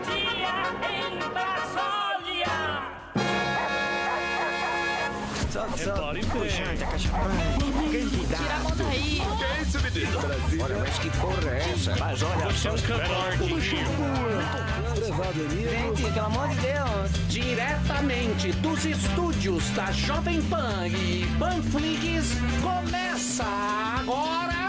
dia em Brasília. Tira a mão daí. Que é isso, menino? Brasília. Olha, mas que porra é essa? Mas olha, Você é um cantor de Gente, pelo amor de Deus. Diretamente dos estúdios da Jovem Pan e Panflix, começa agora...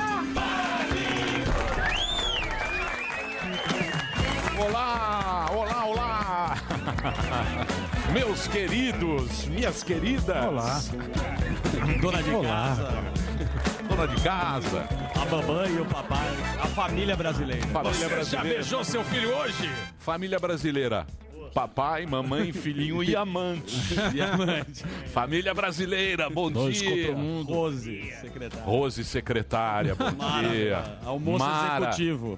Olá, olá, olá! Meus queridos, minhas queridas. Olá. Dona de casa. Dona de casa. A mamãe e o papai. A família brasileira. Família brasileira. Já beijou seu filho hoje? Família brasileira. Papai, mamãe, filhinho e amante. Família brasileira, bom dia. Rose, secretária. Rose, secretária, bom dia. Almoço executivo.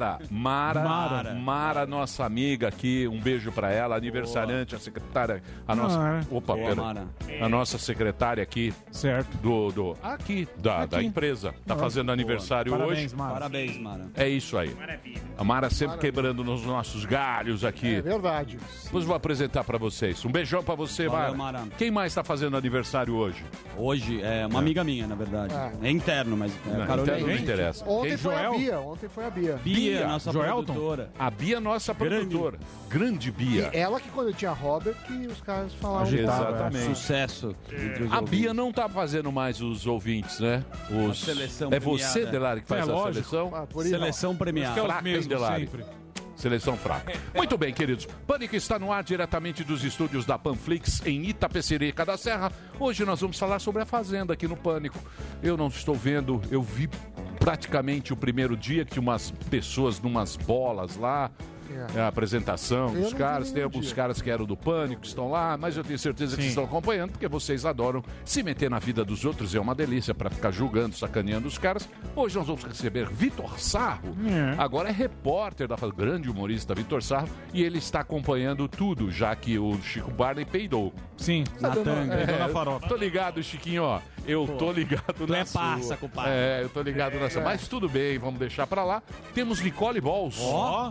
Mara, nossa amiga aqui, um beijo pra ela, aniversariante, a secretária, a nossa... Opa, pera. A nossa secretária aqui. Certo. Aqui, da empresa. Tá fazendo aniversário Parabéns, hoje. Mara. Parabéns, Mara. É isso aí. A Mara sempre quebrando nos nossos galhos aqui. É verdade. Depois vou apresentar pra vocês. Um beijão pra você, Valeu, Mara. Mara. Quem mais tá fazendo aniversário hoje? Hoje é uma amiga minha, na verdade. É interno, mas Não, Carolina. interno não interessa. Ontem Quem? foi Joel? a Bia. Ontem foi a Bia. Bia, nossa Joelton? produtora. A Bia, nossa produtora. Grande Bia. E ela que quando tinha Robert, que os caras falavam. Exatamente. Sucesso. entre os A ouvintes. Bia não tá fazendo mais os ouvintes, né? A seleção É você, premiada. Delari, que faz É a lógico. seleção? Ah, por aí não. Seleção premiada. Que é os Fraca, hein, mesmos Delari? sempre. Seleção fraca. Muito bem, queridos. Pânico está no ar diretamente dos estúdios da Panflix em Itapecerica da Serra. Hoje nós vamos falar sobre a Fazenda aqui no Pânico. Eu não estou vendo, eu vi praticamente o primeiro dia que tinha umas pessoas numas bolas lá. A apresentação Eu dos não vi caras, tem nenhum alguns dia. caras que eram do Pânico, que estão lá, mas eu tenho certeza que Sim. estão acompanhando, porque vocês adoram se meter na vida dos outros, é uma delícia para ficar julgando, sacaneando os caras. Hoje nós vamos receber Vitor Sarro, agora é repórter da Fazenda, grande humorista Vitor Sarro, e ele está acompanhando tudo, já que o Chico Barney peidou. Sim, na tanga, É, na farofa. Tô ligado, Chiquinho, ó. Eu tô ligado na é sua. parça, compadre. É, eu tô ligado nessa. Mas tudo bem, vamos deixar pra lá. Temos Nicole Balls. Ó.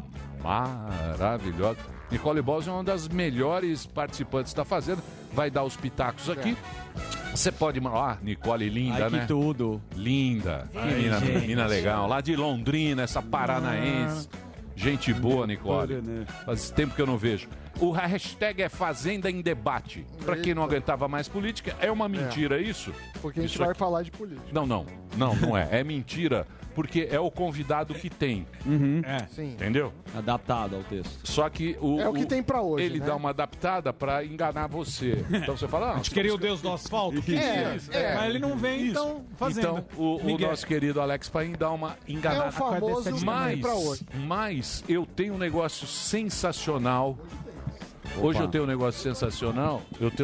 Maravilhosa. Nicole Balls é uma das melhores participantes da Fazenda. Vai dar os pitacos aqui. Você pode... Nicole linda, Ai, né? que tudo. Linda. Menina legal. Lá de Londrina, essa paranaense. Gente boa, Nicole. Faz tempo que eu não vejo. O hashtag é Fazenda em Debate. Pra quem não aguentava mais política, é uma mentira isso? Porque a gente Isso vai aqui- falar de política. Não é. É mentira, porque é o convidado que tem. É. Sim. Entendeu? Adaptado ao texto. Só que É o que tem pra hoje, ele né? dá uma adaptada pra enganar você. Então você fala... A gente queria o Deus do asfalto? Mas ele não vem, então, fazendo. Então, o nosso querido Alex Paim dá uma enganada. É o famoso Mas, pra hoje. mas eu tenho um negócio sensacional. Hoje eu tenho um negócio sensacional.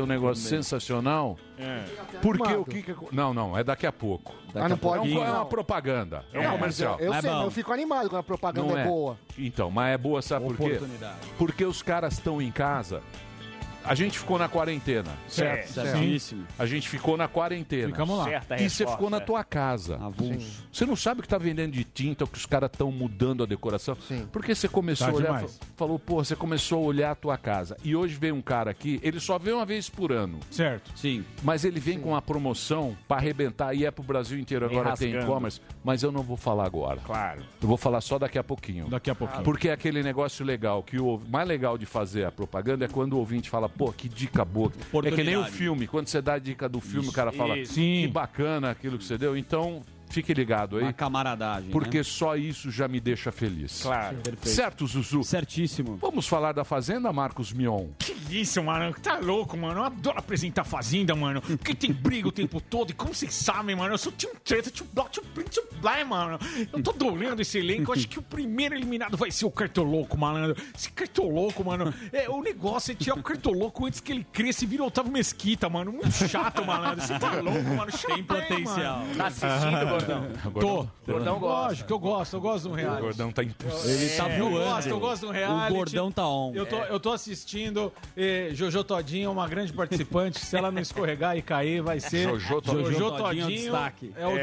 Porque o que... Não, é daqui a pouco. Não pode. É uma propaganda. É um comercial. Eu sei, bom. mas eu fico animado quando a propaganda Não é boa. Então, mas é boa, sabe por quê? Oportunidade. Porque os caras estão em casa. A gente ficou na quarentena, certo? Certíssimo. A gente ficou na quarentena. Ficamos lá. E você ficou na tua casa. Avulso. Você não sabe o que tá vendendo de tinta, o que os caras estão mudando a decoração. Sim. Porque você começou Tá a olhar, demais. falou, pô, você começou a olhar a tua casa. E hoje vem um cara aqui, ele só vem uma vez por ano. Certo. Sim. Mas ele vem com uma promoção pra arrebentar e é pro Brasil inteiro. Agora tem e-commerce. Mas eu não vou falar agora. Claro. Eu vou falar só daqui a pouquinho. Daqui a pouquinho. Porque é aquele negócio legal, que o mais legal de fazer a propaganda é quando o ouvinte fala, pô, que dica boa. É que nem o filme, quando você dá a dica do filme, o cara fala, Sim. que bacana aquilo que você deu. Então, fique ligado aí, Uma camaradagem. porque né? só isso já me deixa feliz. Claro. Perfeito. Certo, Zuzu? Certíssimo. Vamos falar da Fazenda, Marcos Mion? Que isso, mano? Tá louco, mano? Eu adoro apresentar Fazenda, mano. Porque tem briga o tempo todo. E como vocês sabem, mano, eu sou Team Treta, Team Block, Team Print, Team Blind, mano. Eu tô adorando esse elenco. Eu acho que o primeiro eliminado vai ser o Cartoloco, malandro. Esse Cartoloco, mano, o negócio é tirar o Cartoloco antes que ele cresça e vira o Otávio Mesquita, mano. Muito chato, malandro. Você tá louco, mano. Tem potencial. Tá assistindo, Gordão? Tô. Gordão gosta. Lógico, eu gosto de um O reality. Gordão tá Ele impossível. tá voando. Eu gosto de um reality. O gordão tá on. Eu tô assistindo. Jojo Todinho é uma grande participante. Se ela não escorregar e cair, vai ser. Jojo Todinho. Jojo Todinho é o Todinho destaque.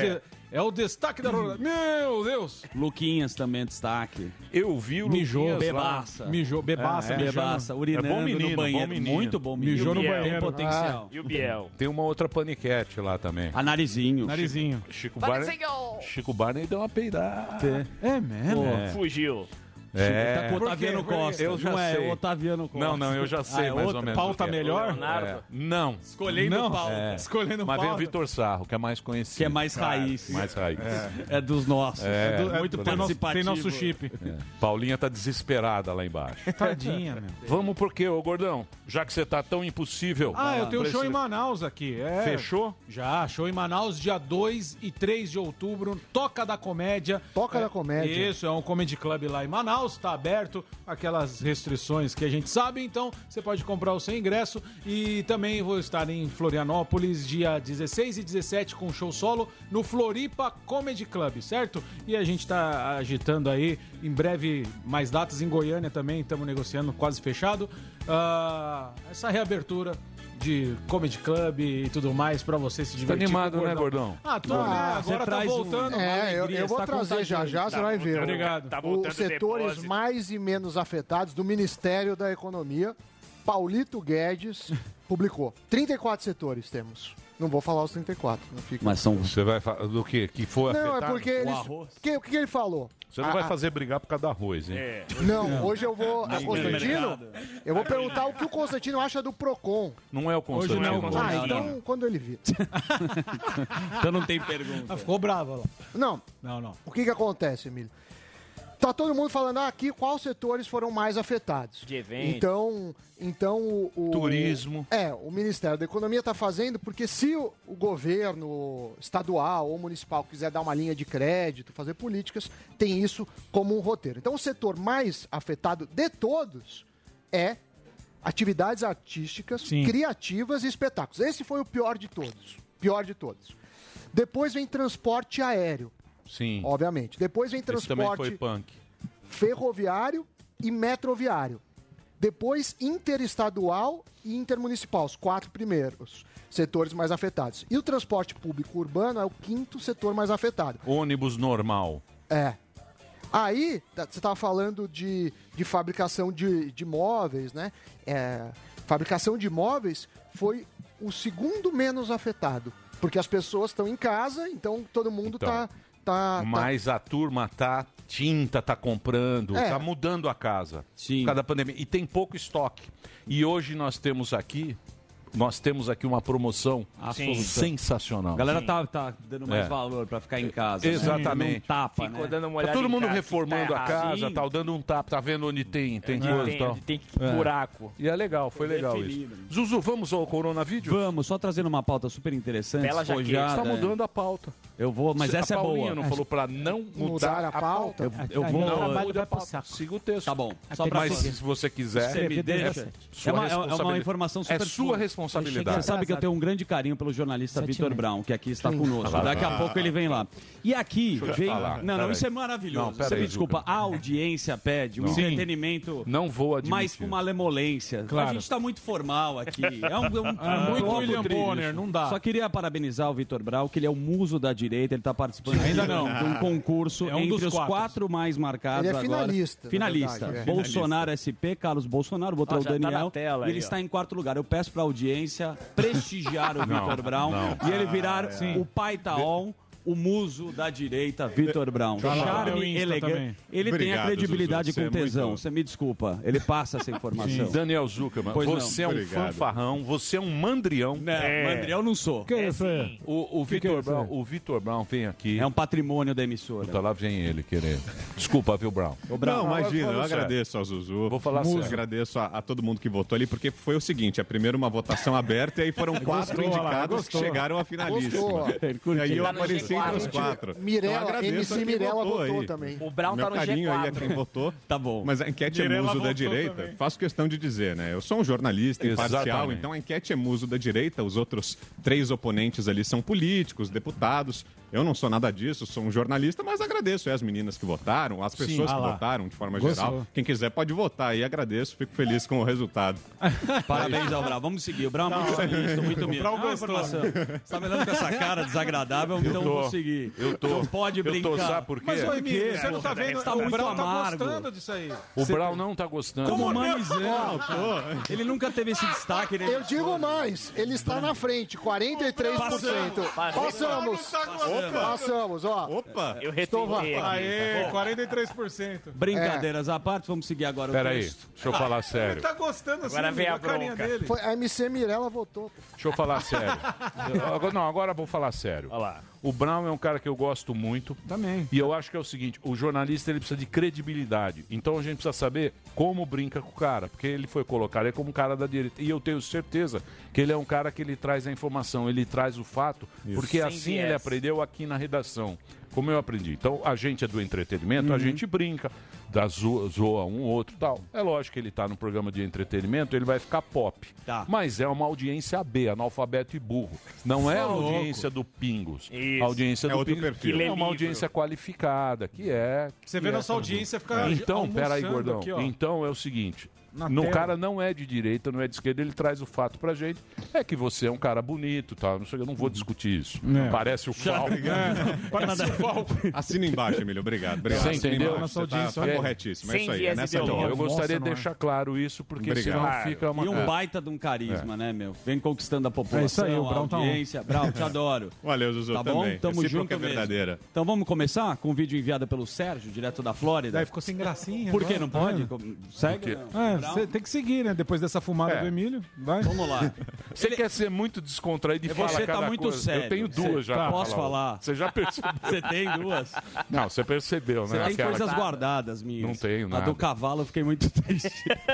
É o destaque da rodada. Meu Deus! Luquinhas também, destaque. Eu vi o Mijou, Luquinhas lá. Bebaça. Mijou, bebaça, mijando. Bebaça, urinando É bom menino, no banheiro. bom menino. Muito bom menino. Mijou no Biel. banheiro. Tem potencial. E o Biel? Tem uma outra paniquete lá também. A Narizinho. Narizinho. Chico Barney deu uma peidada. É mesmo? Fugiu. Tá com o Otaviano Por quê? Costa. Eu já não é sei. o Otaviano Costa. Não, eu já sei é mais outro. ou menos. Pauta o que é. melhor? Leonardo? Não. Escolhendo Não. o Paulo. Escolhendo Mas vem o pauta. Vitor Sarro, que é mais conhecido. Que é mais raiz. Mais raiz. É dos nossos. Muito tem participativo. nosso chip. Paulinha tá desesperada lá embaixo. Tadinha, meu. Vamos por quê, ô gordão? Já que você tá tão impossível. Ah, eu tenho Pra show esse- em Manaus aqui. É. Fechou? Já, show em Manaus, dia 2 e 3 de outubro, Toca da Comédia. Toca da Comédia. Isso, é um comedy club lá em Manaus, tá aberto, aquelas restrições que a gente sabe, então você pode comprar o seu ingresso. E também vou estar em Florianópolis, dia 16 e 17, com show solo no Floripa Comedy Club, certo? E a gente tá agitando aí, em breve mais datas em Goiânia também, estamos negociando, quase fechado. Essa reabertura de Comedy Club e tudo mais pra você se divertir. animado, com o né, Gordão? Ah, tô, né? Agora você tá traz voltando. Eu vou tá trazer já, contagiando. você vai ver. Obrigado. Tá voltando Os setores depósito. mais e menos afetados do Ministério da Economia, Paulito Guedes, publicou. 34 setores temos. Não vou falar os 34. Não fica... Mas são... Você vai falar do quê? Que foi Não, afetado? é porque eles... arroz. O que ele falou? Você não vai fazer brigar por causa do arroz, hein? Não, hoje eu vou... A Constantino, eu vou perguntar o que o Constantino acha do Procon. Não é o Constantino. Hoje não é o Constantino. Então, quando ele vir. Então não tem pergunta. Ah, ficou brava lá. Não, Não. o que acontece, Emílio? Tá todo mundo falando aqui quais setores foram mais afetados. De eventos. Então o Turismo. O Ministério da Economia está fazendo, porque se o governo estadual ou municipal quiser dar uma linha de crédito, fazer políticas, tem isso como um roteiro. Então o setor mais afetado de todos é atividades artísticas, Sim. criativas e espetáculos. Esse foi o pior de todos. Pior de todos. Depois vem transporte aéreo, Sim. obviamente. Depois vem Esse também foi transporte punk. ferroviário e metroviário. Depois, interestadual e intermunicipal, os 4 primeiros setores mais afetados. E o transporte público urbano é o 5º setor mais afetado. Ônibus normal. É. Aí, você estava falando de fabricação de móveis, né? Fabricação de móveis foi o segundo menos afetado. Porque as pessoas estão em casa, então todo mundo Então, tá Mas a turma tinta tá comprando, É. tá mudando a casa. Sim. Por causa da pandemia. E tem pouco estoque. E hoje nós temos aqui uma promoção Absoluta. sensacional. A galera tá dando mais É. valor pra ficar em casa. Exatamente. Não tapa, Ficou né? dando uma Tá olhada todo em mundo casa, reformando tá a casa, Sim. tal, dando um tapa, tá vendo onde tem coisa e tal. Tem buraco. E é legal, foi legal isso. Definido. Zuzu, vamos ao Coronavírus? Vamos, só trazendo uma pauta super interessante. Bela jaqueta. despojada. Está mudando a pauta. Eu vou, mas essa a é Paulinha boa. não falou pra não mudar a pauta. Eu vou... Não muda a pauta. Siga o texto. Tá bom. Só pra Mas se você quiser, você me deixa. É uma informação super É sua Você responsabilidade. sabe que eu tenho um grande carinho pelo jornalista Vitor Brown, que aqui está conosco. Ah, Daqui a pouco ele vem lá. E aqui vem... falar. Não, Peraí. isso é maravilhoso. Não, peraí, Você me desculpa, Zucca. a audiência pede um Sim. entretenimento... Não vou admitir. Mas com malemolência. Claro. A gente está muito formal aqui. É um muito bloco William triste. Bonner, não dá. Só queria parabenizar o Vitor Brown, que ele é o muso da direita, ele está participando Ainda de não. um concurso É um entre dos os 4 mais marcados Ele é agora. finalista, na Finalista. verdade, é. Bolsonaro SP, Carlos Bolsonaro, botou Ó, o já tá Daniel. na tela e ele aí, ó. está em 4º lugar. Eu peço para a audiência prestigiar o Vitor Brown e ele virar o pai Taon, o muso da direita, Vitor Brown. lá no meu Charme, Insta elegante. também. Ele tem a Obrigado, credibilidade Zuzu, com você é tesão. muito- Você me desculpa. Ele passa essa informação. Daniel Zuckerman, Pois não. você é um Obrigado. fanfarrão, você é um mandrião. Não, Mandriel não sou. Que isso aí? O Vitor Brown vem aqui. É um patrimônio da emissora. Puta, lá vem ele querer. Desculpa, viu, Brown? Não, imagina, eu sério. agradeço ao Zuzu. Vou falar sério. Agradeço a todo mundo que votou ali, porque foi o seguinte: é primeiro uma votação aberta e aí foram 4 Gostou, indicados gostou. que chegaram a finalíssima. Gostou. E aí eu Tá no apareci G4. entre os 4. Mirella, MC Mirella votou aí. também. O Brown Meu tá no carinho aí a G4. quem votou. Tá bom. Mas a enquete é Mirella muso da votou direita. também. Faço questão de dizer, né? Eu sou um jornalista imparcial, Exatamente. então a enquete é muso da direita. Os outros 3 oponentes ali são políticos, deputados. Eu não sou nada disso, sou um jornalista, mas agradeço as meninas que votaram, as pessoas que lá. votaram de forma Gostou. geral. Quem quiser pode votar aí, agradeço, fico feliz com o resultado. Parabéns ao Brown. Vamos seguir. O Brown é muito solícito, muito humilde. Brown É uma gostou. informação. Você tá me olhando com essa cara desagradável, então conseguir. Eu tô. Não pode brincar. Sabe por quê? Mas, ô, Emílio, você não tá vendo? Tá O muito Brown tá amargo. gostando disso aí. O Brown não tá gostando. Como humanizando. Ele nunca teve esse destaque. Eu digo mais, ele está na frente, 43%. Passamos, ó. Opa! Eu retuitei aqui. Aê, 43%. Brincadeiras à parte, vamos seguir agora o Peraí, texto. deixa eu falar Ele sério. tá gostando assim, Agora vem a carinha bronca. dele. Foi, a MC Mirella votou. Deixa eu falar sério. Agora eu vou falar sério. Olha lá. O Brown é um cara que eu gosto muito. Também. E eu acho que é o seguinte, o jornalista ele precisa de credibilidade. Então a gente precisa saber como brinca com o cara, porque ele foi colocado aí como um cara da direita. E eu tenho certeza que ele é um cara que ele traz a informação, ele traz o fato, porque Sem assim viés. ele aprendeu aqui na redação. Como eu aprendi. Então, a gente é do entretenimento, a gente brinca, zoa um outro e tal. É lógico que ele tá no programa de entretenimento, ele vai ficar pop. Tá. Mas é uma audiência B, analfabeto e burro. Não é a audiência do Pingos. Isso. A audiência É do outro Pingos perfil. é Que lê uma livro. audiência qualificada, que é... Você vê nossa audiência ficar Então, peraí, almoçando gordão. aqui, ó. Então é o seguinte... Na No tela. cara não é de direita, não é de esquerda, ele traz o fato pra gente. É que você é um cara bonito, tá? Não sei, eu não vou discutir isso. É. Parece o Falco. Parece o Falco. Assina embaixo, Emílio. Obrigado. Você Assina entendeu? embaixo. Nossa Você tá audiência, olha. corretíssimo. É Sem isso aí. É viés nessa ideológico. linha. Eu gostaria Nossa, de não é. deixar claro isso, porque Obrigado. senão fica uma... E um baita de um carisma, né, meu? Vem conquistando a população, É isso aí, o a Brown tá on. audiência. Brown, te adoro. Valeu, Zuzu, Tá bom? também. Tamo Recíproca junto é mesmo. verdadeira. Então vamos começar com o vídeo enviado pelo Sérgio, direto da Flórida. Daí ficou sem gracinha. Por que agora. não pode? Segue? Por quê? não? É, Brown? você tem que seguir, né? Depois dessa fumada É. do Emílio. Vai. Vamos lá. Você quer ser muito descontraído e falar Você tá cada muito coisa. sério. Eu tenho duas já. Tá. pra Posso falar? Você já percebeu? Você tem duas? Não, você percebeu, né? Você tem Aquela- coisas guardadas minhas. Não tenho A nada. do cavalo eu fiquei muito triste.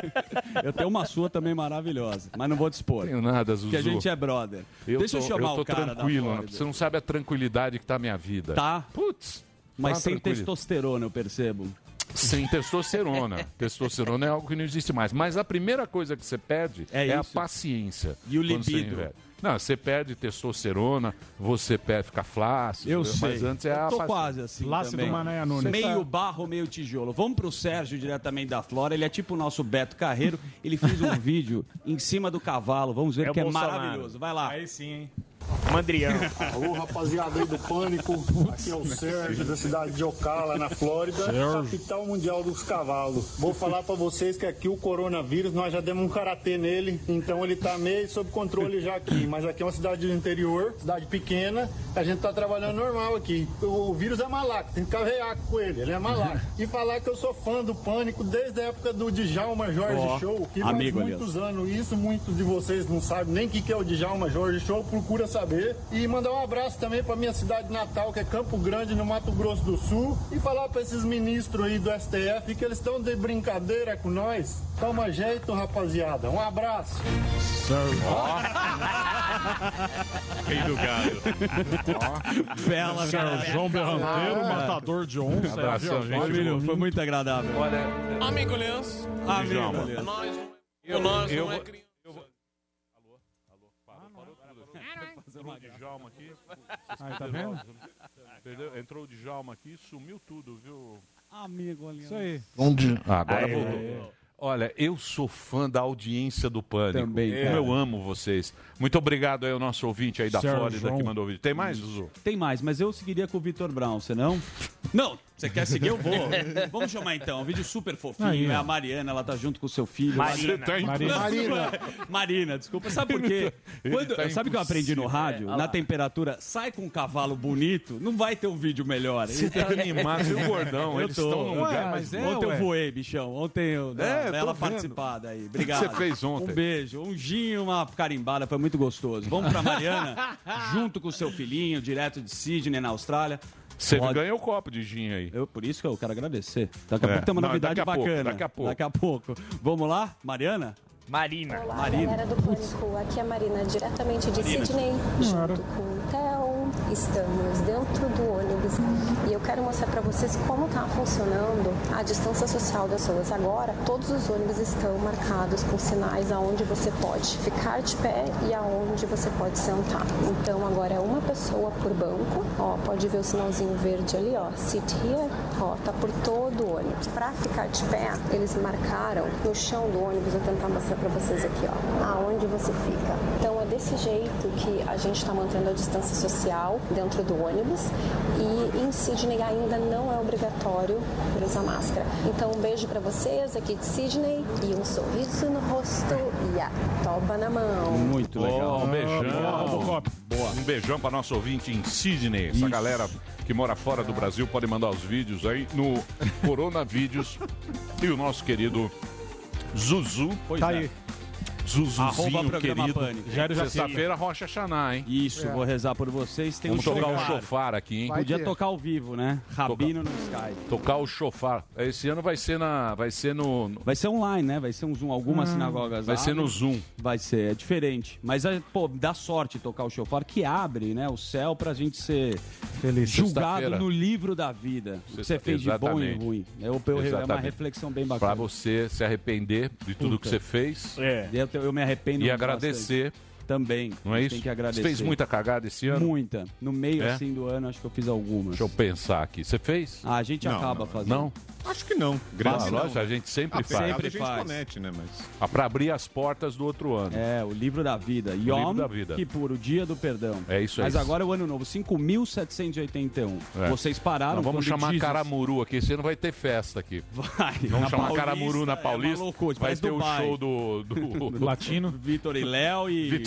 Eu tenho uma sua também maravilhosa, mas não vou dispor. Não tenho nada, Zuzu. Porque a gente é brother. Deixa eu chamar tô o cara tranquilo, da né? Flórida. Você não sabe a tranquilidade que tá a minha vida. Tá, Putz. mas tá sem tranquilo. testosterona, eu percebo. Sem testosterona. Testosterona é algo que não existe mais. Mas a primeira coisa que você perde É é a isso. paciência. E o quando você libido. envelhece. Não, você perde testosterona, você fica flácido. Eu mas sei. antes é a Eu tô paciência. quase assim Lácido também. Mané Nunes. Meio barro, meio tijolo. Vamos pro Sérgio, diretamente da Flora. Ele é tipo o nosso Beto Carreiro. Ele fez um vídeo em cima do cavalo. Vamos ver É o que é Bolsonaro. maravilhoso. Vai lá. Aí sim, hein? Mandrião. Alô, rapaziada aí do Pânico. Aqui é o Sérgio, da cidade de Ocala, na Flórida, capital mundial dos cavalos. Vou falar pra vocês que aqui o coronavírus, nós já demos um karatê nele, então ele tá meio sob controle já aqui. Mas aqui é uma cidade do interior, cidade pequena, a gente tá trabalhando normal aqui. O vírus é malaco, tem que ficar veaco com ele é malaco. E falar que eu sou fã do Pânico desde a época do Djalma Jorge Ó, Show, que amigo, faz muitos anos isso, muitos de vocês não sabem nem o que é o Djalma Jorge Show, procura saber. E mandar um abraço também pra minha cidade natal, que é Campo Grande, no Mato Grosso do Sul. E falar pra esses ministros aí do STF que eles estão de brincadeira com nós. Toma jeito, rapaziada. Um abraço. Rei do gado. Bela, João Berranteiro, matador de onça. Abração, viu? gente. Emílio, foi muito agradável. Olha, Amigo Leandro, Djalma. Leandro. nós eu não vou- é criança. Entrou o Djalma aqui. Aí, tá vendo? Entendeu? Entrou o Djalma aqui, sumiu tudo, viu? Amigo, Leandro. Isso aí. Agora voltou. Olha, eu sou fã da audiência do Pânico. Também, Como cara. eu amo vocês. Muito obrigado aí ao nosso ouvinte aí da Sérgio Flórida João. que mandou o vídeo. Tem mais, Zuzu? Tem mais, mas eu seguiria com o Vitor Brown, você não? Não, você quer seguir? Eu vou. Vamos chamar então. Um vídeo super fofinho. Aí, é ó. a Mariana, ela tá junto com o seu filho. Marina. Tá em- Marina. Marina, desculpa. Sabe por quê? Ele tá sabe o que eu aprendi no rádio? Na temperatura, sai com um cavalo bonito, não vai ter um vídeo melhor. Você tá animado, viu, gordão? Eu Eles tô. estão num Ué, lugar. mas é, Ontem ué. eu voei, bichão. Ontem eu É, tô ela vendo. participada aí. Obrigado. Você fez ontem? Um beijo, um gin e uma carimbada, foi muito gostoso. Vamos pra Mariana, junto com o seu filhinho, direto de Sydney, na Austrália. Você Pode- ganha o copo de gin aí. Por isso que eu quero agradecer. Daqui a É. pouco tem uma Não, novidade daqui a pouco, bacana. daqui a pouco. Vamos lá, Mariana? Marina. Olá, Marina. galera do Pânico. Aqui é a Marina, diretamente de Marina. Sydney, junto com o Theo. Estamos dentro do ônibus e eu quero mostrar para vocês como está funcionando a distância social das pessoas. Agora, todos os ônibus estão marcados com sinais aonde você pode ficar de pé e aonde você pode sentar. Então, agora é uma pessoa por banco. Ó, pode ver o sinalzinho verde ali, ó. Sit here. Ó, tá por todo o ônibus. Para ficar de pé, eles marcaram no chão do ônibus. Vou tentar mostrar para vocês aqui, ó, aonde você fica. Então, é desse jeito que a gente está mantendo a distância social dentro do ônibus e em Sydney ainda não é obrigatório usar máscara. Então, um beijo para vocês aqui de Sydney e um sorriso no rosto e a toba na mão. Muito legal. Um beijão. Boa. Um beijão para nosso ouvinte em Sydney. Essa galera que mora fora do Brasil pode mandar os vídeos aí no Coronavídeos. E o nosso querido Zuzu. Tá aí. Zuzuzinho, programa querido. Pânico. Sexta-feira, Rocha Xaná, hein? Isso, vou rezar por vocês. Tem Vamos um tocar shofar. o shofar aqui, hein? Podia tocar ao vivo, né? Rabino no Skype. Tocar o shofar. Esse ano vai ser no... Vai ser online, né? Vai ser um Zoom. Algumas sinagogas Vai ser no Zoom. Vai ser, é diferente. Mas, pô, dá sorte tocar o shofar, que abre, né, o céu pra gente ser julgado no livro da vida. O que você fez de bom e ruim. É uma reflexão bem bacana. Pra você se arrepender de tudo que você fez. Eu me arrependo. E agradecer. Bastante. Também. Não é isso? Tem que agradecer. Você fez muita cagada esse ano? Muita. No meio, assim, do ano, acho que eu fiz algumas. Deixa eu pensar aqui. Você fez? A gente acaba fazendo. Não? Acho que não. Lógico, a gente sempre faz. Sempre faz. Comete, né, mas... Pra abrir as portas do outro ano. É, o livro da vida. Yom Kippur, o dia do perdão. É isso aí. Mas agora é o ano novo, 5.781. Vocês pararam. Nós vamos chamar Jesus... Caramuru aqui, você não vai ter festa aqui. Vai. Vamos chamar Caramuru na Paulista. É loucura, vai ter o show do Latino. Vitor e Léo e...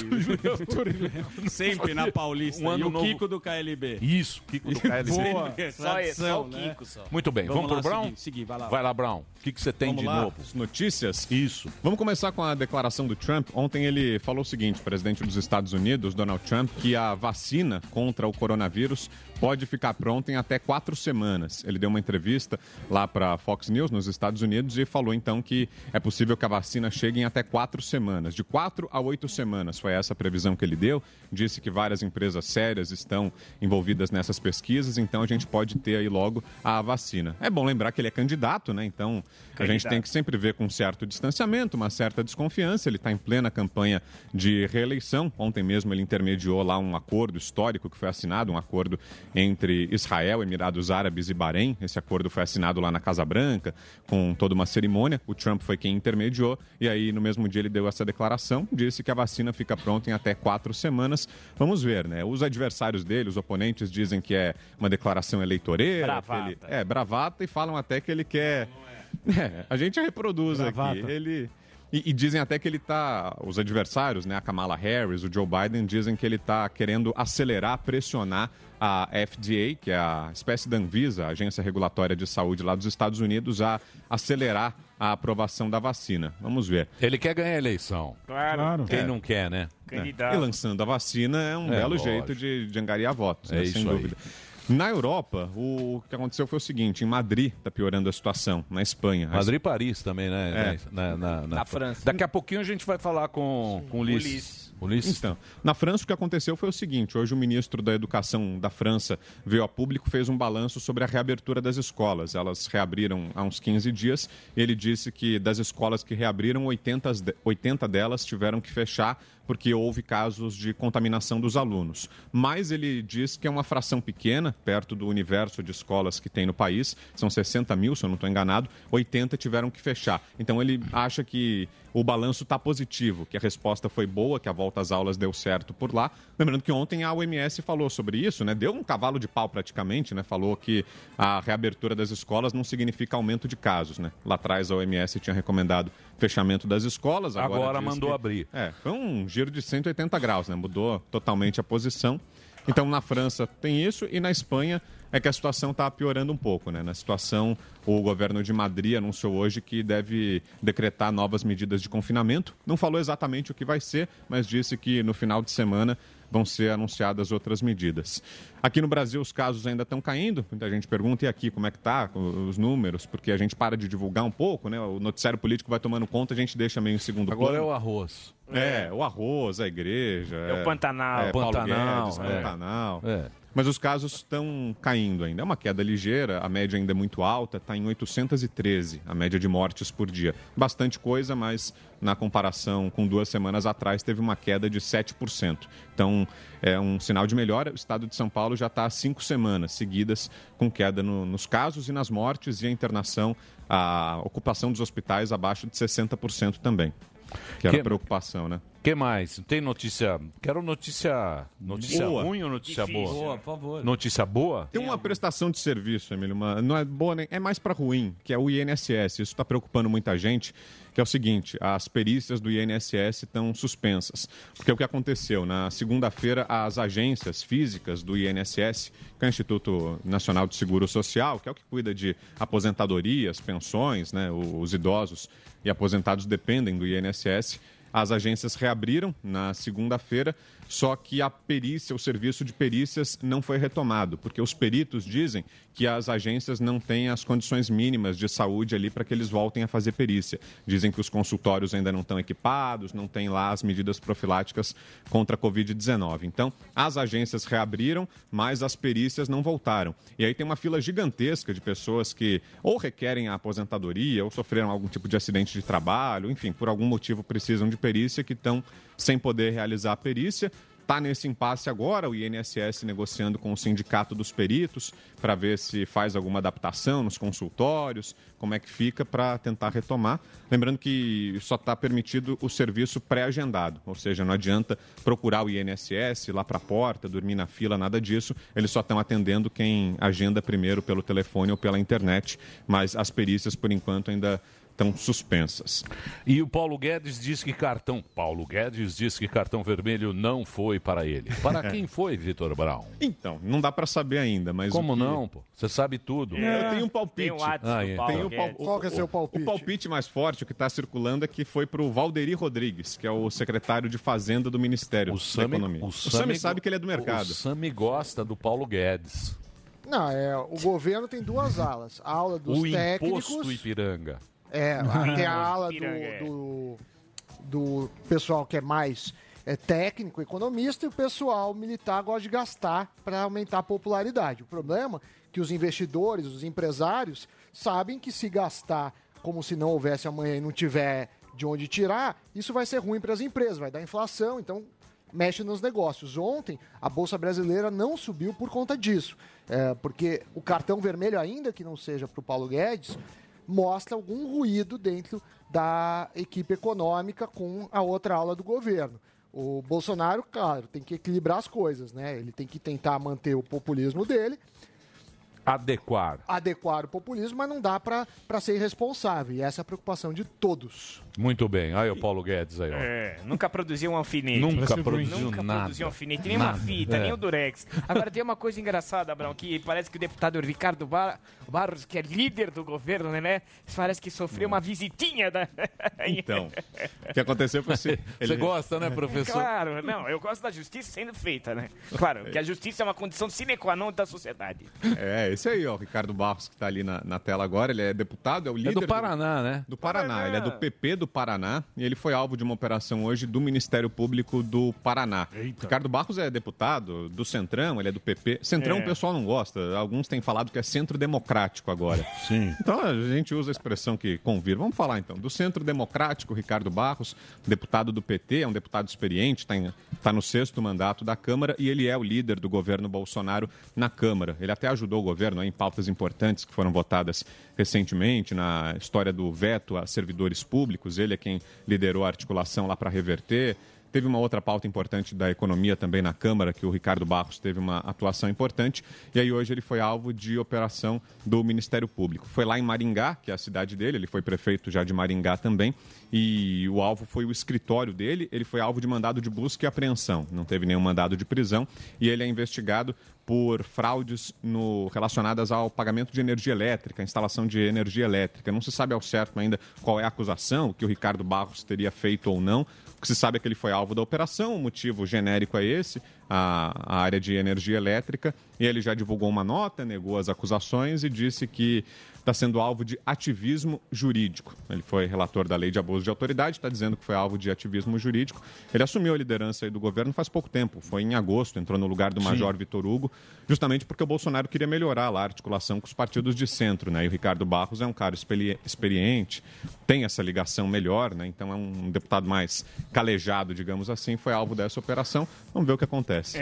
Sempre na Paulista. Um ano e o novo... Kiko do KLB. Isso, Kiko do KLB. Boa. Só o Kiko, só. Muito bem, vamos pro Brown? Seguir, vai lá. Vai lá, Brown. O que você tem Vamos de lá. novo? As notícias? Isso. Vamos começar com a declaração do Trump. Ontem ele falou o seguinte, o presidente dos Estados Unidos, Donald Trump, que a vacina contra o coronavírus pode ficar pronta em até 4 semanas. Ele deu uma entrevista lá para Fox News, nos Estados Unidos, e falou então que é possível que a vacina chegue em até 4 semanas. De 4 a 8 semanas foi essa a previsão que ele deu. Disse que várias empresas sérias estão envolvidas nessas pesquisas, então a gente pode ter aí logo a vacina. É bom lembrar que ele é candidato, né? Então a gente tem que sempre ver com um certo distanciamento, uma certa desconfiança. Ele está em plena campanha de reeleição. Ontem mesmo ele intermediou lá um acordo histórico que foi assinado, um acordo entre Israel, Emirados Árabes e Bahrein. Esse acordo foi assinado lá na Casa Branca, com toda uma cerimônia. O Trump foi quem intermediou e aí no mesmo dia ele deu essa declaração, disse que a vacina fica pronta em até 4 semanas. Vamos ver, né? Os adversários dele, os oponentes, dizem que é uma declaração eleitoreira. Bravata. Que ele... bravata, e falam até que ele quer... a gente reproduz Bravata. aqui. Ele... E dizem até que ele está, os adversários, né, a Kamala Harris, o Joe Biden, dizem que ele está querendo acelerar, pressionar a FDA, que é a espécie da Anvisa, a agência regulatória de saúde lá dos Estados Unidos, a acelerar a aprovação da vacina. Vamos ver. Ele quer ganhar a eleição. Claro. Quem não quer, né? Candidato. E lançando a vacina é um belo lógico. jeito de angariar votos, né, É sem isso dúvida. Na Europa, o que aconteceu foi o seguinte, em Madrid está piorando a situação, na Espanha. Madrid e Paris também, né? Na França. Daqui a pouquinho a gente vai falar com o Ulisses. Ulisses? Então, na França o que aconteceu foi o seguinte, hoje o ministro da Educação da França veio a público, fez um balanço sobre a reabertura das escolas. Elas reabriram há uns 15 dias. Ele disse que das escolas que reabriram, 80 delas tiveram que fechar porque houve casos de contaminação dos alunos. Mas ele diz que é uma fração pequena, perto do universo de escolas que tem no país, são 60 mil, se eu não estou enganado, 80 tiveram que fechar. Então ele acha que o balanço está positivo, que a resposta foi boa, que a volta às aulas deu certo por lá. Lembrando que ontem a OMS falou sobre isso, né? Deu um cavalo de pau praticamente, né? Falou que a reabertura das escolas não significa aumento de casos, né? Lá atrás a OMS tinha recomendado fechamento das escolas. Agora mandou abrir. Foi um giro de 180 graus, né? Mudou totalmente a posição. Então, na França tem isso e na Espanha é que a situação está piorando um pouco, né? Na situação, o governo de Madrid anunciou hoje que deve decretar novas medidas de confinamento. Não falou exatamente o que vai ser, mas disse que no final de semana vão ser anunciadas outras medidas. Aqui no Brasil os casos ainda estão caindo. Muita gente pergunta, e aqui como é que tá os números? Porque a gente para de divulgar um pouco, né? O noticiário político vai tomando conta, a gente deixa meio em segundo plano. Agora é o arroz. O arroz, a igreja. É o Pantanal. Paulo Pantanal, Guedes, Pantanal. É. Mas os casos estão caindo ainda. É uma queda ligeira, a média ainda é muito alta, está em 813 a média de mortes por dia. Bastante coisa, mas na comparação com 2 semanas atrás teve uma queda de 7%. Então é um sinal de melhora. O estado de São Paulo já está há 5 semanas seguidas com queda nos casos e nas mortes, e a internação, a ocupação dos hospitais abaixo de 60% também. Que era a preocupação, né? que mais? Tem notícia... Quero notícia Boa. ruim ou notícia Difícil. boa? Boa, por favor. Notícia boa? Tem uma prestação de serviço, Emílio, não é boa, nem, é mais para ruim, que é o INSS. Isso está preocupando muita gente, que é o seguinte, as perícias do INSS estão suspensas. Porque o que aconteceu? Na segunda-feira, as agências físicas do INSS, que é o Instituto Nacional de Seguro Social, que é o que cuida de aposentadorias, pensões, né, os idosos e aposentados dependem do INSS, as agências reabriram na segunda-feira, só que a perícia, o serviço de perícias não foi retomado, porque os peritos dizem que as agências não têm as condições mínimas de saúde ali para que eles voltem a fazer perícia. Dizem que os consultórios ainda não estão equipados, não tem lá as medidas profiláticas contra a Covid-19. Então, as agências reabriram, mas as perícias não voltaram. E aí tem uma fila gigantesca de pessoas que ou requerem a aposentadoria, ou sofreram algum tipo de acidente de trabalho, enfim, por algum motivo precisam de perícia, que estão sem poder realizar a perícia. Está nesse impasse agora, o INSS negociando com o Sindicato dos Peritos para ver se faz alguma adaptação nos consultórios, como é que fica para tentar retomar. Lembrando que só está permitido o serviço pré-agendado, ou seja, não adianta procurar o INSS, ir lá para a porta, dormir na fila, nada disso. Eles só estão atendendo quem agenda primeiro pelo telefone ou pela internet, mas as perícias, por enquanto, ainda estão suspensas. E o Paulo Guedes diz que cartão vermelho não foi para ele. Para quem foi, Vitor Brown? Então, não dá para saber ainda, mas como não, pô? Você sabe tudo. Eu tenho um palpite. Tem o WhatsApp do Paulo Guedes. Qual que é seu palpite? O palpite mais forte, o que está circulando, é que foi para o Valderi Rodrigues, que é o secretário de Fazenda do Ministério da Economia. O Sami sabe que ele é do mercado. O Sami gosta do Paulo Guedes. Não, o governo tem duas alas. A aula dos técnicos... O imposto Ipiranga. Tem a ala do pessoal que é mais técnico, economista, e o pessoal militar gosta de gastar para aumentar a popularidade. O problema é que os investidores, os empresários, sabem que se gastar como se não houvesse amanhã e não tiver de onde tirar, isso vai ser ruim para as empresas, vai dar inflação, então mexe nos negócios. Ontem, a Bolsa Brasileira não subiu por conta disso, porque o cartão vermelho, ainda que não seja para o Paulo Guedes, mostra algum ruído dentro da equipe econômica com a outra ala do governo. O Bolsonaro, claro, tem que equilibrar as coisas, né? Ele tem que tentar manter o populismo dele. Adequar o populismo, mas não dá para ser irresponsável. E essa é a preocupação de todos. Muito bem. Aí o Paulo Guedes aí, ó. Nunca produziu um alfinete. Nunca produziu um alfinete, nem uma fita, nem o Durex. Agora tem uma coisa engraçada, Abrão, que parece que o deputado Ricardo Barros, que é líder do governo, né? Parece que sofreu uma visitinha da... Então, o que aconteceu foi assim... Você gosta, né, professor? Claro, não, eu gosto da justiça sendo feita, né? Claro, que a justiça é uma condição sine qua non da sociedade. Esse aí, ó, o Ricardo Barros, que está ali na tela agora, ele é deputado, é o líder... É do Paraná, né? Do Paraná, ele é do PP do Paraná, e ele foi alvo de uma operação hoje do Ministério Público do Paraná. Eita. Ricardo Barros é deputado do Centrão, ele é do PP. Centrão o pessoal não gosta, alguns têm falado que é centro democrático agora. Sim. Então a gente usa a expressão que convir. Vamos falar então, do Centro Democrático, Ricardo Barros, deputado do PT, é um deputado experiente, está no 6º mandato da Câmara, e ele é o líder do governo Bolsonaro na Câmara. Ele até ajudou o governo em pautas importantes que foram votadas recentemente, na história do veto a servidores públicos. Ele é quem liderou a articulação lá para reverter. Teve uma outra pauta importante da economia também na Câmara, que o Ricardo Barros teve uma atuação importante. E aí hoje ele foi alvo de operação do Ministério Público. Foi lá em Maringá, que é a cidade dele, ele foi prefeito já de Maringá também. E o alvo foi o escritório dele, ele foi alvo de mandado de busca e apreensão. Não teve nenhum mandado de prisão e ele é investigado por fraudes relacionadas ao pagamento de energia elétrica, instalação de energia elétrica. Não se sabe ao certo ainda qual é a acusação, o que o Ricardo Barros teria feito ou não. O que se sabe é que ele foi alvo da operação, o motivo genérico é esse, a área de energia elétrica, e ele já divulgou uma nota, negou as acusações e disse que está sendo alvo de ativismo jurídico. Ele foi relator da lei de abuso de autoridade, está dizendo que foi alvo de ativismo jurídico. Ele assumiu a liderança aí do governo faz pouco tempo, foi em agosto, entrou no lugar do Major Vitor Hugo, justamente porque o Bolsonaro queria melhorar lá a articulação com os partidos de centro, né? E o Ricardo Barros é um cara experiente, tem essa ligação melhor, né? Então é um deputado mais calejado, digamos assim, foi alvo dessa operação. Vamos ver o que acontece. acontece.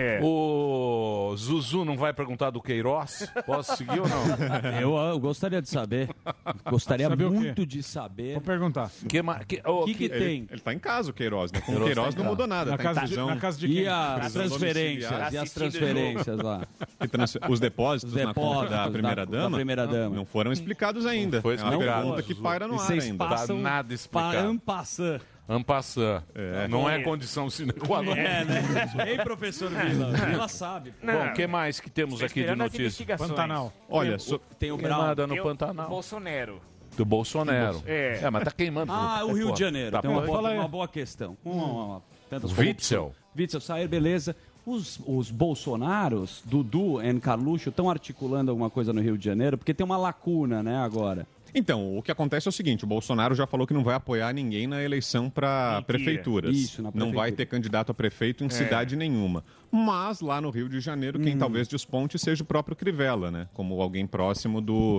O Zuzu não vai perguntar do Queiroz? Posso seguir ou não? Eu gostaria de saber. Gostaria Saber o quê? muito de saber. Vou perguntar. O que tem? Ele tá em casa, o Queiroz, né? Com o Queiroz Queiroz tá não em mudou nada. Na tá casa em de- prisão. na casa de quem? E as Prisão transferências? domiciliar. E as transferências lá? Os depósitos, na conta da da primeira-dama primeira-dama. não foram explicados ainda. foi É uma explicado. pergunta que paira no ar Vocês ainda. passam Tá nada explicado. Ampassant. Ampassant. Não é condição sine qua non. Né? Ei, professor Vila. Vila sabe. Bom, o que mais que temos aqui de Esperando as notícias? investigações. Pantanal. Olha, Tem o Tem Brown. nada no Tem o Pantanal. Bolsonaro. Do Bolsonaro. É. Mas tá queimando. Ah, o Rio de Janeiro. Tá Tem uma, bom. uma boa questão. Tantas Witzel. Witzel, Sair, beleza. Os Bolsonaros, Dudu e Carluxo, estão articulando alguma coisa no Rio de Janeiro? Porque tem uma lacuna, né, agora. Então, o que acontece é o seguinte, o Bolsonaro já falou que não vai apoiar ninguém na eleição para prefeituras. Isso, na Não prefeitura. vai ter candidato a prefeito em cidade nenhuma. Mas lá no Rio de Janeiro, quem talvez desponte seja o próprio Crivella, né? Como alguém próximo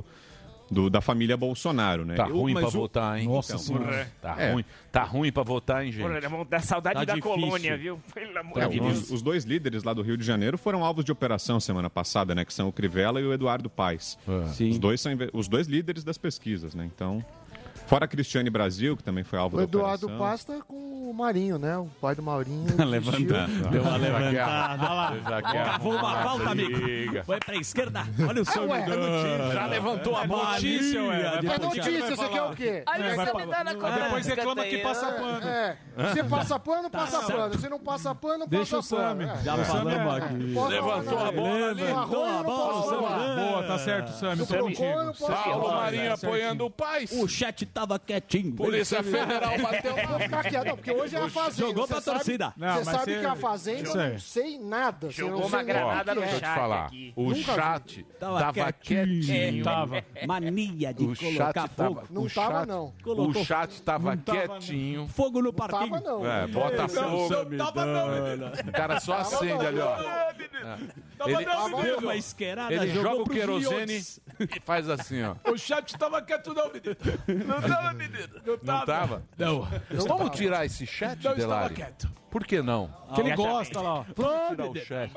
da família Bolsonaro, né? Tá ruim pra mas votar, hein? Nossa Então, Senhora. Tá ruim. Tá ruim pra votar, hein, gente? Porra, dá saudade Tá da difícil. colônia, viu? Pelo amor de É, Deus. os dois líderes lá do Rio de Janeiro foram alvos de operação semana passada, né? Que são o Crivella e o Eduardo Paes. Sim. Os dois são os dois líderes das pesquisas, né? Então, fora a Cristiane Brasil, que também foi alvo O da Eduardo operação. Paz tá com o Marinho, né? O pai do Maurinho. Levantando. Deu uma levantada. Olha lá. Já quer Cavou uma falta, amigo. briga. Foi pra esquerda. Olha o seu mudando. Já levantou a bola. Notícia, ué. É notícia, você quer o quê? Aí vai você pra- me dá na conta. Depois reclama que passa pano. É, se passa pano, passa pano. Se não passa pano, Deixa passa o pano. Sami. Já falamos aqui. Levantou a bola ali. Levantou a bola. Boa, tá certo, Sami. Tô Trocou, contigo. eu posso Paulo falar. Marinho apoiando o Paes. O chat tava quietinho. Polícia Federal bateu Vou ficar quieto, não, porque hoje é a Fazenda. Jogou Você pra sabe- torcida. Não, Você mas sabe você- que a Fazenda Isso eu aí. não sei nada. Jogou eu não uma sei granada nem o no que Deixa eu é. te falar. aqui. O Nunca vi. chat Tava tava quietinho. Tava. Mania de O chat colocar tava- fogo. Não o tava, chat- não. Colocou O chat tava Não tava, quietinho. fogo no Não parquinho. tava, não. É, bota fogo. O cara só acende ali, ó. Ele, Deu uma esquerada, ele jogou joga o pros querosene iotes. e faz assim, ó. O chat tava quieto não, menino. Não tava, menino. Não tava? Não. Vamos tirar esse chat, Não estava Delari? quieto. Por que não? Que ele gosta lá, ó. Tirar o chat.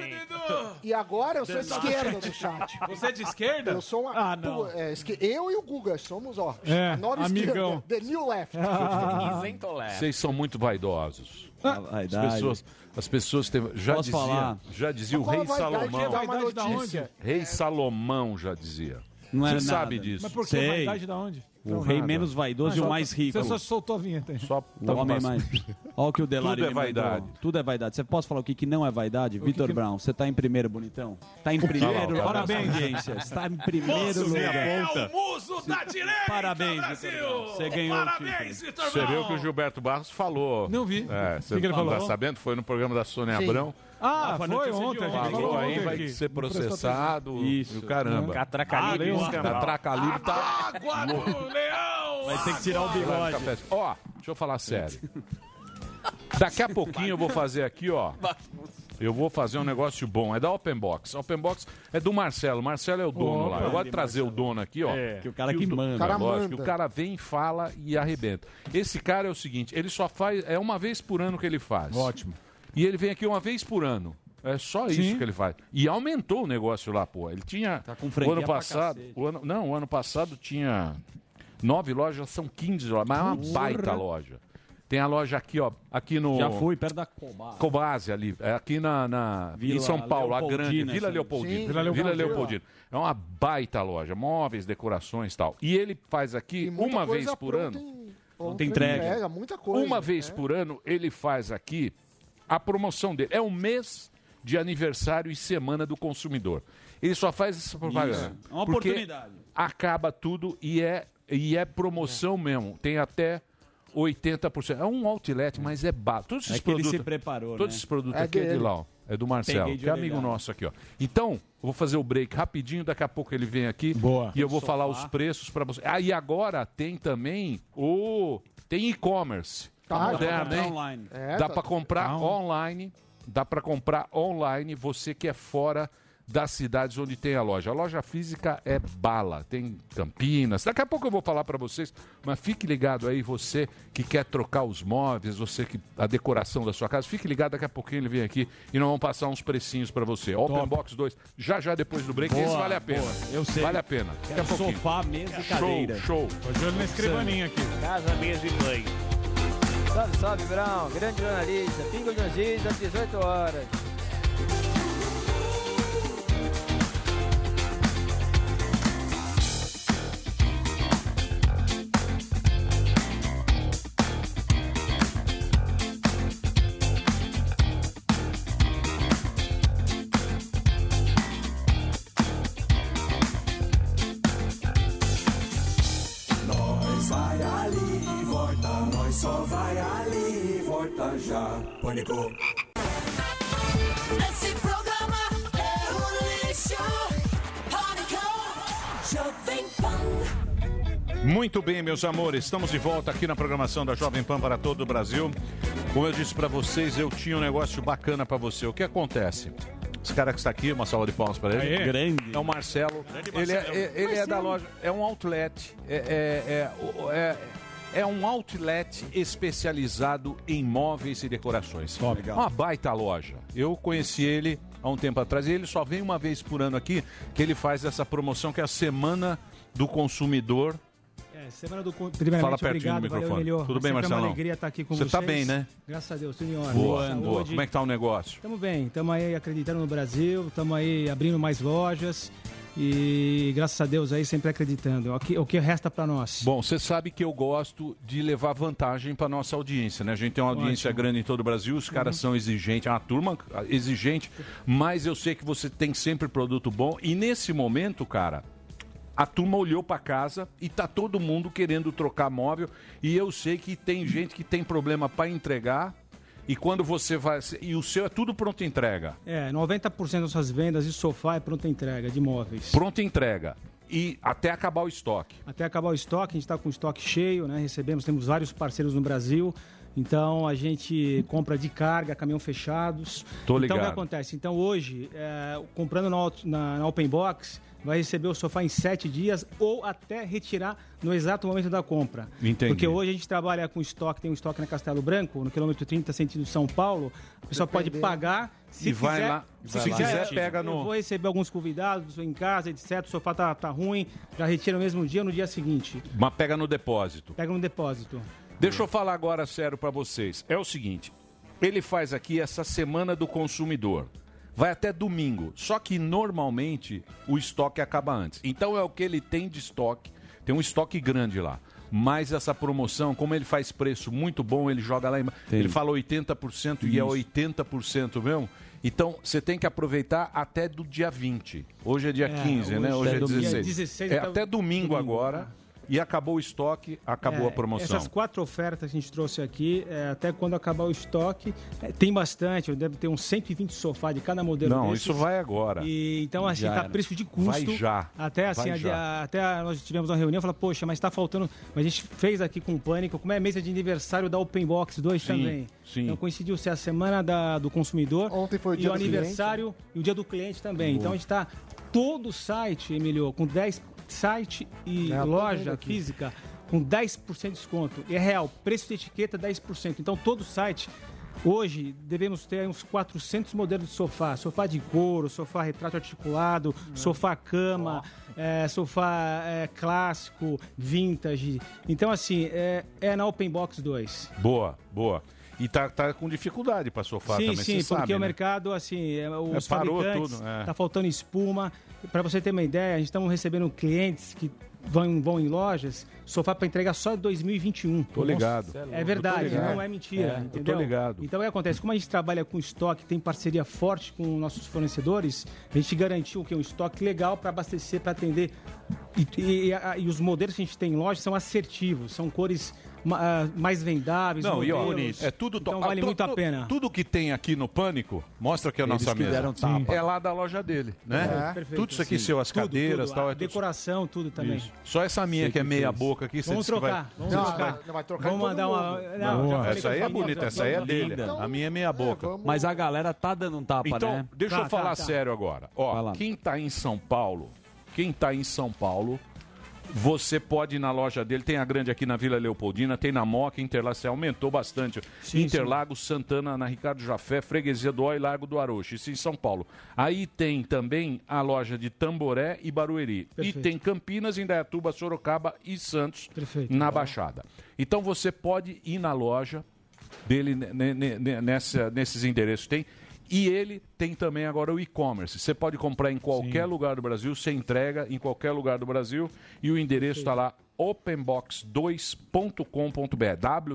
E agora eu sou de esquerda do chat. Você é de esquerda? Eu sou uma. Ah, não. Eu e o Guga somos, ó. É, a nova amigão. esquerda. The New Left. Isento leve. Vocês são muito vaidosos. Vaidade. As pessoas já Posso falar? dizia o Qual rei a vaidade de Salomão. dar uma Vaidade da notícia? Rei Salomão já dizia. Não era Você nada. sabe disso. Mas por que Sei. vaidade da onde? O rei nada. menos vaidoso e o mais rico. Você só soltou a vinheta aí. Só O homem mais. Olha o que o Delari Tudo é me mandou. vaidade. Tudo é vaidade. Você pode falar o que não é vaidade? Vitor Brown, você tá em primeiro, bonitão. Tá em primeiro. Olha lá, Parabéns, audiência. Está em primeiro lugar. o muso da direita, Parabéns, Vitor Brown. Você ganhou o título. Vitor Você viu o que o Gilberto Barros falou. Não vi. É, você O que ele falou? tá sabendo? Foi no programa da Sônia Sim. Abrão. Ah, foi foi notícia de ontem. a gente ontem. Falou aí, ontem vai aqui. ser Não prestou processado. Isso. E o caramba. Catraca livre. legal. escambau. Catraca livre tá... Água do leão! Vai ter que tirar o bigode. Ó, deixa eu falar sério. Daqui a pouquinho eu vou fazer aqui, ó. Eu vou fazer um negócio bom. É da Open Box. A Open Box é do Marcelo. O Marcelo é o dono lá. Eu gosto de trazer o dono aqui, ó. Que o cara que manda. O cara Lógico, manda. que o cara vem, fala e arrebenta. Esse cara é o seguinte, ele só faz... É uma vez por ano que ele faz. Ótimo. E ele vem aqui uma vez por ano. É só isso Sim. que ele faz. E aumentou o negócio lá, pô. Ele tinha... Tá com o franquia ano pra passado... cacete. O ano passado tinha 9 lojas, são 15 lojas. Mas é uma baita loja. Tem a loja aqui, ó. Aqui no... Já fui, perto da Cobá. Cobase ali, é aqui em Vila São Paulo, a Leopoldina, grande, Vila essa- Leopoldina. Sim, Vila Leopoldina. É uma baita loja, móveis, decorações e tal. E ele faz aqui E muita uma coisa vez por pronta ano. pronta entrega. muita coisa. Uma vez por ano, ele faz aqui a promoção dele. É um mês de aniversário e semana do consumidor. Ele só faz essa propaganda. É uma porque oportunidade. acaba tudo e é promoção mesmo. Tem até 80%. É um outlet, mas é barato. Todos esses É que ele produtos, se preparou, todos né? esses produtos É aqui é de dele. lá, ó. É do Marcelo, Peguei de que é amigo orelhada. nosso aqui, ó. Então, eu vou fazer o break rapidinho, daqui a pouco ele vem aqui Boa. e eu vou falar os preços para você. Ah, e agora tem também tem e-commerce. Tá Tá, moderno, Comprar hein? online. Dá para comprar online. Dá para comprar online, você que é fora das cidades onde tem a loja. A loja física é bala, tem Campinas. Daqui a pouco eu vou falar para vocês, mas fique ligado aí, você que quer trocar os móveis, você que a decoração da sua casa, fique ligado, daqui a pouquinho ele vem aqui e nós vamos passar uns precinhos para você. Open Box 2, já depois do break, esse vale a pena. Eu sei. Vale a pena. Daqui a pouquinho. Sofá, mesa e cadeira. Show. Tô de olho na escrivaninha aqui. Casa, mesa e banho. Salve, Brown. Grande jornalista. Pingo de notícias às 18 horas. Só vai ali e volta já. Pânico. Esse programa é um lixo. Pânico. Jovem Pan. Muito bem, meus amores, estamos de volta aqui na programação da Jovem Pan para todo o Brasil. Como eu disse para vocês, eu tinha um negócio bacana para você. O que acontece? Esse cara que está aqui, uma salva de palmas para ele. Aê. Grande. É o Marcelo. Ele é da loja, é um outlet. É um outlet especializado em móveis e decorações. Legal. Uma baita loja. Eu conheci ele há um tempo atrás e ele só vem uma vez por ano aqui que ele faz essa promoção que é a Semana do Consumidor. Semana do primeiramente, fala pertinho obrigado, do microfone. Valeu, Tudo bem, Marcelo? Marcelão? É uma alegria estar aqui com Você vocês. tá bem, né? Graças a Deus, senhora. Boa. Como é que tá o negócio? Estamos bem, estamos aí acreditando no Brasil, estamos aí abrindo mais lojas e graças a Deus aí sempre acreditando. O que resta para nós? Bom, você sabe que eu gosto de levar vantagem para nossa audiência, né? A gente tem uma audiência grande em todo o Brasil, os caras são exigentes, é uma turma exigente, mas eu sei que você tem sempre produto bom e nesse momento, cara, a turma olhou para casa e tá todo mundo querendo trocar móvel e eu sei que tem gente que tem problema para entregar e quando você vai... E o seu é tudo pronta entrega. 90% das nossas vendas de sofá é pronta entrega, de móveis. Pronta entrega. E até acabar o estoque. Até acabar o estoque, a gente está com o estoque cheio, né? Temos vários parceiros no Brasil. Então a gente compra de carga, caminhão fechados. Tô ligado. Então o que acontece? Então hoje, comprando na Open Box, vai receber o sofá em 7 dias ou até retirar no exato momento da compra. Entendi. Porque hoje a gente trabalha com estoque, tem um estoque na Castelo Branco, no quilômetro 30, sentido São Paulo. A pessoa pode pagar, se quiser, pega no... Eu vou receber alguns convidados em casa, etc. O sofá tá ruim, já retira no mesmo dia ou no dia seguinte. Mas pega no depósito. Pega no depósito. Deixa eu falar agora sério para vocês. É o seguinte, ele faz aqui essa Semana do Consumidor. Vai até domingo, só que normalmente o estoque acaba antes. Então é o que ele tem de estoque, tem um estoque grande lá. Mas essa promoção, como ele faz preço muito bom, ele joga lá em... Ele fala 80% e é 80% mesmo. Então, você tem que aproveitar até do dia 20. Hoje é dia 15, né? Hoje é 16. 16 até domingo agora. E acabou o estoque, acabou a promoção. Essas 4 ofertas que a gente trouxe aqui, até quando acabar o estoque, tem bastante, deve ter uns 120 sofás de cada modelo. Não, desses. isso vai agora. E, então, assim, tá preço de custo. Vai já. Até assim, até nós tivemos uma reunião, falou, poxa, mas tá faltando. Mas a gente fez aqui com o Pânico, como é mesa de aniversário da Open Box 2 também. Sim. Então coincidiu ser a semana do consumidor. Ontem foi o dia e o do aniversário cliente. E o dia do cliente também. Então a gente tá todo o site, Emílio, com 10 site e loja física com 10% de desconto. E é real, preço de etiqueta 10%. Então todo o site, hoje, devemos ter uns 400 modelos de sofá. Sofá de couro, sofá retrato articulado, sofá cama, sofá clássico, vintage. Então assim, é na Open Box 2. Boa. E tá com dificuldade para sofá também, sim, porque sabe, o né? mercado, assim, os parou fabricantes, tudo. tá faltando espuma. Para você ter uma ideia, a gente estamos recebendo clientes que vão em lojas, sofá para entrega só em 2021. Tô ligado. É verdade, não é mentira, entendeu? Tô ligado. Então o que acontece? Como a gente trabalha com estoque, tem parceria forte com nossos fornecedores, a gente garantiu que um estoque legal para abastecer, para atender. E os modelos que a gente tem em loja são assertivos, são cores mais vendáveis. Não, e ó, modelos. é tudo Então vale muito a pena. Tudo que tem aqui no Pânico, mostra aqui a nossa mesa. deram tapa. É lá da loja dele, né? Perfeito. Tudo isso aqui, Sim. as cadeiras, tudo. tal. A decoração, tudo também. Isso. Só essa minha que é meia boca aqui, Vamos você vai... trocar. Vamos trocar. Não vai trocar Vamos mandar uma... Não, essa aí é bonita, essa aí é dele. Então, A minha é meia boca. Mas a galera tá dando um tapa, Então, né? deixa eu falar sério agora. Ó, quem tá em São Paulo, você pode ir na loja dele, tem a grande aqui na Vila Leopoldina, tem na Moca, Interlagos, aumentou bastante. Interlagos, Santana, na Ricardo Jafé, Freguesia do Ó e Largo do Arocho, isso em São Paulo. Aí tem também a loja de Tamboré e Barueri. Perfeito. E tem Campinas, Indaiatuba, Sorocaba e Santos Perfeito. na Baixada. Então você pode ir na loja dele, nesses endereços tem. E ele tem também agora o e-commerce. Você pode comprar em qualquer lugar do Brasil, você entrega em qualquer lugar do Brasil e o endereço está lá, openbox2.com.br,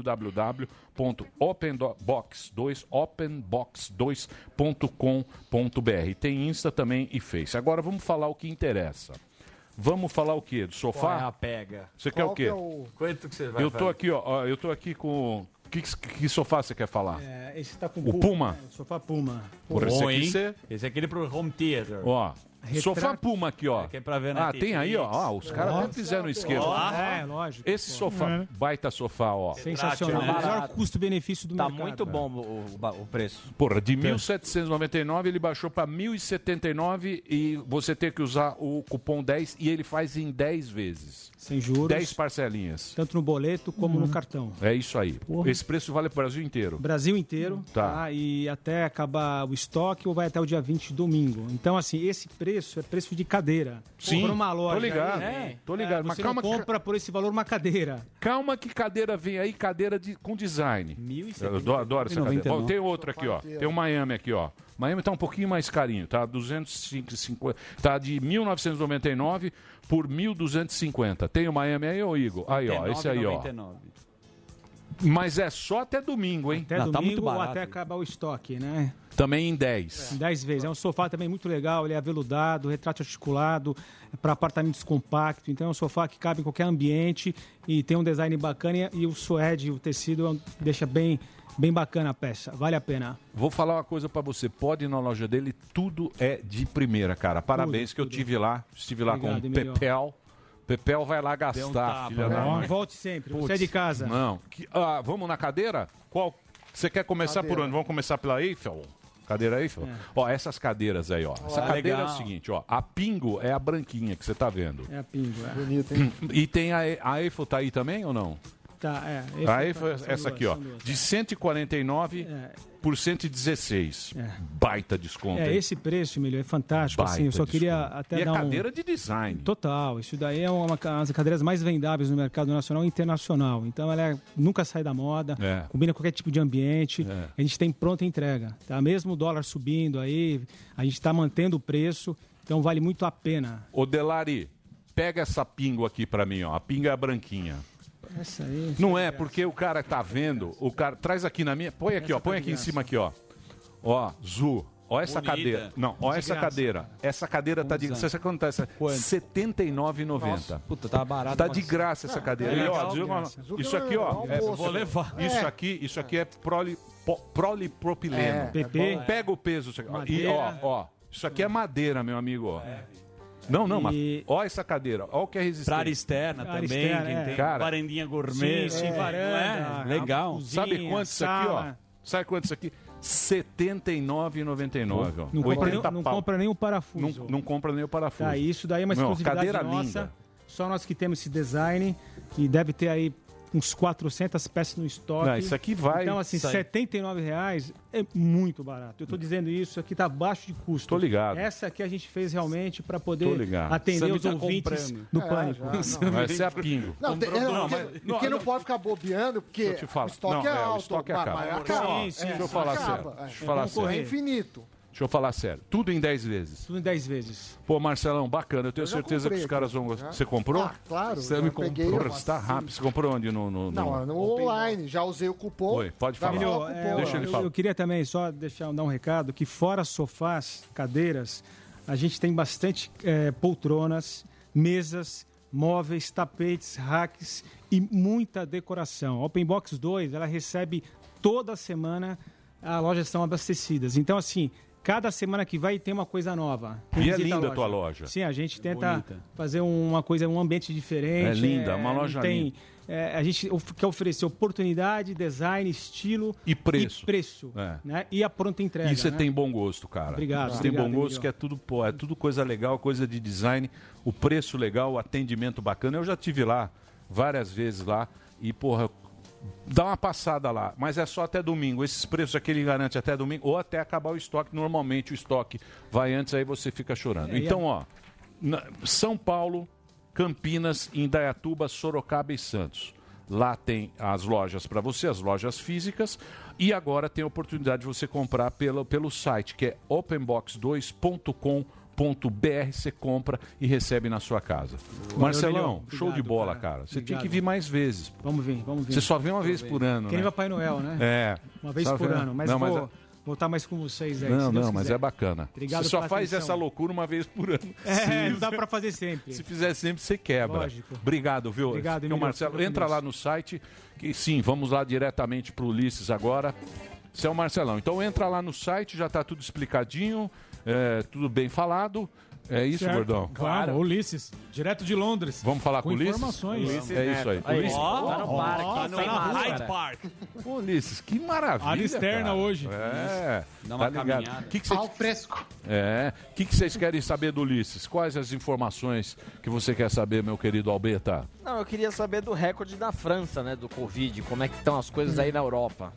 www.openbox2.com.br. Tem Insta também e Face. Agora vamos falar o que interessa. Vamos falar o quê? Do sofá? Qual é a pega? Você quer o quê? Quanto que você vai Eu tô aqui, ó, eu tô aqui com... Que sofá você quer falar? Esse tá com O Puma? Né? Sofá Puma. Porra, esse aqui você... Esse aqui é pro home theater. Ó, sofá Puma aqui, ó. Que é pra ver na tem aí, ó. Os caras até fizeram um esquema. Lógico. Esse sofá, baita sofá, ó. Sensacional. O melhor custo-benefício do mercado. Tá muito bom o preço. Porra, de 1.799 ele baixou pra 1.079 e você tem que usar o cupom 10 e ele faz em 10 vezes. Sem juros. 10 parcelinhas. Tanto no boleto como no cartão. É isso aí. Porra. Esse preço vale pro Brasil inteiro. Brasil inteiro. Tá. E até acabar o estoque ou vai até o dia 20 de domingo. Então, assim, esse preço é preço de cadeira. Sim, Compra uma loja. tô ligado. Tô ligado. Você Mas calma não compra por esse valor uma cadeira. Calma que cadeira vem aí, cadeira com design. Eu adoro essa cadeira. Bom, tem outra aqui, ó. Tem o Miami aqui, ó. Miami tá um pouquinho mais carinho, tá? 250, tá de 1.999 por 1.250. Tem o Miami aí, ô Igor? Aí, ó, esse aí, ó. Mas é só até domingo, hein? Até domingo ou até acabar o estoque, né? Também em 10. Em 10 vezes. É um sofá também muito legal, ele é aveludado, retrato articulado, para apartamentos compactos. Então é um sofá que cabe em qualquer ambiente e tem um design bacana e o suede, o tecido, deixa bem bacana a peça. Vale a pena. Vou falar uma coisa pra você. Pode ir na loja dele, tudo é de primeira, cara. Parabéns que eu estive lá com o Pepel. Pepel vai lá gastar, filha da mãe. Volte sempre, você é de casa. Não. Vamos na cadeira? Qual? Você quer começar por onde? Vamos começar pela Eiffel? Cadeira Eiffel? Ó, essas cadeiras aí, ó. Essa cadeira é o seguinte, ó. A Pingo é a branquinha que você tá vendo. É a Pingo, é. Bonito, hein? E tem a Eiffel tá aí também ou não? Tá, A Eiffel é essa aqui, ó. De 149 por 116. Baita desconto. Esse preço, Emílio, é fantástico. Assim, eu só queria até dar cadeira de design. Total. Isso daí é uma das cadeiras mais vendáveis no mercado nacional e internacional. Então, ela nunca sai da moda, combina qualquer tipo de ambiente. A gente tem pronta entrega. Tá? Mesmo o dólar subindo aí, a gente está mantendo o preço. Então, vale muito a pena. Ô, Delari, pega essa Pingo aqui pra mim, ó. A Pingo é a branquinha. Essa aí. Não é, porque o cara tá vendo, o cara traz aqui na minha, põe aqui, ó, põe aqui em cima aqui, ó. Ó, Zu, ó essa cadeira. Não, ó essa cadeira. Essa cadeira tá de, você sabe quanto tá essa? R$ 79,90. Puta, tá barato. Tá de graça essa cadeira. E, ó, isso aqui, ó, vou levar. Isso aqui é polipropileno. PP. Pega o peso, e ó, isso aqui é madeira, meu amigo, ó. Não, mas ó essa cadeira, ó o que é resistente. Pra área externa também, quem tem varandinha gourmet. Sim, varanda. Legal. Cozinha, sabe quanto isso aqui, ó? Sabe quanto isso aqui? R$ 79,99. Não compra nem o parafuso. Não compra nem o parafuso. Tá, isso daí é uma exclusividade cadeira nossa. Linda. Só nós que temos esse design, que deve ter aí uns 400 peças no estoque. Não, isso aqui vai... Então, assim, R$ 79,00 é muito barato. Eu estou dizendo isso, aqui está abaixo de custo. Tô ligado. Essa aqui a gente fez realmente para poder atender os ouvintes do Pânico. Essa é a Pingo. Porque não pode ficar bobeando, porque o estoque é alto. O estoque acaba. Deixa eu falar sério. É infinito. Deixa eu falar sério. Tudo em 10 vezes. Tudo em 10 vezes. Pô, Marcelão, bacana. Eu tenho certeza que os caras vão gostar. Você comprou? Ah, claro. Você me comprou. Você tá rápido. Você comprou onde? Não, no online. Já usei o cupom. Oi, pode falar. Deixa ele falar. Eu queria também só dar um recado que fora sofás, cadeiras, a gente tem bastante poltronas, mesas, móveis, tapetes, racks e muita decoração. A Open Box 2, ela recebe toda semana, as lojas estão abastecidas. Então, assim, cada semana que vai tem uma coisa nova. E é linda a tua loja. Sim, a gente tenta fazer uma coisa, um ambiente diferente. É linda, uma loja linda. A gente quer oferecer oportunidade, design, estilo e preço. Né? E a pronta entrega. E você né? tem bom gosto, cara. Obrigado. Você tem bom gosto, que é tudo coisa legal, coisa de design, o preço legal, o atendimento bacana. Eu já tive lá várias vezes lá e, porra, dá uma passada lá, mas é só até domingo. Esses preços aqui ele garante até domingo ou até acabar o estoque. Normalmente o estoque vai antes, aí você fica chorando. Então, ó, São Paulo, Campinas, Indaiatuba, Sorocaba e Santos. Lá tem as lojas para você, as lojas físicas, e agora tem a oportunidade de você comprar pelo site, que é openbox2.com.br. Você compra e recebe na sua casa. Marcelão, show de bola, cara. Você tem que vir mais vezes. Vamos vir. Você só vem uma vez por ano, Quem né? Papai Noel, né? É. Uma vez por ano, mas vou estar mais com vocês aí. Mas é bacana. Obrigado. Você só faz essa loucura uma vez por ano. Não dá pra fazer sempre. Se fizer sempre, você quebra. Lógico. Obrigado, viu? Obrigado, Emílio, Marcelo. Entra lá no site, que sim, vamos lá diretamente pro Ulisses agora. Você é o Marcelão. Então entra lá no site, já tá tudo explicadinho, tudo bem falado. É isso, certo. Gordão? Claro, Ulisses, direto de Londres. Vamos falar com o Ulisses? Informações. É isso aí. Ulisses, tá no parque, tá na Hyde Park. Ulisses, que maravilha. Área externa cara. hoje. Dá uma ligado. Ao fresco. O que vocês querem saber do Ulisses? Quais as informações que você quer saber, meu querido Albeta? Não, eu queria saber do recorde da França, né, do Covid. Como é que estão as coisas aí na Europa?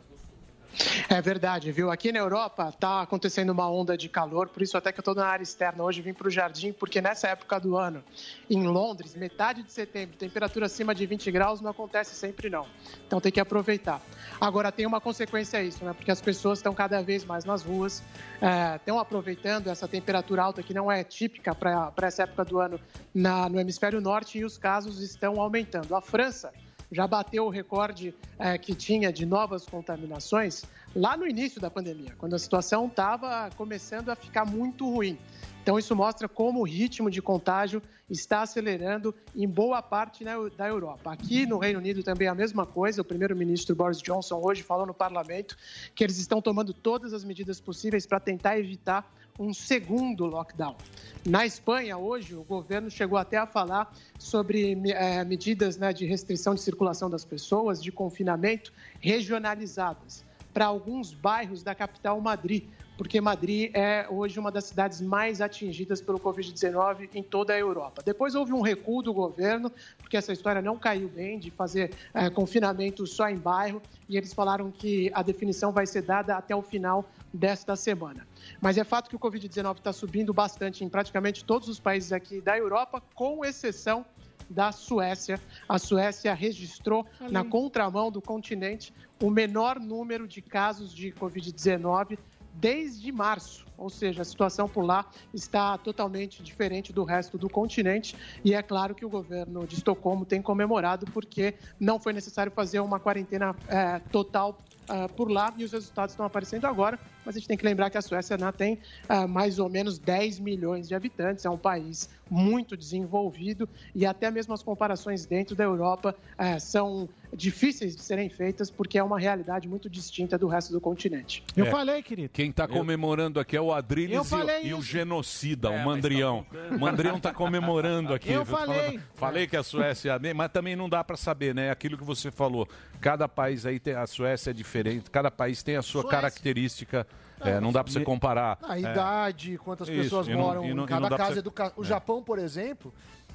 É verdade, viu? Aqui na Europa está acontecendo uma onda de calor, por isso até que eu estou na área externa hoje, vim para o jardim, porque nessa época do ano, em Londres, metade de setembro, temperatura acima de 20 graus não acontece sempre não. Então tem que aproveitar. Agora tem uma consequência a isso, né? Porque as pessoas estão cada vez mais nas ruas, estão aproveitando essa temperatura alta que não é típica para essa época do ano no hemisfério norte e os casos estão aumentando. A França já bateu o recorde que tinha de novas contaminações lá no início da pandemia, quando a situação estava começando a ficar muito ruim. Então, isso mostra como o ritmo de contágio está acelerando em boa parte da Europa. Aqui no Reino Unido também a mesma coisa. O primeiro-ministro Boris Johnson hoje falou no parlamento que eles estão tomando todas as medidas possíveis para tentar evitar um segundo lockdown. Na Espanha, hoje, o governo chegou até a falar sobre medidas de restrição de circulação das pessoas, de confinamento regionalizadas para alguns bairros da capital Madrid, porque Madrid é hoje uma das cidades mais atingidas pelo Covid-19 em toda a Europa. Depois houve um recuo do governo, porque essa história não caiu bem, de fazer confinamento só em bairro, e eles falaram que a definição vai ser dada até o final desta semana. Mas é fato que o Covid-19 está subindo bastante em praticamente todos os países aqui da Europa, com exceção da Suécia. A Suécia registrou, na contramão do continente, o menor número de casos de Covid-19 desde março, ou seja, a situação por lá está totalmente diferente do resto do continente e é claro que o governo de Estocolmo tem comemorado porque não foi necessário fazer uma quarentena total por lá e os resultados estão aparecendo agora, mas a gente tem que lembrar que a Suécia tem mais ou menos 10 milhões de habitantes, é um país muito desenvolvido e até mesmo as comparações dentro da Europa são difíceis de serem feitas porque é uma realidade muito distinta do resto do continente. Eu falei, querido. Quem está comemorando aqui é o Adriles e o genocida, o Mandrião. O Mandrião está comemorando aqui. Eu falei. Falei que a Suécia é bem, mas também não dá para saber, né? Aquilo que você falou. Cada país aí a Suécia é diferente, cada país tem a sua característica. Não dá para você comparar. A idade, quantas pessoas moram em cada casa. O Japão, por exemplo,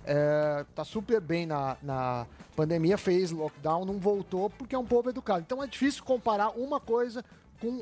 está super bem na pandemia, fez lockdown, não voltou porque é um povo educado. Então é difícil comparar uma coisa com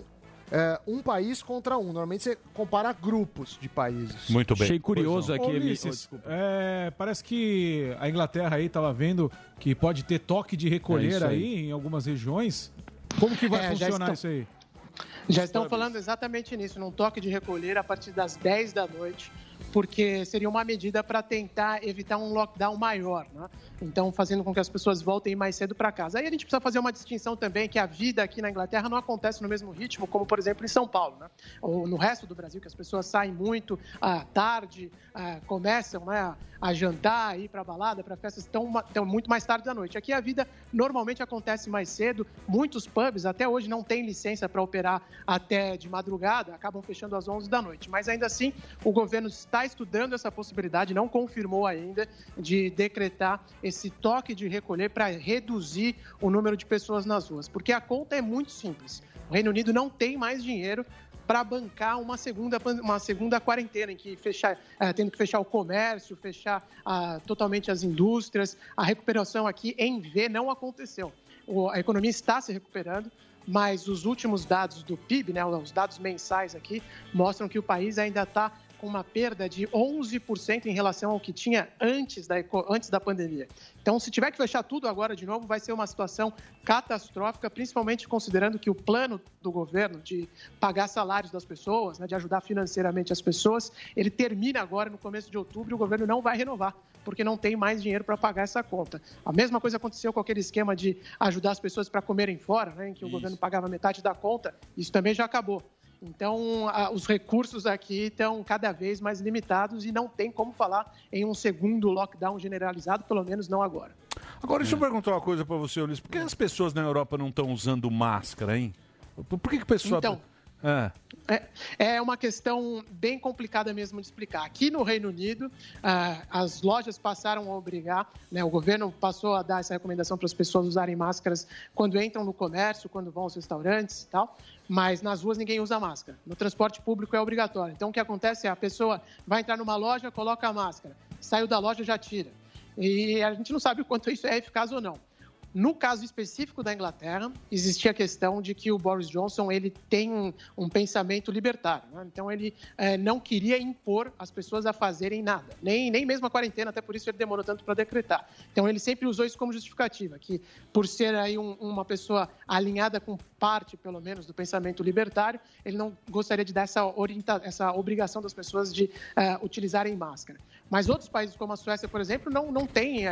um país contra um. Normalmente você compara grupos de países. Muito bem. Achei curioso aqui. Ulisses, parece que a Inglaterra aí estava vendo que pode ter toque de recolher aí em algumas regiões. Como que vai funcionar isso aí? Já estão falando exatamente nisso, num toque de recolher a partir das 10 da noite. porque seria uma medida para tentar evitar um lockdown maior, né? Então, fazendo com que as pessoas voltem mais cedo para casa. Aí a gente precisa fazer uma distinção também, que a vida aqui na Inglaterra não acontece no mesmo ritmo, como, por exemplo, em São Paulo, né? Ou no resto do Brasil, que as pessoas saem muito à tarde, começam, né, a jantar, ir para balada, para festas, estão muito mais tarde da noite. Aqui a vida normalmente acontece mais cedo. Muitos pubs até hoje não têm licença para operar até de madrugada, acabam fechando às 11 da noite. Mas ainda assim, o governo está estudando essa possibilidade, não confirmou ainda, de decretar esse toque de recolher para reduzir o número de pessoas nas ruas. Porque a conta é muito simples. O Reino Unido não tem mais dinheiro para bancar uma segunda quarentena, em que tendo que fechar o comércio, fechar totalmente as indústrias. A recuperação aqui em V não aconteceu. A economia está se recuperando, mas os últimos dados do PIB, né, os dados mensais aqui, mostram que o país ainda está com uma perda de 11% em relação ao que tinha antes da pandemia. Então, se tiver que fechar tudo agora de novo, vai ser uma situação catastrófica, principalmente considerando que o plano do governo de pagar salários das pessoas, né, de ajudar financeiramente as pessoas, ele termina agora no começo de outubro e o governo não vai renovar, porque não tem mais dinheiro para pagar essa conta. A mesma coisa aconteceu com aquele esquema de ajudar as pessoas para comerem fora, né, em que o governo pagava metade da conta, isso também já acabou. Então, os recursos aqui estão cada vez mais limitados e não tem como falar em um segundo lockdown generalizado, pelo menos não agora. Agora, deixa eu perguntar uma coisa para você, Ulisses. Por que as pessoas na Europa não estão usando máscara, hein? Por que o pessoal... Então, é uma questão bem complicada mesmo de explicar. Aqui no Reino Unido, as lojas passaram a obrigar, né, o governo passou a dar essa recomendação para as pessoas usarem máscaras quando entram no comércio, quando vão aos restaurantes e tal, mas nas ruas ninguém usa máscara. No transporte público é obrigatório. Então, o que acontece é a pessoa vai entrar numa loja, coloca a máscara, saiu da loja, já tira. E a gente não sabe o quanto isso é eficaz ou não. No caso específico da Inglaterra, existia a questão de que o Boris Johnson ele tem um pensamento libertário, né? Então, ele não queria impor as pessoas a fazerem nada, nem mesmo a quarentena, até por isso ele demorou tanto para decretar. Então, ele sempre usou isso como justificativa, que por ser aí uma pessoa alinhada com parte, pelo menos, do pensamento libertário, ele não gostaria de dar essa obrigação das pessoas de utilizarem máscara. Mas outros países, como a Suécia, por exemplo, não têm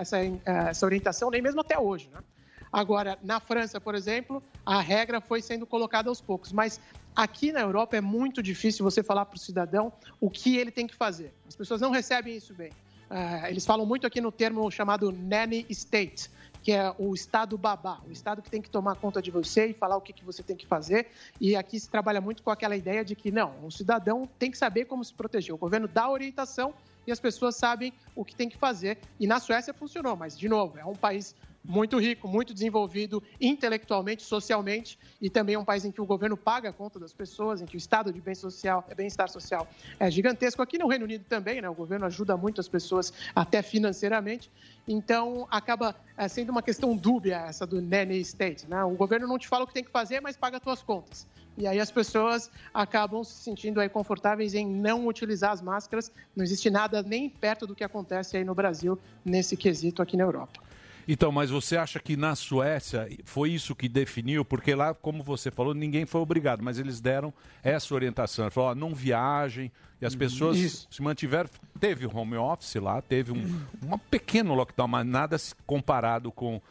essa orientação, nem mesmo até hoje, né? Agora, na França, por exemplo, a regra foi sendo colocada aos poucos, mas aqui na Europa é muito difícil você falar para o cidadão o que ele tem que fazer. As pessoas não recebem isso bem. Eles falam muito aqui no termo chamado nanny state, que é o estado babá, o estado que tem que tomar conta de você e falar o que você tem que fazer. E aqui se trabalha muito com aquela ideia de que, não, o cidadão tem que saber como se proteger. O governo dá orientação e as pessoas sabem o que tem que fazer. E na Suécia funcionou, mas, de novo, é um país muito rico, muito desenvolvido intelectualmente, socialmente, e também é um país em que o governo paga a conta das pessoas, em que o estado de bem-estar social é gigantesco. Aqui no Reino Unido também, né, o governo ajuda muito as pessoas, até financeiramente, então acaba sendo uma questão dúbia essa do nanny state, né? O governo não te fala o que tem que fazer, mas paga as tuas contas. E aí as pessoas acabam se sentindo aí confortáveis em não utilizar as máscaras. Não existe nada nem perto do que acontece aí no Brasil, nesse quesito aqui na Europa. Então, mas você acha que na Suécia foi isso que definiu? Porque lá, como você falou, ninguém foi obrigado, mas eles deram essa orientação. Ele falou, não viajem, e as pessoas se mantiveram. Teve o home office lá, teve um pequeno lockdown, mas nada comparado com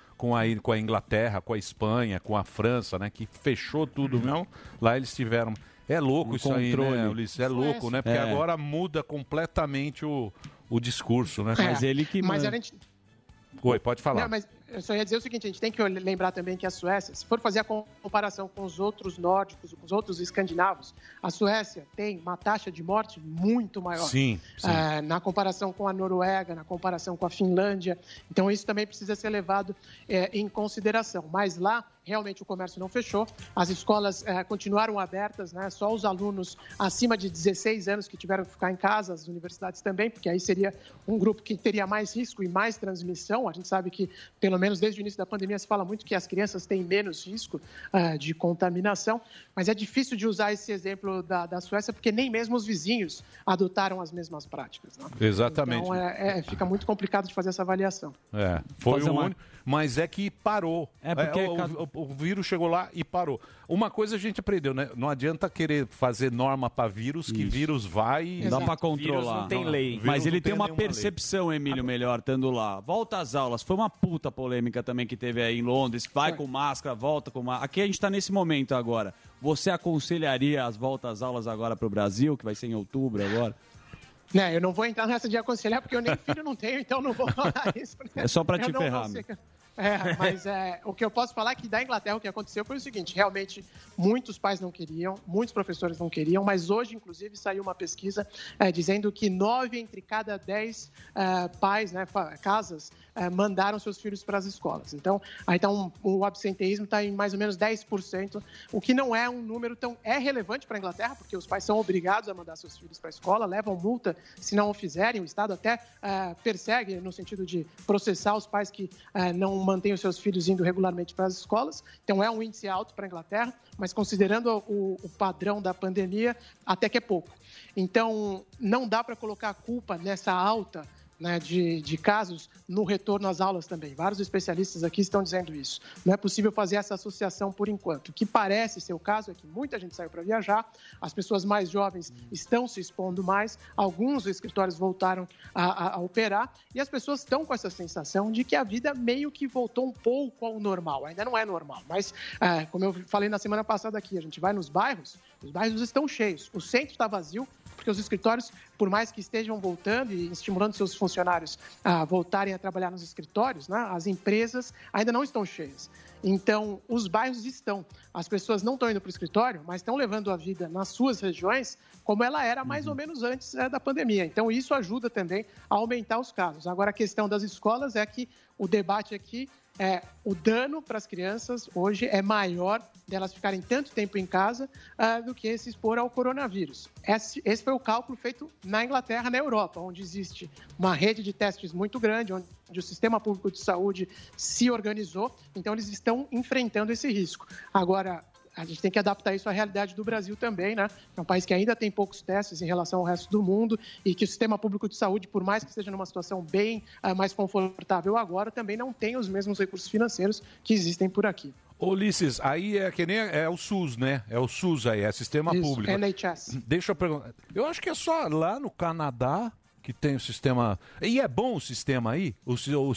a Inglaterra, com a Espanha, com a França, né, que fechou tudo mesmo. Lá eles tiveram... É louco isso aí, né, Ulisses? É louco, né? Porque agora muda completamente o discurso, né? Mas ele que... Mas a gente... Oi, pode falar. Não, mas eu só ia dizer o seguinte, a gente tem que lembrar também que a Suécia, se for fazer a comparação com os outros nórdicos, com os outros escandinavos, a Suécia tem uma taxa de morte muito maior. Sim. Na comparação com a Noruega, na comparação com a Finlândia. Então, isso também precisa ser levado em consideração. Mas lá, realmente, o comércio não fechou. As escolas continuaram abertas, né? Só os alunos acima de 16 anos que tiveram que ficar em casa, as universidades também, porque aí seria um grupo que teria mais risco e mais transmissão. A gente sabe que, pelo pelo menos desde o início da pandemia, se fala muito que as crianças têm menos risco de contaminação, mas é difícil de usar esse exemplo da Suécia, porque nem mesmo os vizinhos adotaram as mesmas práticas. Né? Exatamente. Então, fica muito complicado de fazer essa avaliação. Foi o único, mas é que parou. Porque o vírus chegou lá e parou. Uma coisa a gente aprendeu, né? Não adianta querer fazer norma para vírus, que vírus vai e... Dá para controlar. Vírus não tem lei. Mas ele tem uma percepção, Emílio, melhor, estando lá. Volta às aulas. Foi uma puta polêmica também que teve aí em Londres. Vai com máscara, volta com máscara. Aqui a gente está nesse momento agora. Você aconselharia as voltas às aulas agora para o Brasil, que vai ser em outubro agora? Eu não vou entrar nessa de aconselhar, porque eu nem filho não tenho, então não vou falar isso. É só para te ferrar. Mas o que eu posso falar é que da Inglaterra o que aconteceu foi o seguinte, realmente muitos pais não queriam, muitos professores não queriam, mas hoje, inclusive, saiu uma pesquisa dizendo que 9 entre cada 10 pais, casas, mandaram seus filhos para as escolas. Então, o absenteísmo está em mais ou menos 10%, o que não é um número tão... É relevante para a Inglaterra, porque os pais são obrigados a mandar seus filhos para a escola, levam multa se não o fizerem, o Estado até persegue no sentido de processar os pais que não mantêm os seus filhos indo regularmente para as escolas. Então, é um índice alto para a Inglaterra, mas considerando o padrão da pandemia, até que é pouco. Então, não dá para colocar a culpa nessa alta de casos no retorno às aulas também. Vários especialistas aqui estão dizendo isso. Não é possível fazer essa associação por enquanto. O que parece ser o caso é que muita gente saiu para viajar, as pessoas mais jovens estão se expondo mais, alguns escritórios voltaram a operar e as pessoas estão com essa sensação de que a vida meio que voltou um pouco ao normal. Ainda não é normal, mas como eu falei na semana passada aqui, a gente vai nos bairros, os bairros estão cheios, o centro está vazio, porque os escritórios, por mais que estejam voltando e estimulando seus funcionários a voltarem a trabalhar nos escritórios, as empresas ainda não estão cheias. Então, os bairros estão. As pessoas não estão indo para o escritório, mas estão levando a vida nas suas regiões como ela era mais ou menos antes da pandemia. Então, isso ajuda também a aumentar os casos. Agora, a questão das escolas é que o debate aqui o dano para as crianças hoje é maior delas ficarem tanto tempo em casa do que se expor ao coronavírus. Esse foi o cálculo feito na Inglaterra, na Europa, onde existe uma rede de testes muito grande, onde o sistema público de saúde se organizou, então eles estão enfrentando esse risco. Agora, a gente tem que adaptar isso à realidade do Brasil também, né? É um país que ainda tem poucos testes em relação ao resto do mundo e que o sistema público de saúde, por mais que esteja numa situação bem mais confortável agora, também não tem os mesmos recursos financeiros que existem por aqui. Ulisses, aí é que nem o SUS, né? É o SUS aí, é sistema público. NHS. Deixa eu perguntar. Eu acho que é só lá no Canadá que tem o sistema... E é bom o sistema aí? O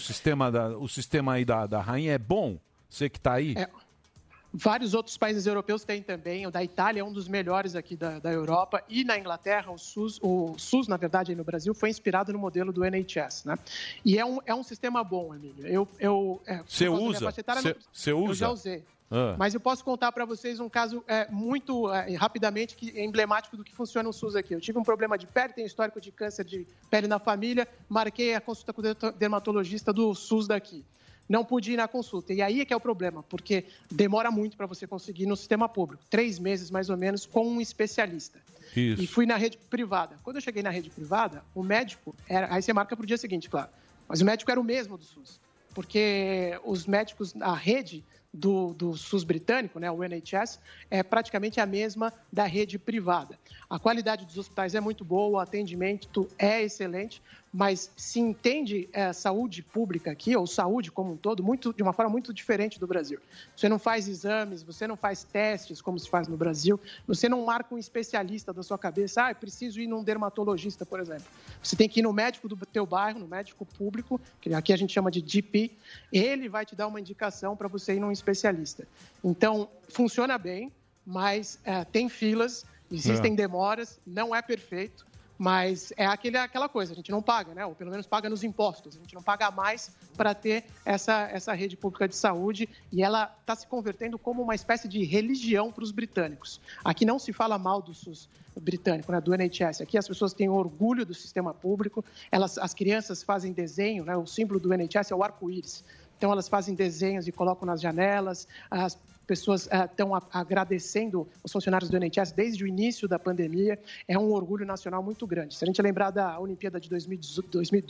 sistema aí da rainha é bom? Você que está aí? Vários outros países europeus têm também. O da Itália é um dos melhores aqui da Europa. E na Inglaterra, o SUS, na verdade, aí no Brasil, foi inspirado no modelo do NHS, né? E é um sistema bom, Emílio. Você usa? Eu já usei. Mas eu posso contar para vocês um caso muito rapidamente que é emblemático do que funciona o SUS aqui. Eu tive um problema de pele, tenho histórico de câncer de pele na família, marquei a consulta com o dermatologista do SUS daqui. Não pude ir na consulta. E aí é que é o problema, porque demora muito para você conseguir no sistema público. 3 meses, mais ou menos, com um especialista. Isso. E fui na rede privada. Quando eu cheguei na rede privada, o médico... Aí você marca para o dia seguinte, claro. Mas o médico era o mesmo do SUS. Porque os médicos, a rede do SUS britânico, né, o NHS, é praticamente a mesma da rede privada. A qualidade dos hospitais é muito boa, o atendimento é excelente, mas se entende saúde pública aqui, ou saúde como um todo, de uma forma muito diferente do Brasil. Você não faz exames, você não faz testes como se faz no Brasil, você não marca um especialista da sua cabeça, eu preciso ir num dermatologista, por exemplo. Você tem que ir no médico do teu bairro, no médico público, que aqui a gente chama de GP, ele vai te dar uma indicação para você ir num especialista. Então, funciona bem, mas tem filas, existem demoras, não é perfeito, mas é aquela coisa, a gente não paga, né? Ou pelo menos paga nos impostos, a gente não paga mais para ter essa rede pública de saúde e ela está se convertendo como uma espécie de religião para os britânicos. Aqui não se fala mal do SUS britânico, né, do NHS. Aqui as pessoas têm orgulho do sistema público, as crianças fazem desenho, né? O símbolo do NHS é o arco-íris. Então, elas fazem desenhos e colocam nas janelas, as pessoas estão agradecendo os funcionários do NHS desde o início da pandemia. É um orgulho nacional muito grande. Se a gente lembrar da Olimpíada de 2012,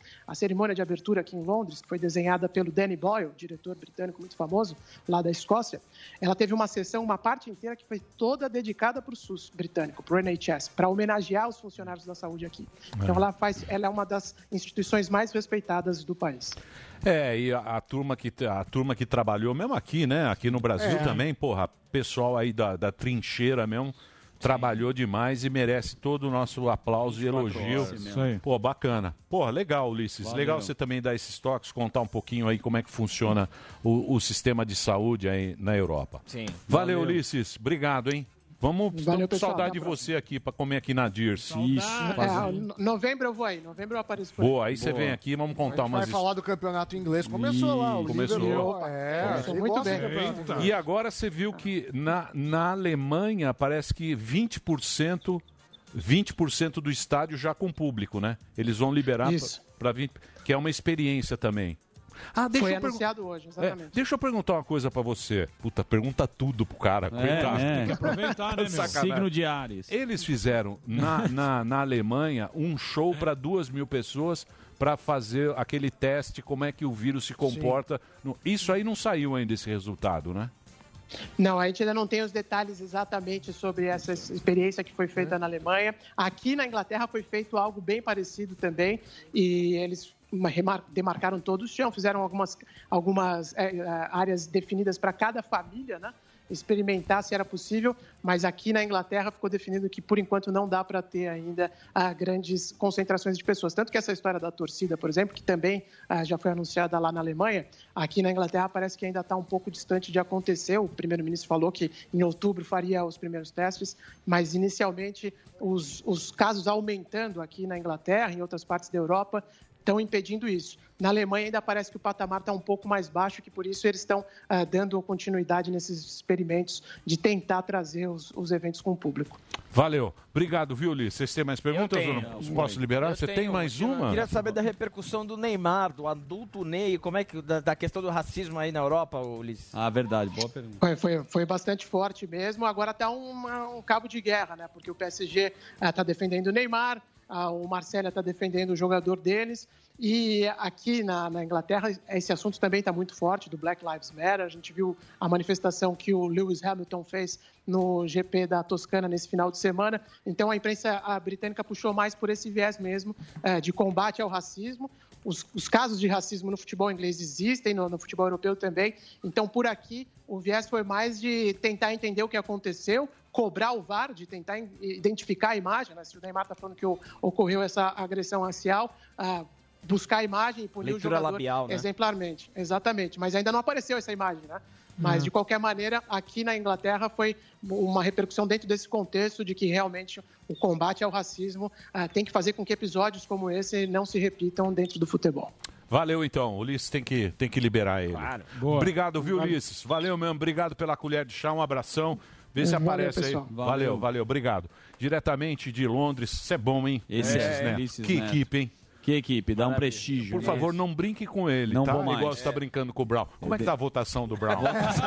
A cerimônia de abertura aqui em Londres, que foi desenhada pelo Danny Boyle, diretor britânico muito famoso lá da Escócia, ela teve uma sessão, uma parte inteira que foi toda dedicada para o SUS britânico, para o NHS, para homenagear os funcionários da saúde aqui. Então ela é uma das instituições mais respeitadas do país. E a turma que trabalhou, mesmo aqui, né? Aqui no Brasil também, porra, pessoal aí da trincheira mesmo, trabalhou demais e merece todo o nosso aplauso e elogio. Pô, bacana. Pô, legal, Ulisses. Valeu. Legal você também dar esses toques, contar um pouquinho aí como é que funciona o sistema de saúde aí na Europa. Sim. Valeu, Ulisses. Obrigado, hein? Vamos, Valeu, tô com pessoal. saudade de Até a você aqui para comer aqui na Dirce. Novembro eu vou aí, novembro eu apareço por Boa, aí você vem aqui, vamos contar Vai umas falar do campeonato inglês. Começou lá. O Começou. Liverpool, Começou ele muito gosta bem. do campeonato inglês. E agora você viu que na Alemanha parece que 20% do estádio já com público, né? Eles vão liberar para 20%, que é uma experiência também. Foi anunciado hoje, exatamente. Deixa eu perguntar uma coisa pra você. Puta, pergunta tudo pro cara. Coitado. Tem que aproveitar, né, meu? Sacanagem. Signo de Ares. Eles fizeram na Alemanha um show para 2.000 pessoas para fazer aquele teste, como é que o vírus se comporta. Isso aí não saiu ainda, esse resultado, né? Não, a gente ainda não tem os detalhes exatamente sobre essa experiência que foi feita na Alemanha. Aqui na Inglaterra foi feito algo bem parecido também e eles demarcaram todo o chão, fizeram algumas áreas definidas para cada família, né? Experimentar se era possível, mas aqui na Inglaterra ficou definido que, por enquanto, não dá para ter ainda grandes concentrações de pessoas. Tanto que essa história da torcida, por exemplo, que também já foi anunciada lá na Alemanha, aqui na Inglaterra parece que ainda está um pouco distante de acontecer. O primeiro-ministro falou que em outubro faria os primeiros testes, mas inicialmente os casos aumentando aqui na Inglaterra, em outras partes da Europa, estão impedindo isso. Na Alemanha ainda parece que o patamar está um pouco mais baixo, que por isso eles estão dando continuidade nesses experimentos de tentar trazer os eventos com o público. Valeu. Obrigado, viu, Ulisses? Vocês têm mais perguntas ou não? Posso liberar? Você tem mais uma? Eu queria saber da repercussão do Neymar, do adulto Ney, como é que da questão do racismo aí na Europa, Ulisses. Verdade, boa pergunta. Foi bastante forte mesmo. Agora está um cabo de guerra, né? Porque o PSG está defendendo o Neymar, o Marcelo está defendendo o jogador deles. E aqui na Inglaterra, esse assunto também está muito forte, do Black Lives Matter. A gente viu a manifestação que o Lewis Hamilton fez no GP da Toscana nesse final de semana. Então, a imprensa britânica puxou mais por esse viés mesmo, de combate ao racismo. Os casos de racismo no futebol inglês existem, no futebol europeu também. Então, por aqui, o viés foi mais de tentar entender o que aconteceu, cobrar o VAR, de tentar identificar a imagem, né? Se o Neymar está falando que ocorreu essa agressão racial, buscar a imagem e punir o jogador labial, né? exemplarmente. Exatamente, mas ainda não apareceu essa imagem, né? Mas, de qualquer maneira, aqui na Inglaterra foi uma repercussão dentro desse contexto de que realmente o combate ao racismo tem que fazer com que episódios como esse não se repitam dentro do futebol. Valeu, então. O Ulisses tem que liberar ele. Claro. Obrigado, viu, Ulisses? Valeu mesmo. Obrigado pela colher de chá. Um abração. Vê se aparece aí. Valeu, obrigado. Diretamente de Londres. Isso é bom, hein? Ulisses Que Neto. equipe, hein? Que equipe, dá um prestígio. Por favor, não brinque com ele, Não tá? vou mais. Igual você tá brincando com o Brown. Como é que tá a votação do Brown?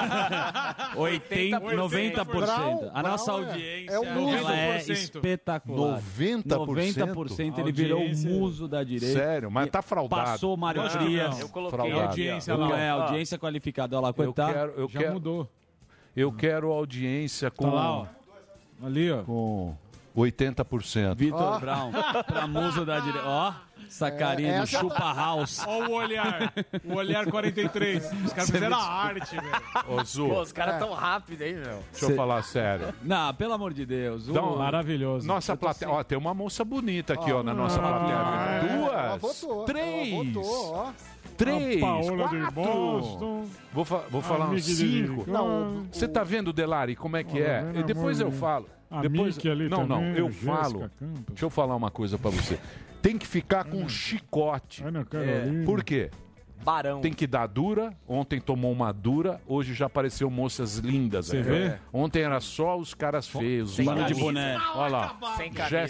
90%. A nossa audiência ela é espetacular. 90% ele virou o muso da direita. Sério, mas tá fraudado. Passou o Mário Frias. Eu coloquei Fraudado. audiência lá. Audiência qualificada. Olha lá, coitado. Já mudou. Eu quero audiência com... Tá lá, ó. Ali, ó. Com 80%. Vitor Brown, pra muso da direita. Ó, essa carinha do Chupa House. Ó o olhar. O olhar 43. Os caras fizeram a arte, velho. Ô, Zu, Pô, os caras tão rápidos aí, meu. deixa eu falar sério. Não, pelo amor de Deus. Então, Maravilhoso. Nossa plateia... Ó, tem uma moça bonita aqui, ó, na nossa plateia. Ela Duas, votou. três... Ela votou, ó. 3, Paola de 4. Boston. Vou falar uns 5. Não, Você tá vendo, Delari, como é que é? E depois eu falo. A Depois... Miki ali Não, também, eu Jéssica falo. Campos. Deixa eu falar uma coisa pra você. Tem que ficar com um chicote. Ana Carolina. Por quê? Barão. Tem que dar dura. Ontem tomou uma dura. Hoje já apareceu moças lindas. Você aí. vê? Ontem era só os caras feios. Sem de boné. Olha lá. Sem camisa.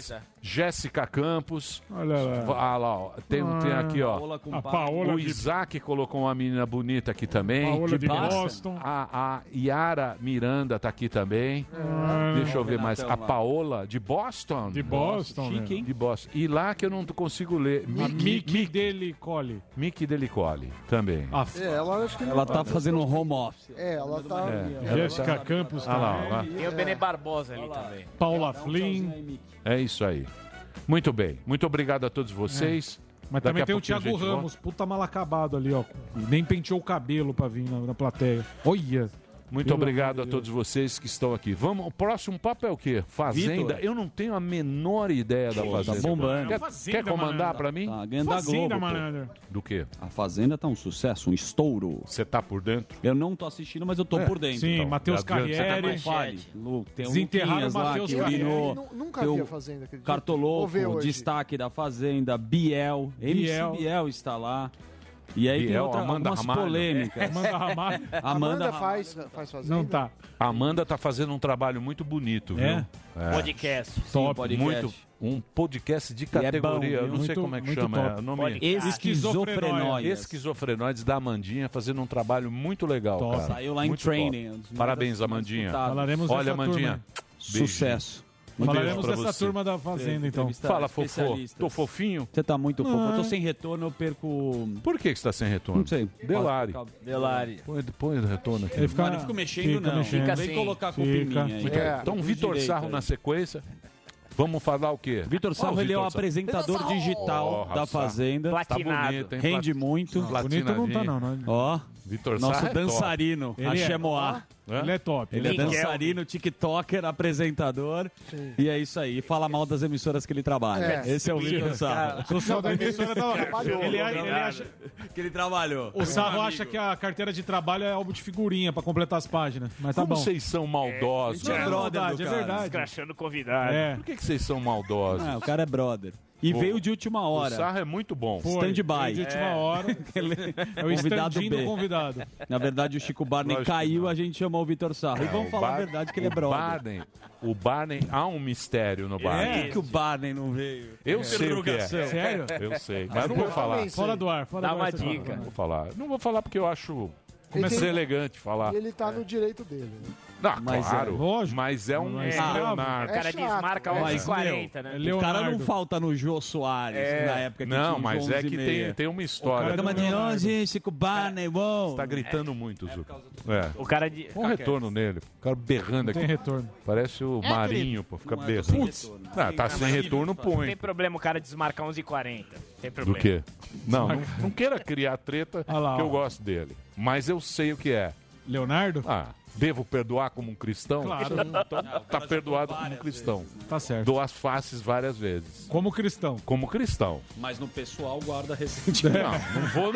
Jéssica Campos. Olha lá. Ah, lá, ó. Tem aqui, ó. Paola com Paola o de- Isaac colocou uma menina bonita aqui também. Paola de Boston. A Yara Miranda tá aqui também. Deixa eu ver mais. A Paola de Boston. De Boston, Chique, né? hein? De Boston. E lá que eu não consigo ler. A Mickey Delicoli. Mickey Delicoli também. ela acho que Ela tá fazendo home office. ela tá. Jéssica Campos Ah lá, também. lá. Tem o Benê Barbosa ali também. Paula Flynn. É isso aí. Muito bem. Muito obrigado a todos vocês. Mas Daqui também a tem o pouquinho a Thiago gente volta. Ramos, puta mal acabado ali, ó. Nem penteou o cabelo pra vir na plateia. Olha. Muito Pelo obrigado amor a de todos vocês que estão aqui. Vamos, o próximo papo é o quê? Fazenda? Vitor. Eu não tenho a menor ideia da Fazenda. Tá bombando. Quer comandar pra mim? Tá ganhando da Globo, pô. Do quê? A Fazenda tá um sucesso, um estouro. Você tá por dentro? Eu não tô assistindo, mas eu tô por dentro. Sim, Então, Matheus já adianta. Carriere. Não fale. Lu, tem o Desenterraram Luquinhas o lá, Matheus que Carriere. urinou. Nunca Tem vi o a Fazenda, acredito. Cartoloco, Vou ver hoje. destaque da Fazenda, Biel, MC Biel está lá. E aí tem Biel, outra, Amanda algumas Ramalho. polêmicas. Amanda Ramalho. Amanda faz Fazenda? Não tá. A Amanda tá fazendo um trabalho muito bonito, viu? É? Podcast. Top. podcast. Muito, um podcast de E é bom, categoria. Eu viu? não sei Muito- como é que muito chama. top. É, o nome Esquizofrenóides. Esquizofrenóides da Amandinha fazendo um trabalho muito legal, Top. cara. Saiu lá em Muito Training, top. um dos mais Parabéns, escutados. Amandinha. Falaremos Olha, dessa Amandinha. Beijinho. Sucesso. Um beijo Falaremos pra dessa você. turma da Fazenda, então. Entrevistar Fala, fofo. especialistas. Tô fofinho? Você tá muito fofo. Eu tô Ah. sem retorno, eu perco... Por que você tá sem retorno? Não sei. Delari. Delari. Põe o retorno aqui. Ele fica, Mas não fico mexendo, não. mexendo. Vem colocar a culpa Fica. em mim aí. Então, Tudo Vitor direito Sarro aí. na sequência. Vamos falar o quê? Vitor Sarro, ele é o apresentador digital da Fazenda. Platinado. Tá bonito, hein? Rende muito. Bonito não tá, não. Né? Ó, Vitor Sarro nosso é top. dançarino, Ele é. Achemoá. Ele é top. Ele é Miguel. dançarino, tiktoker, apresentador. E é isso aí. Fala mal das emissoras que ele trabalha. Esse é o Vitor Sarro. Sou só da emissora da ele acha, Que ele trabalhou. O Sarro acha que a carteira de trabalho é álbum de figurinha pra completar as páginas. Mas tá Como bom. vocês são maldosos? Não é brother verdade, do é cara. verdade. Escrachando o convidado. É. Por que vocês são maldosos? Ah, o cara é brother. E veio de última O hora. Sarro é muito bom. Stand-by. De última hora. É o Convidado stand-in do B. convidado. Na verdade, o Chico Barney Lógico que caiu, não. a gente chamou o Vitor Sarro. E vamos falar a verdade que ele é brother. O Barney, há um mistério no Barney. Por que o Barney não veio? Eu sei o que é. Sério? Eu sei, mas não vou falar. Fora do ar, fora Dá do ar. uma você fala. dica. Não vou falar. Não vou falar porque eu acho Ele tem- deselegante falar. E ele tá no direito dele. Né? Não, Mas claro. é, lógico. Mas é um Mas Leonardo. O cara É chato, desmarca né? 11h40, né? Leonardo. O cara não falta no Jô Soares, na época que Não, tinha mas é que tem uma história. cara Programa de hoje, Chico Barney, uou. Você tá gritando muito, Zuko. É. O cara de. Um retorno nele. O cara berrando Tem aqui. retorno. Parece o Marinho, pô. Fica berrando. Putz. Tá sem retorno, Não põe. tem problema o cara desmarcar 11h40. Tem Do problema. quê? Não queira criar treta, Olha lá, que eu ó. gosto dele. Mas eu sei o que é. Leonardo? Ah, devo perdoar como um cristão? Claro. Então, tá perdoado como um cristão. Tá certo. Dou as faces várias vezes. Como cristão. Como cristão. Mas no pessoal guarda recentemente. Não vou no...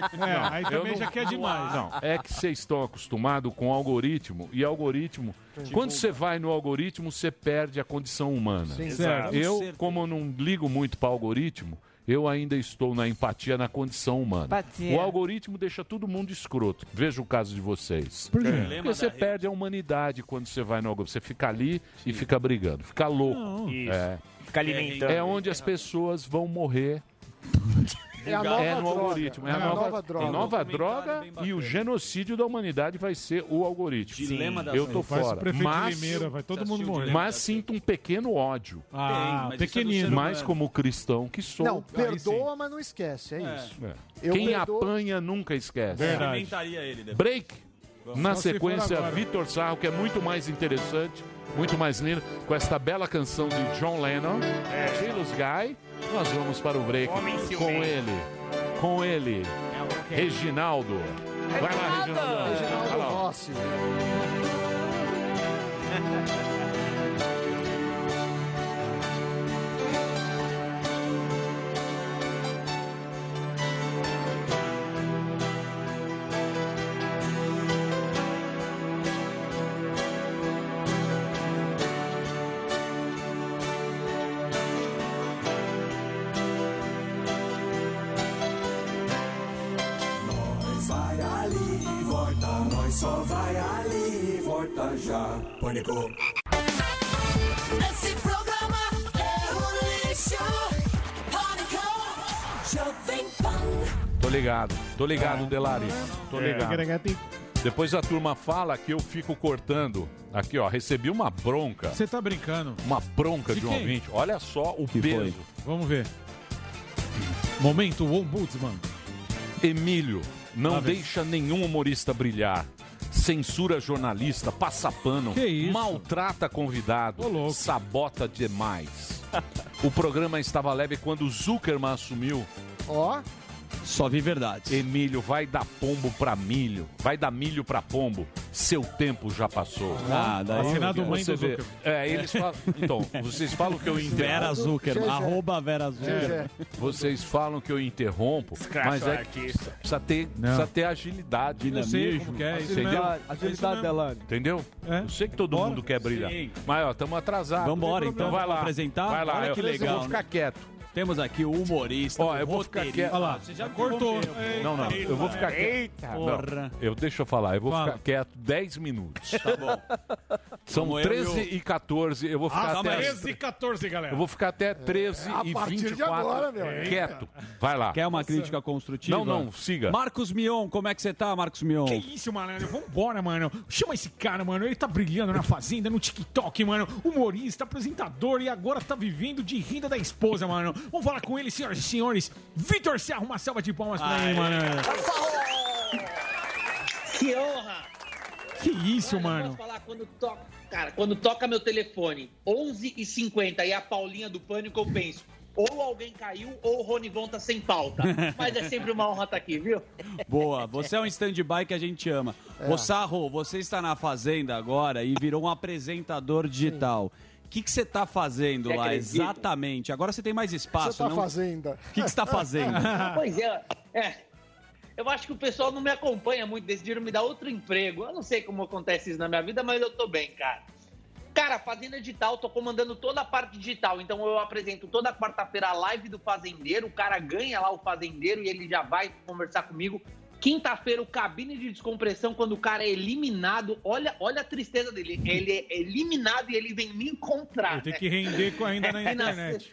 Aí eu também não- já quer demais. Não, é que vocês estão acostumados com algoritmo, e algoritmo, quando você vai no algoritmo, você perde a condição humana. Sim. Certo. Eu, como eu não ligo muito para algoritmo, eu ainda estou na empatia, na condição humana. Empatia. O algoritmo deixa todo mundo escroto. Veja o caso de vocês. Por quê? Porque você perde a humanidade quando você vai no algoritmo. Você fica ali e fica brigando, fica louco. Isso. É. Fica alimentando. É onde as pessoas vão morrer. É a nova É no droga. algoritmo. É a nova nova droga. nova droga e o genocídio da humanidade vai ser o algoritmo. Dilema da Eu tô Faz o fora. prefeito Mas, de Limeira, vai todo mundo assistiu o morrer. Dilema? mas sinto um pequeno ódio. Ah, Tem, mas isso é do pequenino. ser Mas como cristão que sou. Não, perdoa, mas não esquece. É isso. Eu Quem perdoo- apanha nunca esquece. Verdade. Alimentaria ele depois. Break. Na Só se for sequência, agora. Vitor Sarro, que é muito mais interessante, muito mais lindo, com esta bela canção de John Lennon, Jealous Guy. Nós vamos para o break Homem com ciumento. ele. Com ele, Reginaldo. Vai lá, Reginaldo. Reginaldo Vai lá. Rossi. Nós vai ali e volta, nós só vai ali e volta já. Pânico. Esse programa é um Tô ligado, Delari. Tô ligado. Depois a turma fala que eu fico cortando. Aqui, ó, recebi uma bronca. Você tá brincando? Uma bronca de um quem? ouvinte. Olha só o peso. Vamos ver. Momento Ombudsman. Emílio, não deixa nenhum humorista brilhar. Censura jornalista, passa pano, maltrata convidado, sabota demais. O programa estava leve quando o Zuckerman assumiu. Ó. Só vi verdade. Emílio, vai dar pombo pra milho. Vai dar milho pra pombo. Seu tempo já passou. Daí assinado mãe do vê. Eles falam. Então, vocês falam que eu interrompo. Vera Zuckerman. @Vera Zuckerman. Vocês falam que eu interrompo, mas é que precisa ter agilidade. Eu sei como que é. Entendeu? Agilidade, Delane. Entendeu? Eu sei que todo mundo quer brilhar. Sim. Mas, ó, estamos atrasados. Vambora, então. Vai lá. Apresentar? Vai lá. Olha que legal. Eu vou ficar quieto. Temos aqui o humorista. Ó, eu vou ficar quieto. Olha lá, você já cortou. Não, eu vou ficar quieto. Eita, porra. Deixa eu falar, eu vou ficar quieto 10 minutos. Tá bom. São 13h14, eu vou ficar até... 13h14, galera. Eu vou ficar até 13h24. Agora, meu. Quieto. Vai lá. Quer uma crítica construtiva? Não, siga. Marcos Mion, como é que você tá, Marcos Mion? Que isso, malandro? Vambora, mano. Chama esse cara, mano. Ele tá brilhando na Fazenda, no TikTok, mano. Humorista, apresentador e agora tá vivendo de renda da esposa, mano. Vamos falar com ele, senhoras e senhores. Vitor Serra, uma salva de palmas pra ele, mano. Que honra! Que isso, Olha, mano? Eu posso falar quando toca meu telefone, 11h50 e a Paulinha do Pânico, eu penso, ou alguém caiu ou o Ronivon tá sem pauta. Mas é sempre uma honra estar aqui, viu? Boa, você é um stand-by que a gente ama. Ô Sarro, você está na Fazenda agora e virou um apresentador digital. O que você está fazendo lá exatamente? Agora você tem mais espaço, O que você tá fazendo? O que você está fazendo? Pois é. Eu acho que o pessoal não me acompanha muito, decidiram me dar outro emprego. Eu não sei como acontece isso na minha vida, mas eu tô bem, cara. Cara, Fazenda Digital, tô comandando toda a parte digital. Então eu apresento toda quarta-feira a live do fazendeiro. O cara ganha lá o fazendeiro e ele já vai conversar comigo. Quinta-feira, o Cabine de Descompressão, quando o cara é eliminado. Olha a tristeza dele. Ele é eliminado e ele vem me encontrar. Tem que render ainda na internet.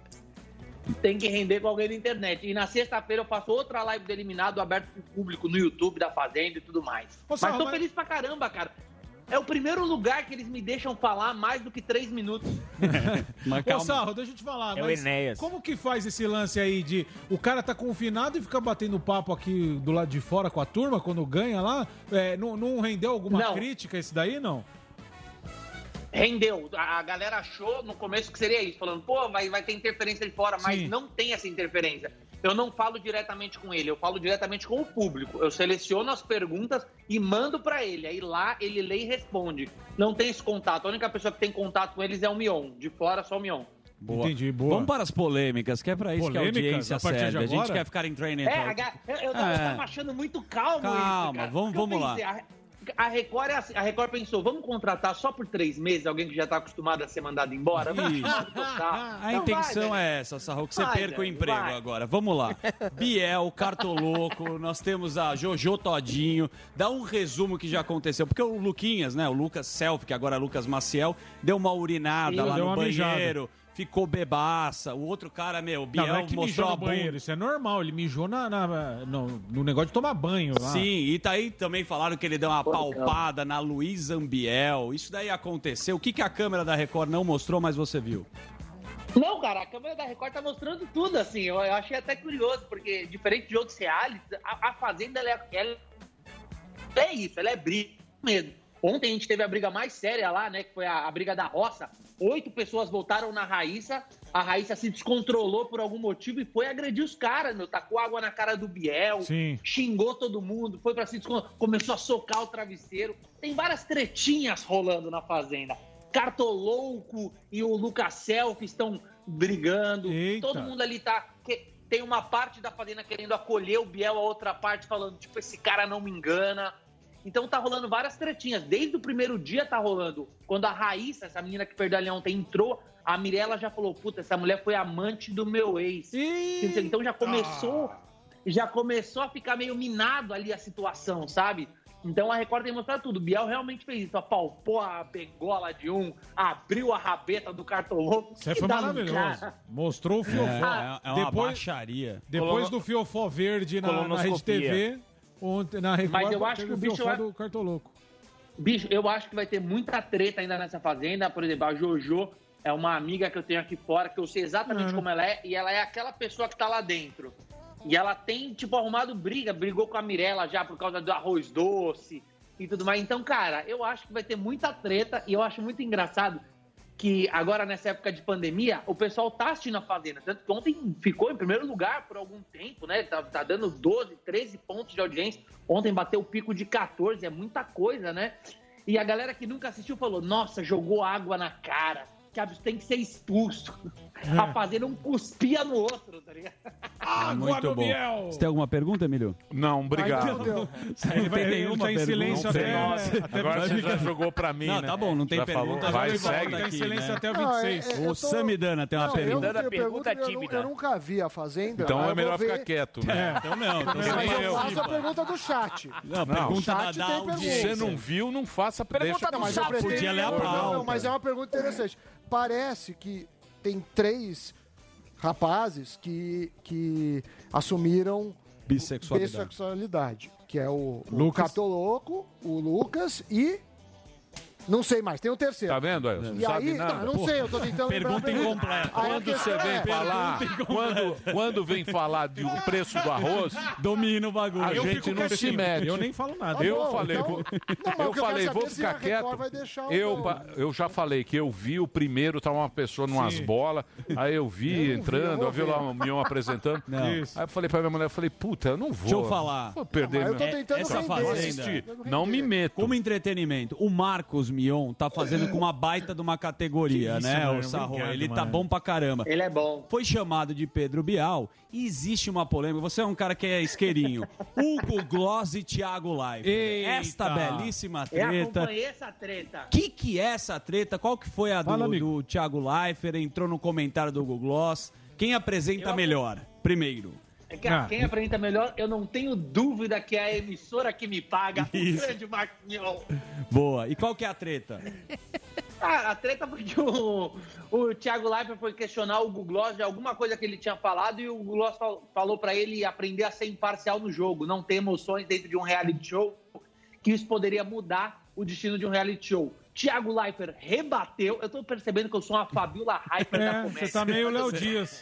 Tem que render com alguém na internet. E na sexta-feira eu faço outra live do Eliminado aberto pro público no YouTube da Fazenda e tudo mais. Mas tô feliz pra caramba, cara. É o primeiro lugar que eles me deixam falar mais do que 3 minutos. Ô, Sarro, deixa eu te falar. É o Enéas. Como que faz esse lance aí de o cara tá confinado e fica batendo papo aqui do lado de fora com a turma quando ganha lá? Não rendeu alguma crítica esse daí, não? Rendeu. A galera achou no começo que seria isso, falando, pô, vai ter interferência de fora, mas não tem essa interferência. Eu não falo diretamente com ele, eu falo diretamente com o público. Eu seleciono as perguntas e mando pra ele. Aí lá ele lê e responde. Não tem esse contato. A única pessoa que tem contato com eles é o Mion. De fora, só o Mion. Boa. Entendi, boa. Vamos para as polêmicas, que é pra isso que a audiência serve. A gente quer ficar em training. Eu tava achando muito calmo isso, cara. Vamos lá. A Record pensou, vamos contratar só por 3 meses alguém que já tá acostumado a ser mandado embora? A intenção é essa, Sarro, que você perca o emprego agora. Vamos lá. Biel, Cartoloco, nós temos a Jojo Todinho. Dá um resumo que já aconteceu. Porque o Luquinhas, né, o Lucas Self, que agora é Lucas Maciel, deu uma urinada lá no banheiro. Ficou bebaça. O outro cara, o Biel não é que mostrou a no banheiro. Isso é normal. Ele mijou no negócio de tomar banho lá. Sim, e aí também falaram que ele deu uma palpada na Luísa Ambiel. Isso daí aconteceu. O que a câmera da Record não mostrou, mas você viu? Não, cara, a câmera da Record tá mostrando tudo, assim. Eu achei até curioso, porque diferente de outros realities, a Fazenda, ela é isso, ela é briga mesmo. Ontem a gente teve a briga mais séria lá, né, que foi a briga da roça. 8 pessoas voltaram na Raíssa, a Raíssa se descontrolou por algum motivo e foi agredir os caras, tacou água na cara do Biel, xingou todo mundo, foi pra se descontrolar, começou a socar o travesseiro. Tem várias tretinhas rolando na Fazenda. Cartolouco e o Lucas Self estão brigando. Eita. Todo mundo ali tem uma parte da Fazenda querendo acolher o Biel, a outra parte falando, tipo, esse cara não me engana. Então tá rolando várias tretinhas. Desde o primeiro dia tá rolando. Quando a Raíssa, essa menina que perdeu ali ontem, entrou, a Mirella já falou, puta, essa mulher foi amante do meu ex. Então já começou a ficar meio minado ali a situação, sabe? Então a Record tem mostrado tudo. O Biel realmente fez isso. Apalpou a bengola de um, abriu a rabeta do cartoloco. Isso foi maravilhoso. Mostrou o fiofó. É uma baixaria. Depois do fiofó verde na Rede TV, ontem, na Record, mas eu acho que o bicho fiofó do cartoloco. Bicho, eu acho que vai ter muita treta ainda nessa fazenda. Por exemplo, a Jojo é uma amiga que eu tenho aqui fora, que eu sei exatamente como ela é, e ela é aquela pessoa que tá lá dentro. E ela tem, tipo, arrumado brigou com a Mirella já por causa do arroz doce e tudo mais. Então, cara, eu acho que vai ter muita treta e eu acho muito engraçado que agora, nessa época de pandemia, o pessoal tá assistindo a Fazenda. Tanto que ontem ficou em primeiro lugar por algum tempo, né? Tá dando 12, 13 pontos de audiência. Ontem bateu o pico de 14, é muita coisa, né? E a galera que nunca assistiu falou, nossa, jogou água na cara. Que tem que ser expulso. A Fazenda cuspia no outro, tá ligado? Muito bom. Você tem alguma pergunta, Emílio? Não, obrigado. Não tem nenhuma em silêncio até agora você já jogou pra mim, não, né? tá bom, não tem já pergunta. Vai, segue. Tá em silêncio até o 26. O Samidana tem uma pergunta. Eu nunca vi a Fazenda. Então é melhor ficar quieto, né? Então não. Mas eu faço a pergunta do chat. Não, pergunta da audiência. Você não viu, não faça pergunta do chat. Podia ler a pauta. Mas é uma pergunta interessante. Parece que tem 3 rapazes que assumiram bissexualidade. Que é o Catoloco, o Lucas e... Não sei mais, tem o terceiro. Tá vendo? E aí, não sei, eu tô tentando pergunta incompleta. Quando você vem falar, quando vem falar do preço do arroz, domina o bagulho. A gente não se mete. Eu nem falo nada. Eu falei, vou ficar quieto. Eu já falei que eu vi o primeiro, tava uma pessoa numas bolas, aí eu vi entrando, eu vi lá o Mion apresentando. Aí eu falei pra minha mulher, puta, eu não vou. Deixa eu falar. Vou perder eu tô tentando essa Fazenda. Não me meto. Como entretenimento, o Marcos Mion tá fazendo com uma baita de uma categoria, isso, né, mano, o Sarro? obrigado, Ele tá mano. bom pra caramba. Ele é bom. Foi chamado de Pedro Bial e existe uma polêmica. Você é um cara que é isqueirinho. Hugo Gloss e Thiago Leifert. Esta belíssima Eu treta. acompanhei essa treta. O que é essa treta? Qual que foi a do Thiago Leifert? Entrou no comentário do Hugo Gloss. Quem apresenta melhor? Primeiro. Quem apresenta melhor, eu não tenho dúvida que é a emissora que me paga, o grande Marcos Mion. Boa. E qual que é a treta? A treta foi que o Thiago Leifert foi questionar o Hugo Gloss de alguma coisa que ele tinha falado e o Hugo Gloss falou pra ele aprender a ser imparcial no jogo, não ter emoções dentro de um reality show, que isso poderia mudar o destino de um reality show. Thiago Leifert rebateu. Eu tô percebendo que eu sou uma Fabiola Hyper da comédia. Você tá meio Léo Dias.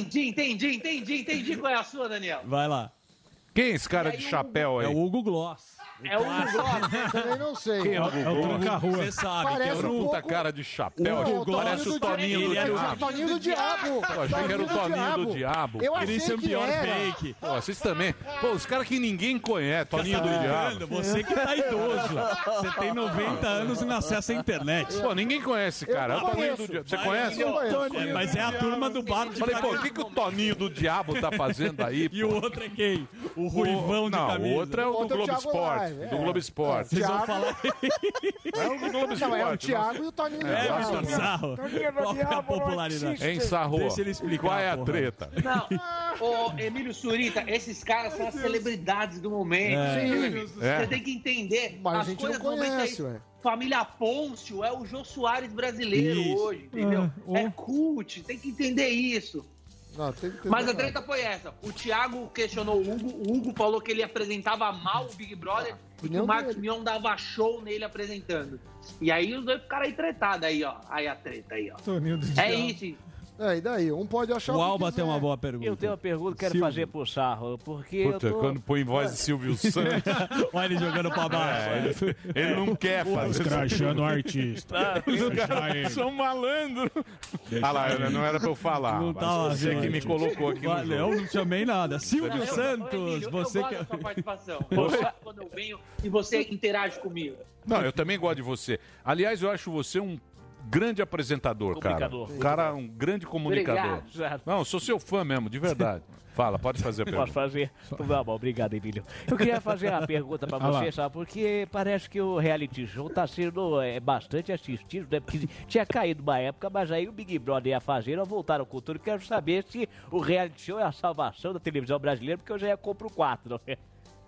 Entendi qual é a sua, Daniel. Vai lá. Quem é esse cara de chapéu aí? É o Hugo Gloss. É o Hugo Gloss. Também não sei. Quem é o Hugo Gloss? Você sabe que é o Puta cara de chapéu. Parece o Toninho do Diabo. Toninho do Diabo. Eu achei que era o Toninho do Diabo. Eu achei Christian que Pior era. Fake. Pô, vocês também. Pô, os caras que ninguém conhece. Toninho do Diabo. Você que tá idoso. Você tem 90 anos e não acessa a internet. Pô, ninguém conhece esse cara. É o Toninho do Diabo. Você conhece? Mas é a turma do bar de Falei, pô, o que o Toninho do Diabo tá fazendo aí? E o outro é quem? O Ruivão de camisa. Não, o outro é o do Globo Esporte. Do Globo Esporte. Vocês vão falar... É o do Globo Esporte. Não, é o Thiago e o Toninho do Diabo. Vitor Sarro. Qual que é a popularidade? Hein, Sarro? Deixa ele explicar, Qual é a porra. treta? Não, ô Emílio Surita, esses caras são as celebridades do momento. Você tem que entender. Mas a as gente coisas não do momento conhece, aí. ué. Família Pôncio é o Jô Soares brasileiro hoje, entendeu? É cult, tem que entender isso. Não, tem que Mas a treta foi essa. O Thiago questionou o Hugo falou que ele apresentava mal o Big Brother e que o Marcos Mion dava show nele apresentando. E aí os dois ficaram aí tretados aí, ó. Aí a treta aí, ó. É isso. E daí? Um pode achar O que Alba quiser. tem uma boa pergunta. Eu tenho uma pergunta que quero Silvio. fazer pro Sarro, porque Puta, eu tô... quando põe voz de Silvio Santos. Olha ele jogando pra baixo. Ele não quer fazer. Escrachando o artista. Os caras são malandros. Ah lá, não era pra eu falar. Não tava Você vendo, que me colocou aqui no Valeu, jogo. eu não chamei nada. Silvio Santos, Emílio, você eu que... gosto da sua participação. Eu gosto quando eu venho e você interage comigo. Não, eu também gosto de você. Aliás, eu acho você um grande apresentador, cara. Comunicador. Cara, um grande comunicador. Obrigado. Não, eu sou seu fã mesmo, de verdade. Fala, pode fazer a pergunta. Posso fazer? Tá bom, obrigado, Emílio. Eu queria fazer uma pergunta pra você, sabe? Porque parece que o reality show tá sendo bastante assistido, né? Porque tinha caído uma época, mas aí o Big Brother e a Fazenda voltaram com tudo. Quero saber se o reality show é a salvação da televisão brasileira, porque eu já compro 4, né?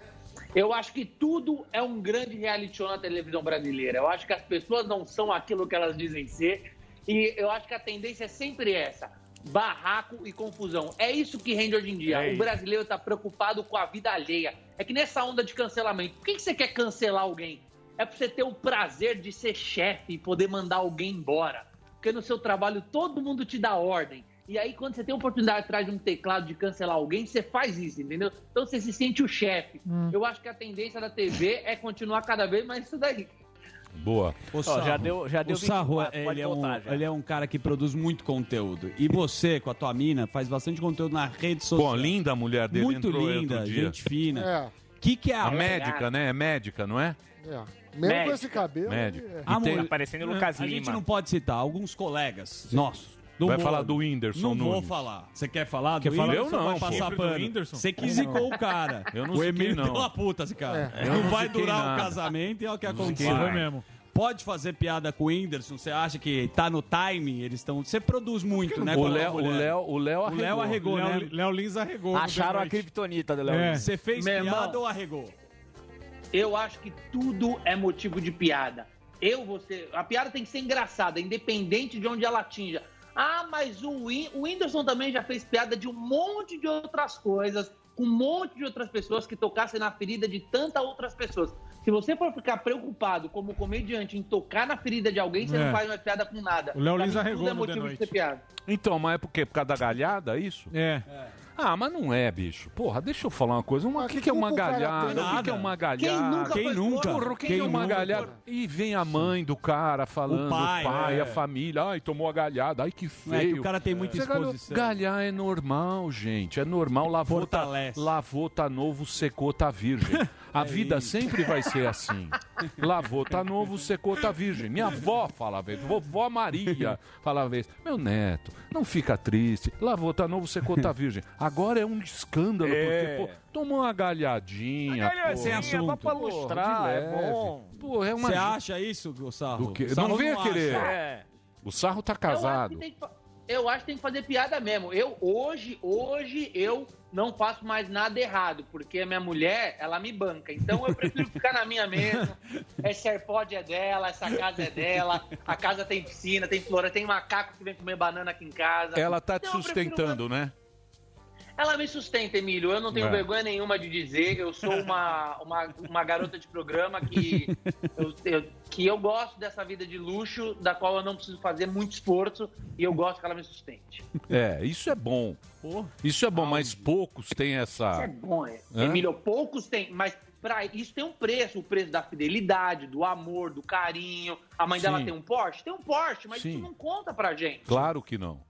Eu acho que tudo é um grande reality show na televisão brasileira. Eu acho que as pessoas não são aquilo que elas dizem ser. E eu acho que a tendência é sempre essa. Barraco e confusão. É isso que rende hoje em dia. O brasileiro está preocupado com a vida alheia. É que nessa onda de cancelamento, por que você quer cancelar alguém? É pra você ter o prazer de ser chefe e poder mandar alguém embora. Porque no seu trabalho todo mundo te dá ordem. E aí, quando você tem a oportunidade atrás de um teclado de cancelar alguém, você faz isso, entendeu? Então você se sente o chefe. Eu acho que a tendência da TV é continuar cada vez mais isso daí. Boa. O Sarro, já deu o Sarro 24, ele é um cara que produz muito conteúdo. E você, com a tua mina, faz bastante conteúdo na rede social. Pô, linda a mulher dele. Muito entrou linda, outro dia. gente fina. É. Que é a médica, né? É médica, não é? Mesmo com esse cabelo. Médico. Amor, parecendo o Lucas a gente Lima. não pode citar alguns colegas nossos. Não Vai vou- falar do Whindersson Não vou Nunes. falar. Você quer falar do Quer falar? Whindersson? Eu não, Vai passar pô. pano. Você que zicou o cara. Eu não O ziquei, Emílio não. deu uma puta esse cara. É. Eu Não não vai ziquei durar nada. o casamento e é o que aconteceu. ziquei. Foi mesmo. Pode fazer piada com o Whindersson? Você acha que tá no timing? Eles estão. Você produz muito, né? O com a Léo- mulher. o Léo arregou, né? Léo Lins arregou. Acharam a criptonita do Léo Lins. Você fez Meu piada irmão, ou arregou? Eu acho que tudo é motivo de piada. A piada tem que ser engraçada, independente de onde ela atinja. Ah, mas o Whindersson também já fez piada de um monte de outras coisas, com um monte de outras pessoas que tocassem na ferida de tantas outras pessoas. Se você for ficar preocupado como comediante em tocar na ferida de alguém, você não faz mais piada com nada. O Léo Pra Lins mim, arregou tudo é no The motivo de Noite. ser piada. Então, mas é porque por causa da galhada, isso? É. Ah, mas não é, bicho. Porra, deixa eu falar uma coisa. O que é uma galhada? O que é uma galhada? Quem nunca? Porra, o que é uma galhada? E vem a mãe do cara falando, O pai, a família. Ai, tomou a galhada. Ai, que É que feio. o cara tem muita exposição. Galhar é normal, gente. É normal. Lavou, tá novo, secou, tá virgem. A vida sempre vai ser assim. Lavou, tá novo, secou, tá virgem. Minha avó falava isso. Vovó Maria falava isso. Meu neto, não fica triste. Lavou, tá novo, secou, tá virgem. Agora é um escândalo, porque, pô, tomou uma galhadinha. Sem assunto. dá pra lustrar, de é leve. bom. Pô, é uma... Você acha isso, Sarro? Do quê? O Sarro Não venha acha. querer. É. O Sarro tá casado. Eu acho que tem que fazer piada mesmo. Hoje eu não faço mais nada errado, porque a minha mulher, ela me banca. Então eu prefiro ficar na minha mesmo. Esse AirPod é dela, essa casa é dela, a casa tem piscina, tem flora, tem macaco que vem comer banana aqui em casa. Ela tá te Então, eu prefiro sustentando, né? Ela me sustenta, Emílio. Eu não tenho É. vergonha nenhuma de dizer. Eu sou uma garota de programa que eu gosto dessa vida de luxo, da qual eu não preciso fazer muito esforço, e eu gosto que ela me sustente. É, isso é bom. Isso é bom, mas poucos têm essa... Isso é bom, Hã? Emílio. Poucos têm, mas pra isso tem um preço. O preço da fidelidade, do amor, do carinho. A mãe dela Sim. tem um Porsche? Tem um Porsche, mas Sim. isso não conta pra gente. Claro que não.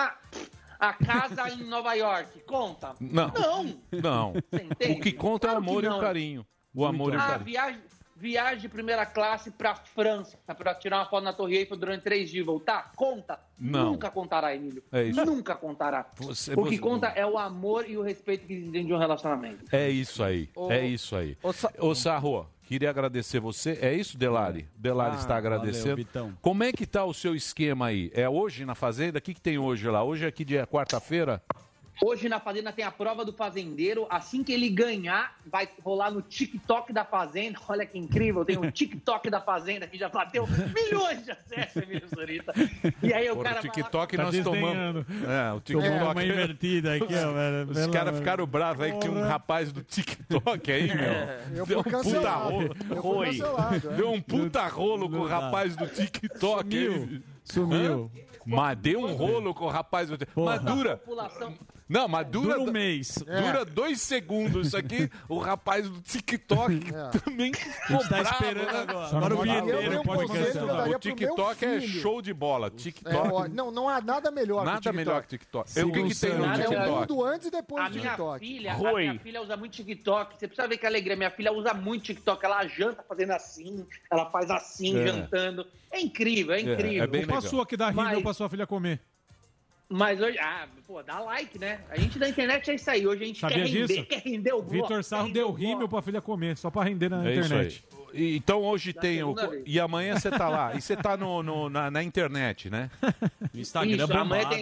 A casa em Nova York, conta? Não. Não. Você entende? O que conta é o Claro que amor e não. o carinho. O amor e o carinho. Viagem de primeira classe pra França, pra tirar uma foto na Torre Eiffel durante 3 dias e voltar? Conta? Não. Nunca contará, Emílio. É isso. Nunca contará. Você- o que você- conta é o amor e o respeito que existe dentro de um relacionamento. É isso aí. É isso aí. Ô, Sarro, queria agradecer você. É isso, Delari? Delari está agradecendo. valeu, Vitão. Como é que tá o seu esquema aí? É hoje na Fazenda? O que tem hoje lá? Hoje é que dia? Quarta-feira? Hoje na Fazenda tem a prova do fazendeiro. Assim que ele ganhar, vai rolar no TikTok da Fazenda. Olha que incrível, tem o TikTok da Fazenda que já bateu milhões de acessos, Emílio Surita. E aí o Porra, cara o vai lá- TikTok nós tomamos. É, o TikTok. Tomou uma invertida aqui, ó, velho. Os Pelo caras amor. ficaram bravos aí que tinha um rapaz do TikTok aí, meu. Eu Deu fui um puta cancelado. rolo. Eu fui cancelado, é. Deu um puta rolo com o rapaz do TikTok aí. Sumiu. Mas deu um rolo com o rapaz do TikTok. Mas dura. População. Não, mas dura um mês. Dura 2 segundos. Isso aqui, o rapaz do TikTok também ficou A gente tá bravo, esperando né? agora. Só Agora não o pode- vinheteiro eu pode tenho um conselho, cancelar. eu daria O pro TikTok meu é filho. show de bola. TikTok. Não há nada melhor Nada que o TikTok. melhor que TikTok. O que, que tem no Nada melhor. TikTok? Tudo antes e depois A do minha, TikTok. filha, a Rui. minha filha usa muito TikTok. Você precisa ver que alegria. Minha filha usa muito TikTok. Ela janta fazendo assim, ela faz assim, É. jantando. É incrível, é incrível. é bem Ou pra legal. sua que dá rímel Mas- pra sua filha comer. Mas hoje, dá like, né? A gente da internet é isso aí. Hoje a gente Sabia quer render, disso? quer render o bloco. Vitor Sarro deu rímel pra filha comer, só pra render na É isso aí. internet. E- Então hoje tem o. segunda vez. E amanhã você tá lá. E você tá na internet, né? Instagram Isso, amanhã bombado. tem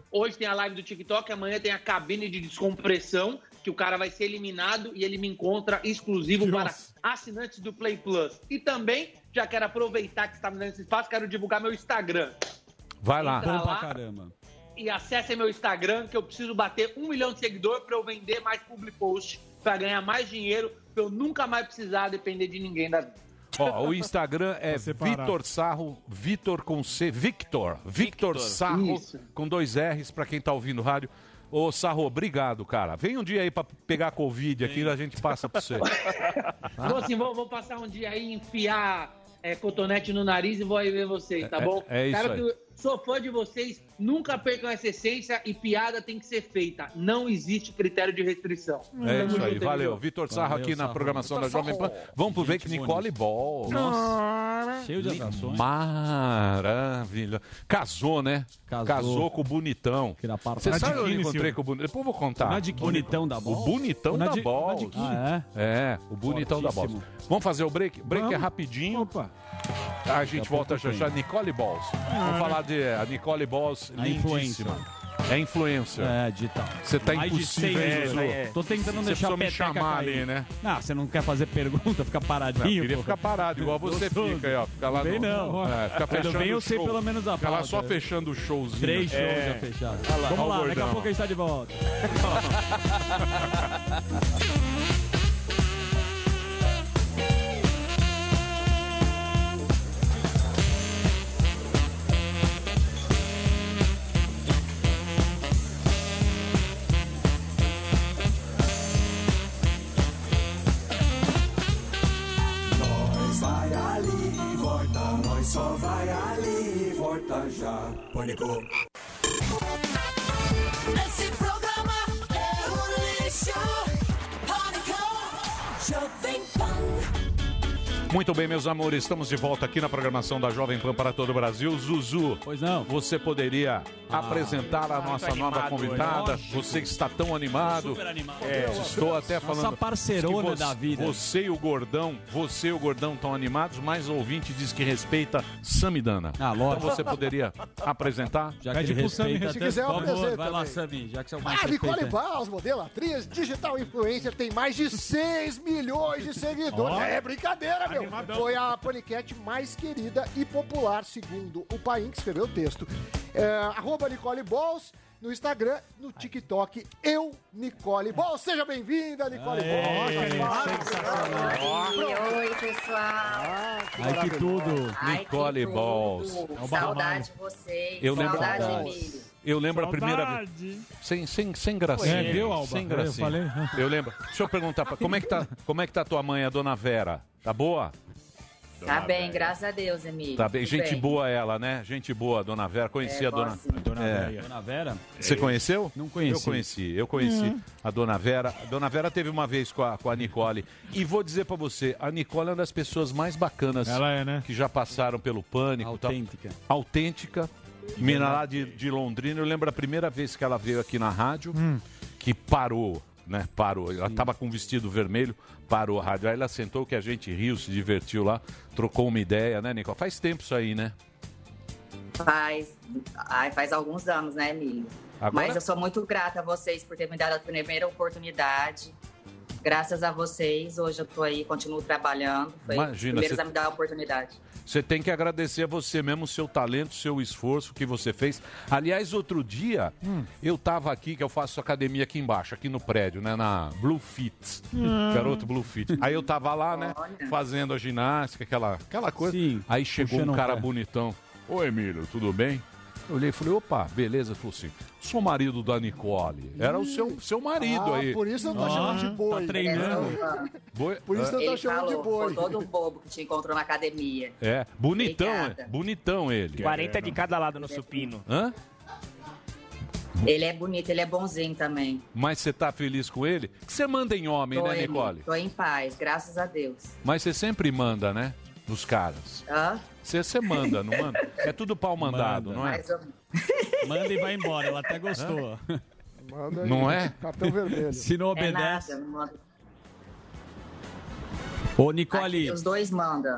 Hoje tem a live do TikTok, amanhã tem a cabine de descompressão, que o cara vai ser eliminado e ele me encontra exclusivo para assinantes do Play Plus. E também, já quero aproveitar que está me dando esse espaço, quero divulgar meu Instagram. Vai lá. Entra Bom pra lá caramba. e acessem meu Instagram, que eu preciso bater 1 milhão de seguidores para eu vender mais public post, para ganhar mais dinheiro, para eu nunca mais precisar depender de ninguém da vida. Ó, o Instagram é Vitor Sarro, Vitor com C, Victor Sarro, Isso. com 2 R's, pra quem tá ouvindo rádio. Ô, Sarro, obrigado, cara. Vem um dia aí pra pegar Covid aqui, a gente passa pra você. Então, assim, vou passar um dia aí, enfiar cotonete no nariz e vou aí ver vocês, tá bom? É isso Quero aí. que sou fã de vocês, nunca percam essa essência e piada tem que ser feita. Não existe critério de restrição. É isso aí, junto, valeu. Emílio. Vitor Sarro Valeu, aqui na Sarro. programação da Jovem Pan. Vamos pro Vem Nicole Ball. Nossa, cheio de atrações. Maravilha. Casou, né? Casou com o Bonitão. Você sabe onde eu encontrei com o Bonitão? Depois eu vou contar. Bonitão da Bola? O Bonitão da Bola. O Bonitão da Bola. Vamos fazer o break? Break é rapidinho. Opa. A gente volta já já. Nicole Balls. Vamos falar de a Nicole Balls, A lindíssima. É influencer. É, digital. Você tá Mais de impossível. 6 anos. Tô tentando Você deixar precisou a me peteca chamar cair. ali, né? Não, você não quer fazer pergunta, fica paradinho. Não, eu queria pô. ficar parado, igual você Gostoso. fica aí, ó. Fica lá Não vem não. Fica Quando fechando vem eu o sei show. pelo menos a Fica lá pauta. só fechando o showzinho. 3 shows já fechados. Vamos lá, daqui a pouco a gente tá de volta. Nós vai ali, volta, nós só vai ali, volta já. Pânico. Esse programa é um lixo. Pânico, Jovem Pan. Muito bem, meus amores, estamos de volta aqui na programação da Jovem Pan para todo o Brasil. Zuzu, pois não. Você poderia apresentar a nossa nova convidada? hoje. Você que está tão animado. Super animado. Estou até falando. Nossa parceirona que da vida. Você e o Gordão estão animados, mas o ouvinte diz que respeita Samidana. Ah, lógico. Então você poderia apresentar? Já que ele respeita, Se quiser, eu por favor, apresento vai lá, também. Sami, já que você é o A mais Nicole respeita. Baus, modelo, atriz, digital influencer, tem mais de 6 milhões de seguidores. Ó. É brincadeira, meu. Animadão. Foi a paniquete mais querida e popular, segundo o Paim, que escreveu o texto. @ Nicole Baus, no Instagram, no TikTok, eu, Nicole Baus. Seja bem-vinda, Nicole Baus. Oi, pessoal. Ai, que tudo. Nicole Balls. Saudade de vocês. Eu lembro- Saudade, Saudades. Emílio. Eu lembro a primeira vez. Sem gracinha. É, viu, Alba? Sem Eu gracinha. falei. Eu lembro. Deixa eu perguntar, como é que tá tua mãe, a dona Vera? Tá boa? Tá bem, graças a Deus, Emílio. Tá bem. Tudo Gente boa ela, né? Gente boa, dona Vera. Conheci a dona... Dona Vera? Você conheceu? Não conheci. Eu conheci a dona Vera. A dona Vera teve uma vez com a Nicole. E vou dizer pra você, a Nicole é uma das pessoas mais bacanas Ela é, né? que já passaram pelo Pânico. Autêntica. Autêntica. Mina lá de Londrina. Eu lembro a primeira vez que ela veio aqui na rádio, que parou, né? Parou. Ela tava com um vestido vermelho, parou a rádio. Aí ela sentou, que a gente riu, se divertiu lá, trocou uma ideia, né, Nicole? Faz tempo isso aí, né? Faz alguns anos, né, Emílio? Agora- Mas eu sou muito grata a vocês por terem me dado a primeira oportunidade. Graças a vocês, hoje eu tô aí, continuo trabalhando. Foi os Imagina, primeiros você- a me dar a oportunidade. Você tem que agradecer a você mesmo, o seu talento, o seu esforço que você fez. Aliás, outro dia, eu tava aqui, que eu faço academia aqui embaixo, aqui no prédio, né? Na Blue Fit. Garoto Blue Fit. Aí eu tava lá, né? Fazendo a ginástica, aquela coisa. Sim, Aí chegou puxando um um cara pé. bonitão. Ô, Emílio, tudo bem? Eu olhei e falei, opa, beleza. Ele falou assim, sou marido da Nicole. Era o seu marido aí. Por isso eu tô chamando de boi. Tá treinando. Boi- Por isso eu tô Ele chamando de falou, boi. foi todo bobo que te encontrou na academia. É, bonitão, Obrigada. bonitão ele. 40 de cada lado no supino. Hã? Ele é bonito, ele é bonzinho também. Mas você tá feliz com ele? Que você manda em homem, Tô, né, Emílio, Nicole? tô em paz, graças a Deus. Mas você sempre manda, né? Nos caras. Hã? Você manda, não manda? É tudo pau mandado, não é? Mais ou- Manda e vai embora, ela até gostou. Manda aí, Não é? Cartão vermelho. Se não É obedece. nada, não manda. Ô, Nicole, Aqui, os dois mandam.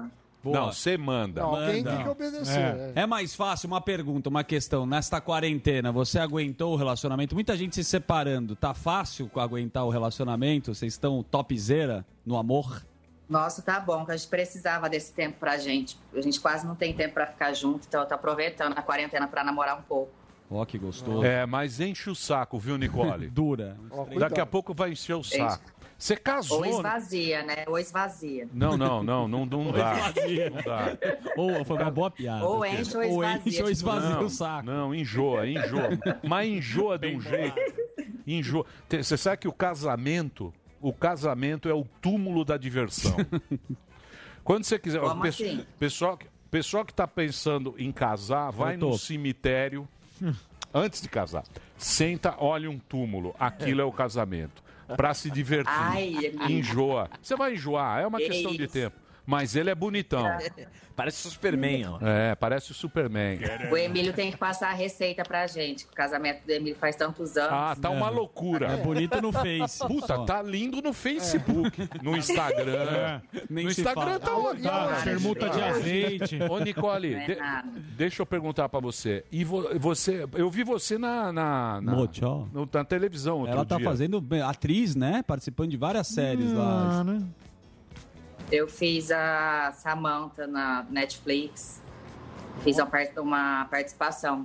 Boa. Não, você manda. Não, alguém tem que obedecer. É mais fácil, uma pergunta, uma questão. Nesta quarentena, você aguentou o relacionamento? Muita gente se separando. Tá fácil aguentar o relacionamento? Vocês estão topzera no amor? Nossa, tá bom, que a gente precisava desse tempo pra gente. A gente quase não tem tempo pra ficar junto, então eu tô aproveitando a quarentena pra namorar um pouco. Ó, que gostoso. É, mas enche o saco, viu, Nicole? Dura. Daqui a pouco vai encher o saco. Você casou, Ou esvazia, né? Ou esvazia. Não dá. Não dá. Ou foi uma boa piada. Ou enche ou esvazia. enche ou esvazia o saco. Não, enjoa. Mas enjoa de um jeito. Enjoa. Você sabe que o casamento é o túmulo da diversão. Quando você quiser... Como assim? Pessoal que está pensando em casar, vai no cemitério antes de casar. Senta, olha um túmulo. Aquilo é o casamento. Para se divertir. Enjoa. Você vai enjoar, é uma questão de tempo. Mas ele é bonitão. Parece o Superman, ó. É, parece o Superman. O Emílio tem que passar a receita pra gente. O casamento do Emílio faz tantos anos. Ah, tá uma loucura. É bonito no Face. Puta, tá lindo no Facebook. No Instagram. No Instagram tá uma permuta de azeite. Ô, Nicole, deixa eu perguntar pra você. E você, eu vi você na televisão outro Ela tá dia. fazendo atriz, né? Participando de várias séries lá. Né? Eu fiz a Samantha na Netflix. Fiz uma participação.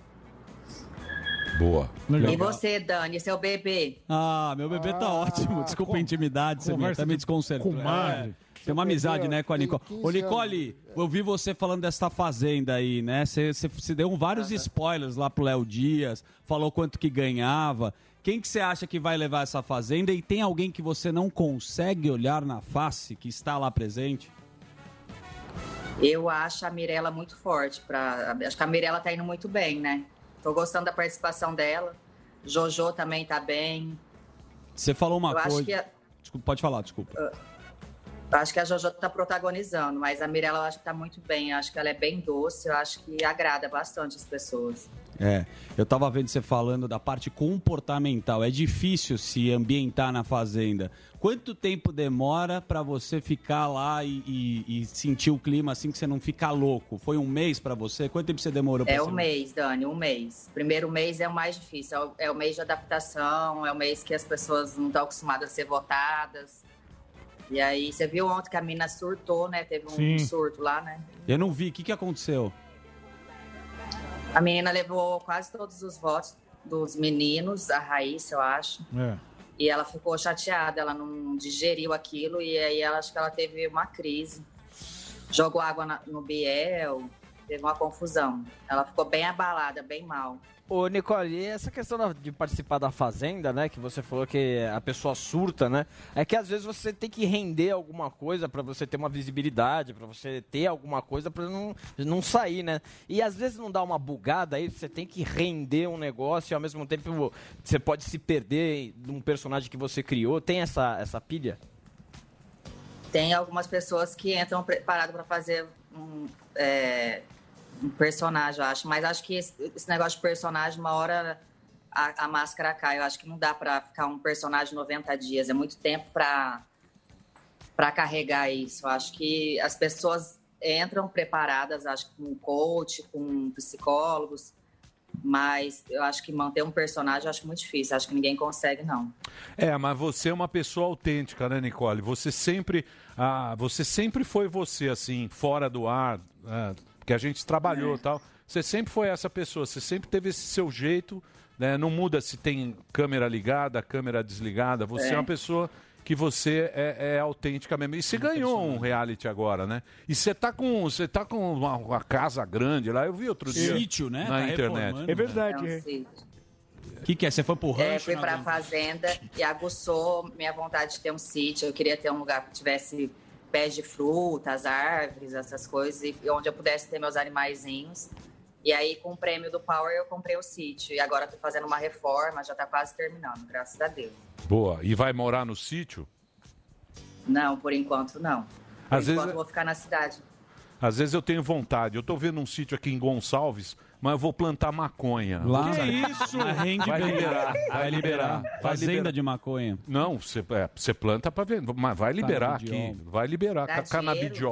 Boa. E você, Dani, seu bebê? Ah, meu bebê tá ótimo. Desculpa a intimidade, você até me desconcertou. Tem uma amizade, né, com a Nicole. Ô, Nicole, eu vi você falando dessa fazenda aí, né? Você deu vários spoilers lá pro Léo Dias, falou quanto que ganhava. Quem que você acha que vai levar essa fazenda? E tem alguém que você não consegue olhar na face, que está lá presente? Eu acho a Mirella muito forte. Acho que a Mirella tá indo muito bem, né? Tô gostando da participação dela. Jojo também tá bem. Você falou uma Eu acho coisa... que Desculpa, pode falar, desculpa. Eu acho que a Jojo tá protagonizando, mas a Mirella eu acho que tá muito bem. Eu acho que ela é bem doce, eu acho que agrada bastante as pessoas. Eu tava vendo você falando da parte comportamental. É difícil se ambientar na fazenda. Quanto tempo demora pra você ficar lá e sentir o clima assim que você não fica louco? Foi um mês pra você? Quanto tempo você demorou? É um mês, Dani, um mês. Primeiro mês é o mais difícil, é o mês de adaptação, é o mês que as pessoas não estão acostumadas a ser votadas. E aí, você viu ontem que a mina surtou, né? Teve um surto lá, né? Eu não vi. O que aconteceu? A menina levou quase todos os votos dos meninos, a Raíssa, eu acho. E ela ficou chateada, ela não digeriu aquilo e aí acho que ela teve uma crise. Jogou água no Biel, teve uma confusão. Ela ficou bem abalada, bem mal. Ô, Nicole, e essa questão de participar da Fazenda, né, que você falou que a pessoa surta, né, é que às vezes você tem que render alguma coisa pra você ter uma visibilidade, pra você ter alguma coisa pra não sair, né, e às vezes não dá uma bugada aí, você tem que render um negócio e ao mesmo tempo você pode se perder de um personagem que você criou, tem essa pilha? Tem algumas pessoas que entram preparadas pra fazer um personagem, eu acho. Mas acho que esse negócio de personagem, uma hora a máscara cai. Eu acho que não dá pra ficar um personagem 90 dias. É muito tempo pra carregar isso. Eu acho que as pessoas entram preparadas, acho que com coach, com psicólogos. Mas eu acho que manter um personagem eu acho muito difícil. Acho que ninguém consegue, não. Mas você é uma pessoa autêntica, né, Nicole? Você sempre foi você, assim, fora do ar... que a gente trabalhou e tal. Você sempre foi essa pessoa, você sempre teve esse seu jeito, né? Não muda se tem câmera ligada, câmera desligada. Você é uma pessoa que você é autêntica mesmo. E você ganhou um reality agora, né? E você tá com uma casa grande lá, eu vi outro dia. Sítio, né? Na internet. É verdade. O que é? Você foi pro rancho? Fui pra fazenda e aguçou minha vontade de ter um sítio. Eu queria ter um lugar que tivesse pés de frutas, árvores, essas coisas, e onde eu pudesse ter meus animaizinhos. E aí, com o prêmio do Power, eu comprei o sítio. E agora tô fazendo uma reforma, já tá quase terminando, graças a Deus. Boa. E vai morar no sítio? Não, por enquanto não. Por enquanto eu vou ficar na cidade. Às vezes eu tenho vontade. Eu tô vendo um sítio aqui em Gonçalves, mas eu vou plantar maconha. Lá, que isso? Vai liberar. Fazenda de maconha. Não, você planta para vender, mas vai liberar aqui. Vai liberar. Canabidiol.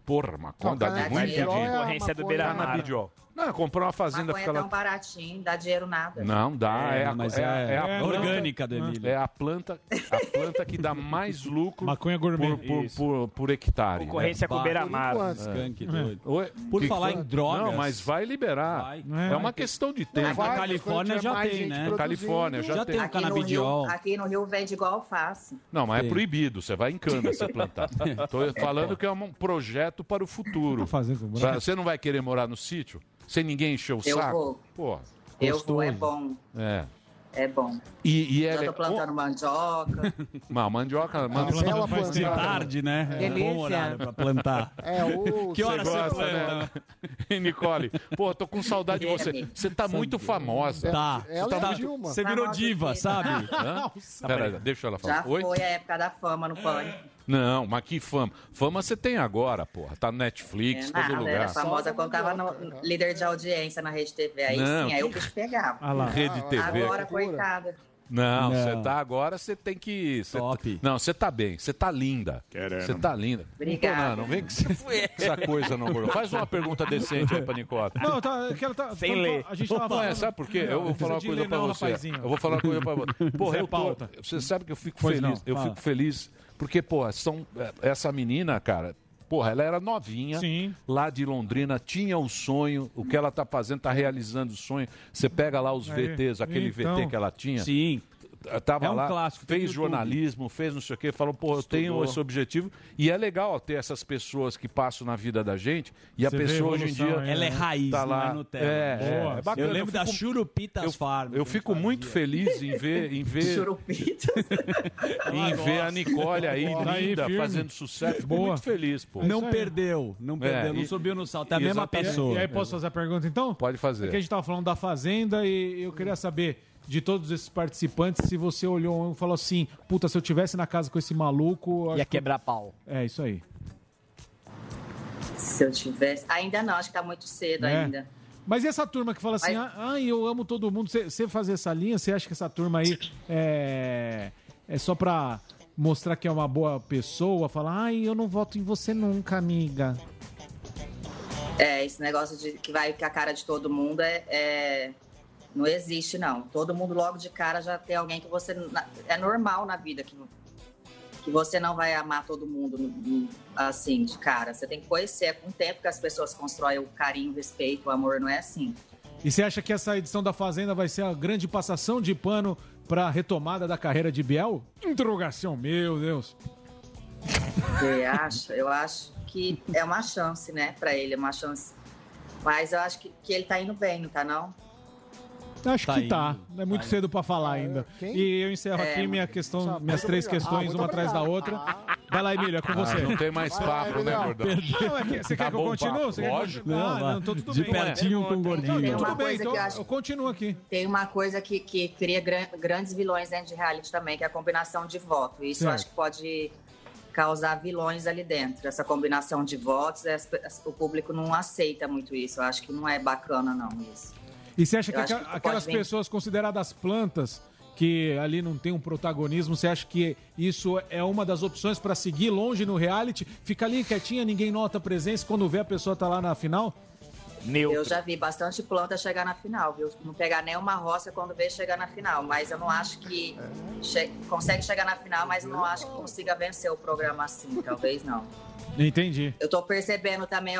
Porra, maconha dá muito dinheiro. Concorrência do Beira-Mar. Canabidiol. Não, comprou uma fazenda, Maconha fica é tão lá. baratinho, dá dinheiro nada. Não, dá. mas a é planta- orgânica do Emílio. É a planta que dá mais lucro Maconha gourmet. por hectare. Concorrência com o Beira-Mar. Skunk doido. Oi? Por falar em drogas... Não, mas vai liberar. É uma questão de tempo. Na Califórnia já tem, né? Na Califórnia já tem. o canabidiol. Aqui no Rio vende igual alface. Não, mas Tem. é proibido. Você vai em cana você plantar. Tô falando que é um projeto para o futuro. Você não vai querer morar no sítio? Sem ninguém encher o Eu saco? vou. Pô. Eu vou, é bom. É. É bom. E Já tô plantando mandioca. Não, mandioca... De tarde, né? É bom horário pra plantar. Que hora você planta? Né? E Nicole, pô, tô com saudade de você. Você tá muito famosa. Tá. Você virou diva, sabe? Peraí, deixa ela falar. Já foi a época da fama no Pânico. Não, mas que fama. Fama você tem agora, porra. Tá no Netflix, todo Nada, lugar. era famosa quando tava no líder de audiência na Rede TV. Aí Não, sim, aí o bicho pegava. Rede TV. Agora, coitada. Não, você tá agora, você tem que... Não, você tá bem, você tá linda. Você tá linda. Obrigada. Não vem com essa coisa, não, Bruno. Faz uma pergunta decente aí pra Nicole. Não, que ela tá... Sem ler. A gente tava falando... Sabe por quê? Eu vou falar uma coisa pra você. Eu vou falar uma coisa pra você. Porra, você sabe que eu fico feliz. Eu fico feliz porque, pô, essa menina, cara... Porra, ela era novinha, lá de Londrina, tinha o sonho, o que ela tá fazendo, tá realizando o sonho. Você pega lá os VTs, aquele VT que ela tinha. Sim. Tava um lá, clássico, fez jornalismo, fez não sei o quê, falou, pô, eu tenho esse objetivo. E é legal ter essas pessoas que passam na vida da gente. E a pessoa hoje em dia... Ela é raiz, tá lá. não é Nutella. É bacana. Eu lembro das Churupitas Farm. Eu fico muito feliz em ver em ver a Nicole aí, linda, fazendo sucesso. Fico muito feliz, pô. Não perdeu, não subiu no salto. É a mesma pessoa. E aí, posso fazer a pergunta, então? Pode fazer. Porque a gente tava falando da Fazenda e eu queria saber de todos esses participantes se você olhou e falou assim, puta, se eu tivesse na casa com esse maluco... Ia quebrar pau. É, isso aí. Se eu tivesse... Ainda não, acho que tá muito cedo ainda. Mas e essa turma que fala assim, eu amo todo mundo, você fazer essa linha, você acha que essa turma aí é só pra mostrar que é uma boa pessoa, falar, eu não voto em você nunca, amiga. Esse negócio de que vai com a cara de todo mundo não existe, não. Todo mundo logo de cara já tem alguém que você... É normal na vida que você não vai amar todo mundo assim, de cara. Você tem que conhecer. É com o tempo que as pessoas constroem o carinho, o respeito, o amor. Não é assim. E você acha que essa edição da Fazenda vai ser a grande passação de pano pra retomada da carreira de Biel? Interrogação, meu Deus. Você acha? Eu acho que é uma chance, né, pra ele. É uma chance. Mas eu acho que ele tá indo bem, não tá, não? Acho que tá. É muito cedo pra falar ainda. E eu encerro aqui minhas três questões, uma atrás da outra. Vai lá, Emílio, é com você. Não tem mais papo, né, Gordão? Você quer que eu continue? Lógico. Não, tô tudo de bem. pertinho com o gordinho. Tudo bem, então eu continuo aqui. Tem uma coisa que cria grandes vilões dentro de reality também, que é a combinação de voto. Isso eu acho que pode causar vilões ali dentro. Essa combinação de votos, o público não aceita muito isso. Eu acho que não é bacana, não, isso. E você acha que aquelas pessoas consideradas plantas, que ali não tem um protagonismo, você acha que isso é uma das opções para seguir longe no reality? Fica ali quietinha, ninguém nota a presença, quando vê a pessoa tá lá na final? Neutro. Eu já vi bastante planta chegar na final, viu? Não pegar nenhuma roça quando vê chegar na final, mas eu não acho que consegue chegar na final, mas eu não acho que consiga vencer o programa assim, talvez não. Entendi. Eu tô percebendo também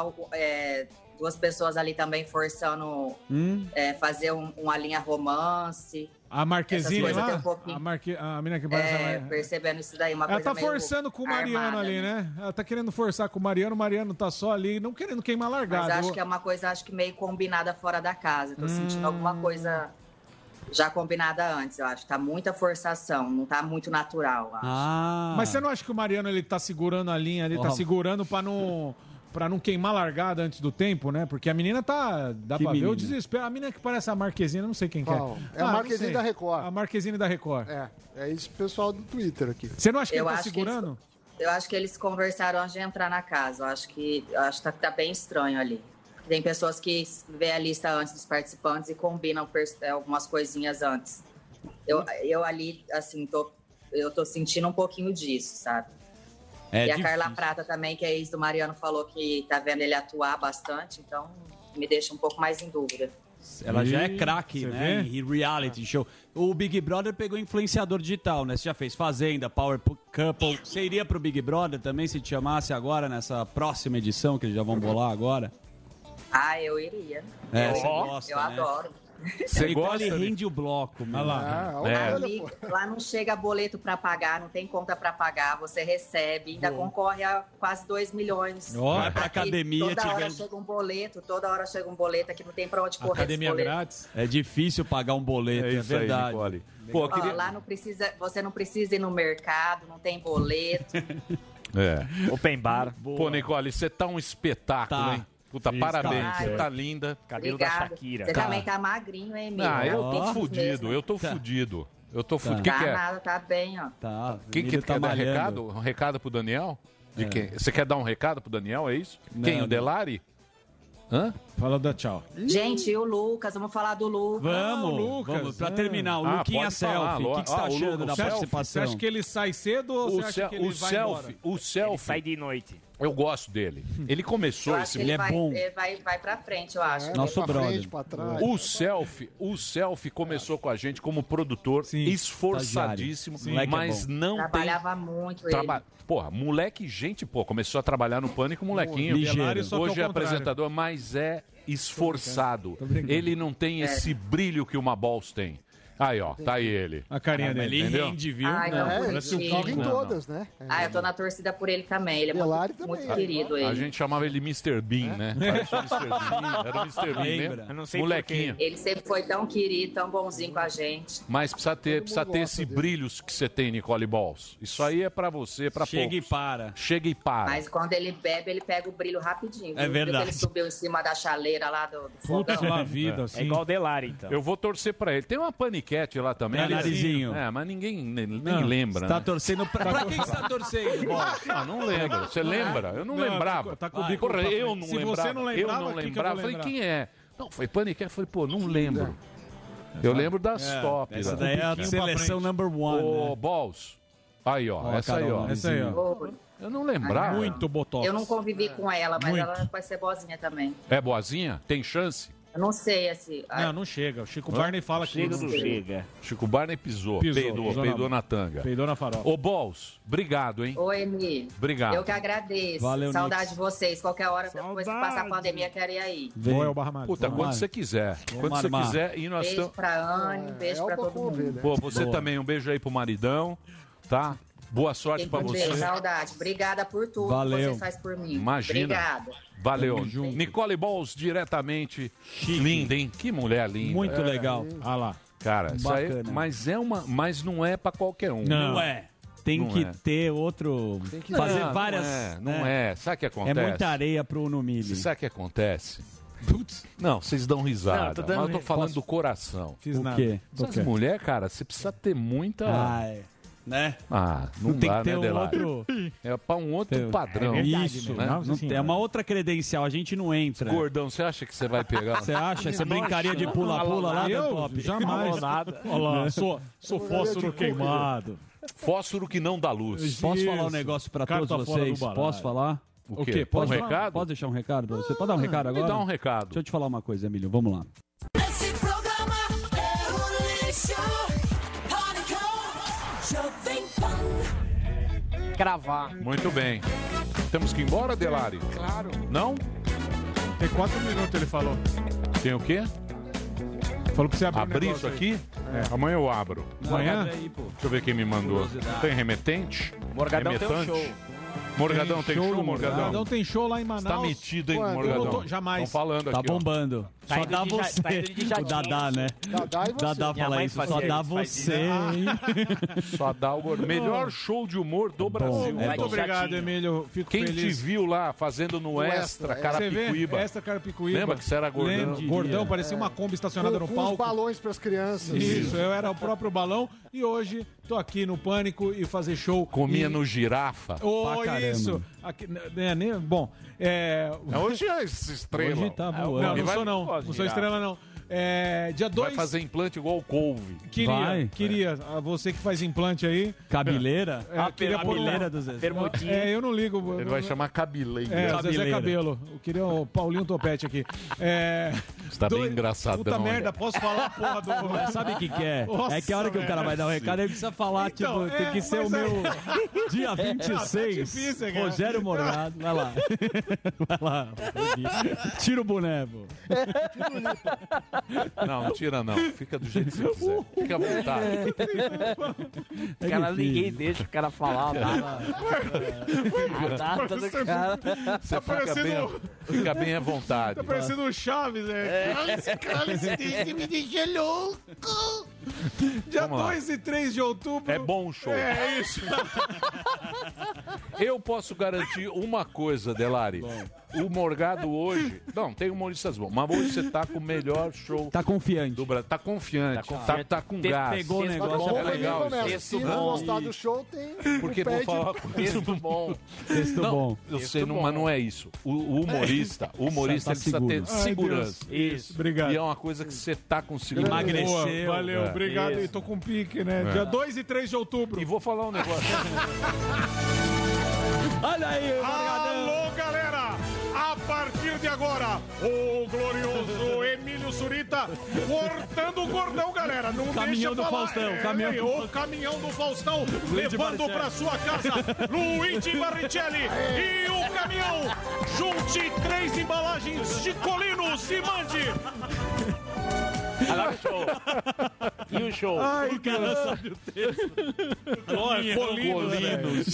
duas pessoas ali também forçando fazer uma linha romance. A Marquezine lá? Um a menina que parece... percebendo isso daí, uma ela coisa tá forçando com o Mariano armada, ali, né? Ela tá querendo forçar com o Mariano tá só ali, não querendo queimar largada. Mas acho que é uma coisa, meio combinada fora da casa. Tô sentindo alguma coisa já combinada antes, eu acho. Tá muita forçação, não tá muito natural, eu acho. Mas você não acha que o Mariano, ele tá segurando a linha ali, tá segurando pra não queimar largada antes do tempo, né? Porque a menina dá pra ver o desespero. A menina que parece a Marquezine, não sei quem que é. É a Marquezine da Record. A Marquezine da Record. É isso pessoal do Twitter aqui. Você não acha que ele tá segurando? Eu acho que eles conversaram antes de entrar na casa. Eu acho que tá bem estranho ali. Tem pessoas que vê a lista antes dos participantes e combinam algumas coisinhas antes. Eu ali, assim, eu tô sentindo um pouquinho disso, sabe? E a Carla Prata também, que é ex do Mariano, falou que tá vendo ele atuar bastante, então me deixa um pouco mais em dúvida. Ela já é craque, Você né? vê? Em reality show. O Big Brother pegou influenciador digital, né? Você já fez Fazenda, Power Couple. Você iria pro Big Brother também se te chamasse agora, nessa próxima edição, que eles já vão bolar agora? Ah, eu iria. Você gosta, eu né? adoro. Você gosta, ele rende o bloco. Olha lá. Amigo, lá não chega boleto para pagar, não tem conta para pagar, você recebe, ainda concorre a quase 2 milhões. Vai pra academia, toda hora chega um boleto, aqui não tem para onde correr. Academia grátis. É difícil pagar um boleto, é verdade. Nicole. Pô, Lá não precisa, você não precisa ir no mercado, não tem boleto. Open bar. Pô, Nicole, você tá um espetáculo, hein? Puta, parabéns, você tá linda. Cabelo da Obrigada. Shakira. Você também tá magrinho, hein, amigo? Eu tô fudido, eu tô fudido. Eu tô fudido. O que Tá é? nada, tá bem, ó. Tá. Quem que quer dar recado? Um recado pro Daniel? De quem? Você quer dar um recado pro Daniel, é isso? Quem? O Delari? Hã? Fala da tchau. Gente, e o Lucas, vamos falar do Lucas. Vamos. Pra terminar, o Luquinha Selfie. O que você tá achando da participação? Você acha que ele sai cedo ou você acha que ele vai embora? O selfie. Ele sai de noite. Eu gosto dele. Ele começou Eu acho que ele vai pra frente, eu acho. Nosso pra brother. frente, pra trás. O selfie começou com a gente como produtor esforçadíssimo, mas não Trabalhava muito ele. Porra, moleque, começou a trabalhar no Pânico, molequinho. Ligeiro. Só que Hoje ao é contrário. apresentador, mas é esforçado. Ele não tem esse brilho que uma Balls tem. Aí, ó, tá aí ele. A carinha dele. Ele rende, viu? Ai, não, Parece o bonitinho. Kiko em todas, né? Eu tô na torcida por ele também. Ele é Delari muito também. querido, ele. A gente chamava ele Mr. Bean, né? Parecia o Mr. Bean. Era o Mr. Bean mesmo. Eu não sei Molequinho. Ele sempre foi tão querido, tão bonzinho com a gente. Mas precisa ter esse brilho que você tem, Nicole Balls. Isso aí é pra você, pra Chega poucos. e para. Chega e para. Mas quando ele bebe, ele pega o brilho rapidinho. É Viu? verdade. Ele subiu em cima da chaleira lá do fogão. Putz, lá vida, assim. É igual o Delari, então. Eu vou torcer pra ele. Tem uma paniquete lá também. Narizinho. Mas ninguém nem lembra, Você tá né? torcendo pra quem você tá torcendo? Não lembro. Você lembra? Eu não lembrava. tá com o bico Porra, pra eu frente. não Se lembrava. você não lembrava, eu não quem que eu lembrava. vou Falei, lembrar? quem é? Não, foi paniquete. Eu falei, pô, não lembro. Eu lembro das top. Essa lá. daí é a seleção number one. Ô, Né? Balls. Aí, ó. Essa aí, ó. Essa aí, ó. Eu não lembrava. Muito botox. Eu não convivi com ela, mas Muito. ela vai ser boazinha também. É boazinha? Tem chance? Eu não sei, assim. Não chega. O Chico Barney fala que Chega não do chega. Chico Barney pisou peidou na tanga. Peidou na farofa. Ô, Balls, obrigado, hein? Oi, Emílio. Obrigado. Eu que agradeço. Valeu, Saudade de vocês. Qualquer hora, depois que passar a pandemia, quero ir aí. Boa, é o Barra Mágica. Puta, quando você quiser. Quando você armar. quiser. E nós Beijo estamos... pra Anne, beijo pra todo mundo. Pô, você também, um beijo aí pro maridão, tá? Boa sorte Fiquem pra com você. Deus, saudade. Obrigada por tudo Valeu. que vocês fazem por mim. Imagina. Obrigada. Valeu. Tamo junto. Nicole Balls, diretamente. Linda, hein? Que mulher linda. Muito legal. Ah lá. Cara, isso aí, Bacana. mas não é pra qualquer um. Não é. Tem Não que é. ter outro. Fazer Não, várias. Não é. Sabe o que É acontece? muita areia pro no milho. Sabe o que acontece? Não, vocês dão risada. Não, tô dando mas eu tô falando Posso- do coração. Fiz O nada. quê? Essas mulheres, cara, você precisa ter muita... Né? Não tem dá, que ter né, um Delari? outro. É pra um outro padrão. Isso, né? não tem, é uma outra credencial, a gente não entra. Gordão, você acha que você vai pegar? Você acha? Você brincaria de pula-pula lá, Eu? Top? Jamais. nada. Olha lá, sou fósforo queimado. Fósforo que não dá luz. Posso Isso. falar um negócio pra Carta todos fora do vocês? baralho. Posso falar? O quê? Posso Um falar? recado? Posso deixar um recado pra você? Pode dar um recado Me agora? dá um recado. Deixa eu te falar uma coisa, Emílio. Vamos lá. Esse programa é um lixo. Pânico, Jovem Pan. Cravar. Muito bem. Temos que ir embora, Delari? Claro. Não? Tem 4 minutos, ele falou. Tem o quê? Falou que você abriu Abrir isso aqui? Amanhã eu abro. Amanhã? Deixa eu ver quem me mandou. Tem remetente? Morgadão tem um Remetante? show. Morgadão tem show, Morgadão? Morgadão tem show lá em Manaus. Tá metido, hein, Pô, eu Morgadão? não tô- jamais. Estão falando Tá aqui, ó. bombando. Tá Só indo dá de você. tá indo de O jatinho. Dadá, né? Dadá e você. Dadá Minha fala mãe isso. fazia Só dá isso, faz você, isso. hein? Só dá o gordo. Melhor show de humor do Brasil. É Muito bom. obrigado, Jatinho. Emílio. Fico Quem te feliz. viu lá fazendo no Extra, Você vê? Carapicuíba? Esta Carapicuíba. Lembra que você era gordão? Lembro. Gordão, parecia uma Kombi estacionada no Com os palco. balões pras crianças. Isso, eu era o próprio balão e hoje tô aqui no Pânico e fazer show. Comia e... no Girafa. Oh, isso. Aqui, bom, hoje é estrela. Hoje tá voando. Não sou não. Não sou estrela, não. Dia 2... Vai fazer implante igual o couve. Queria. Você que faz implante aí. Cabeleira? Cabeleira do Zezé. Eu não ligo. Ele vai chamar cabeleira. Zezé Cabelo. Eu queria o Paulinho Topete aqui. Você tá bem engraçadão. Puta merda, posso falar, porra do... Sabe o que é? Nossa, é que a hora que o cara vai dar o recado, ele precisa falar, então, tem que ser o meu dia 26. Difícil, Rogério Morgado. Vai lá. Vai lá. Tira o boné, pô. Não tira não. Fica do jeito que você quiser. Fica à vontade. Cara, ninguém deixa o cara falar. A data do cara. Você fica bem à vontade. Tá parecendo o Chaves, Cálice, me deixa louco. Dia 2 e 3 de outubro. É bom o show. É isso. Eu posso garantir uma coisa, Delari. O Morgado hoje... Não, tem humoristas bons. Mas hoje você tá com o melhor show... Tá confiante. Do Brasil. Tá confiante. Tá com gás. Pegou o negócio. É legal. Se não gostar do show, tem... Porque vou falar com texto bom. Texto bom. Eu sei, mas não é isso. O humorista ele precisa ter segurança. Isso, obrigado. E é uma coisa que você tá com segurança. Emagreceu. Valeu, obrigado. E tô com pique, né? Dia 2 e 3 de outubro. E vou falar um negócio. Olha aí, alô, galera! A partir de agora, o glorioso Emílio Surita cortando o cordão, galera. Não caminhão deixa do falar. Faustão. O caminhão do Faustão levando pra sua casa Luigi Barrichelli. E o caminhão junte 3 embalagens de Colinos e mande. Agora o show. E o show? Ai, o cara sabe o texto. Colinos.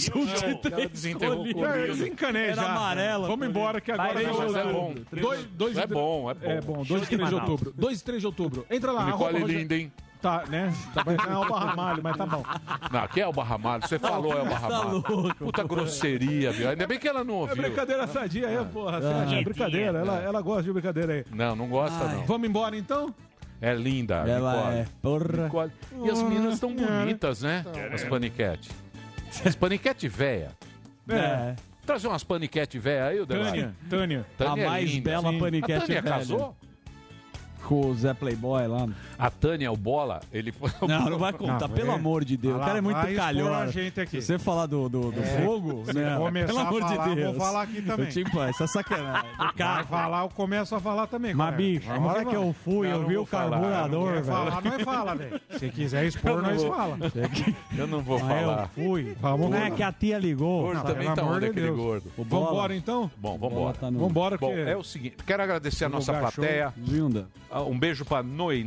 Desencanei já. Amarela. Vamos embora que agora é bom. 2 É bom. É bom. 2 e 3 de outubro. 2 e 3 de outubro. Entra lá. Nicole linda, hein? Tá, né? Tá parecendo Alba Ramalho, mas tá bom. Não, aqui é Alba Ramalho. Você falou Alba Ramalho. Puta grosseria, viu? Ainda bem que ela não ouviu. É brincadeira sadia aí, porra. É brincadeira. Ela gosta de brincadeira aí. Não gosta, não. Vamos embora, então? É linda, ela Nicole. É, porra. Nicole. E as meninas estão bonitas, né? As paniquete. As paniquete véia. Trazer umas paniquete véia aí, o Tânia. A mais bela paniquete A Tânia velha. casou? Com o Zé Playboy lá. A Tânia, o Bola, ele foi... Não vai contar, pelo amor de Deus. O cara é muito calhor. Se você falar do fogo, né? Pelo amor de Deus. Vou falar aqui também. Essa sacanagem. Vai falar, eu começo a falar também. Mas, bicho, a hora que eu fui, eu vi o carburador, velho. Falar, nós fala, velho. Se quiser expor, nós fala. Eu não vou falar. Eu fui. Não é que a tia ligou. O gordo também tá onde, aquele gordo. Vambora, então? Bom, vambora. Vambora. Bom, é o seguinte, quero agradecer a nossa plateia. Linda. Um beijo pra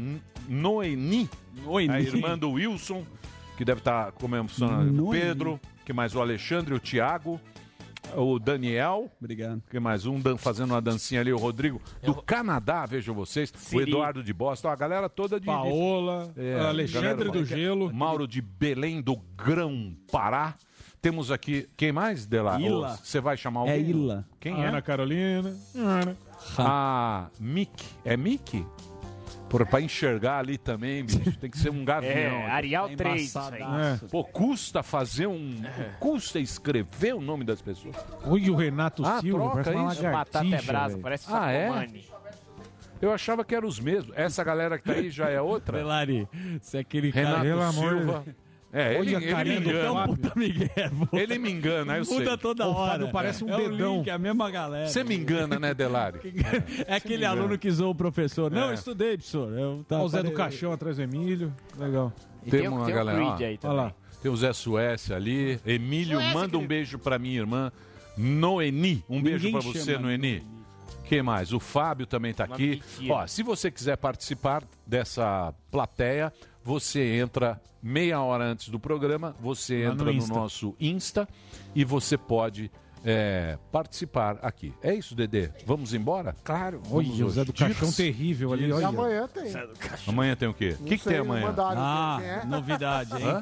Noemi, a irmã do Wilson, que deve estar comemorando. Pedro, que mais? O Alexandre, o Thiago, o Daniel. Obrigado. Que mais? Fazendo uma dancinha ali, o Rodrigo, do Canadá, vejo vocês. O Eduardo de Boston, a galera toda de... Paola, Alexandre do Gelo. Mauro de Belém, do Grão Pará. Temos aqui, quem mais, Dela? Ila. Você vai chamar alguém? É Ila. Quem é? Ana Carolina. Ana. A Mick. É Mick? Pra enxergar ali também, bicho, tem que ser um gavião. Arial 3. Isso aí. Pô, custa fazer custa escrever o nome das pessoas. Oi, o Renato Silva, troca parece uma isso. Batata é brasa, parece Sacomani. Eu achava que eram os mesmos. Essa galera que tá aí já é outra? Delari, você é aquele Renato cara... Silva. Ele me engana. Ele me engana, eu sei. Muda toda hora. Parece um dedão. É a mesma galera. Você me engana, né, Delari? É aquele aluno que zoou o professor. Não, eu estudei, professor. O Zé do Caixão atrás do Emílio. Legal. Tem uma galera. Olha lá. Tem o Zé Suécia ali. Emílio, manda um beijo pra minha irmã Noemi. Um beijo pra você, Noemi. Quem mais? O Fábio também tá aqui. Ó, se você quiser participar dessa plateia, você entra meia hora antes do programa, você entra no nosso Insta e você pode participar aqui. É isso, Dedê? Vamos embora? Claro. Olha, o Zé do Caixão terrível ali. Olha. E amanhã tem. Amanhã tem o quê? O que tem amanhã? Novidade, hein?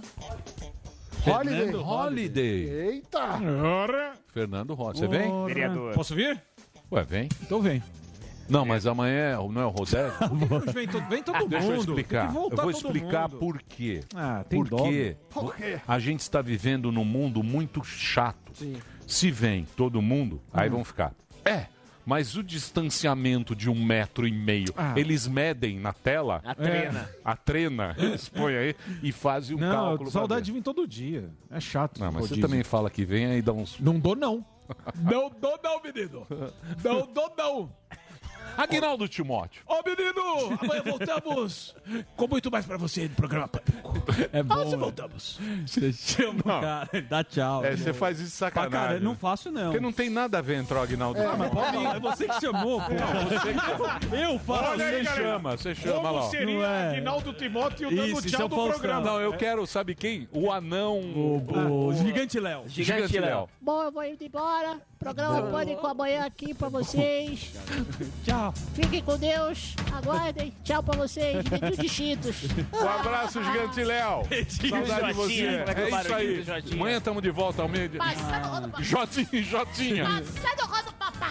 Holiday. Eita! Fernando Holliday. Você vem? Vereador. Posso vir? Ué, vem. Então vem. Não, mas amanhã não é o Rodério? Vem todo mundo. Deixa eu Tem explicar. que voltar Eu vou todo explicar mundo. por quê. Tem Porque dó. Por quê? a gente está vivendo num mundo muito chato. Sim. Se vem todo mundo, aí vão ficar. Mas o distanciamento de 1,5 metro, eles medem na tela. A trena. Eles põem aí e fazem um cálculo. Saudade de vir todo dia. É chato. Não, mas rodízio. você também fala que vem aí dá uns... Não dou, não. Não dou, não, menino. Não dou, não. Aguinaldo Timóteo. Ô, menino, amanhã voltamos com muito mais pra você no programa Pânico. É bom. Amanhã voltamos. Você chama o cara, dá tchau. Você faz isso de sacanagem. Cara, não faço, não. Porque não tem nada a ver entrar o Aguinaldo mas pode ir. É você que chamou, pô. Eu faço. Olha aí, galera. Você chama Como lá. seria Aguinaldo Timóteo dando tchau do programa? Não, eu quero, sabe quem? O anão. O Gigante Léo. Gigante Léo. Bom, eu vou indo embora. Programa Pânico amanhã aqui pra vocês. Tchau. Fiquem com Deus. Aguardem. Tchau pra vocês. Dedinho de Cheetos. Um abraço, Gigante Léo. Saudade de você. É isso aí. Amanhã estamos de volta ao meio. Passando o rodo, papai. Jotinha. Passando o rodo, papai.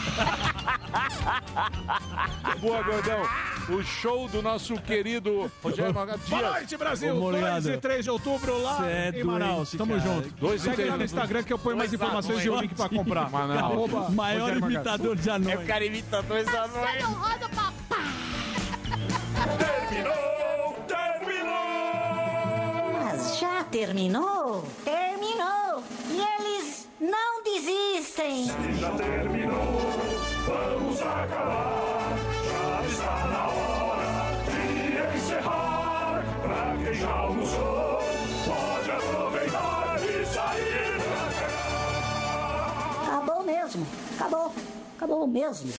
Boa, gordão. O show do nosso querido Rogério Magalhães. Boa noite, Brasil. 2 e 3 de outubro lá em Manaus. Tamo junto. Segue lá no Instagram que eu ponho mais informações e o link pra comprar. Maior imitador de anões. É o cara imitador de anões. Passando o rodo, papai. Mas já terminou? Terminou! E eles não desistem! Se já terminou, vamos acabar. Já está na hora de encerrar. Pra quem já almoçou, pode aproveitar e sair pra cá. Acabou mesmo! Acabou! Acabou mesmo!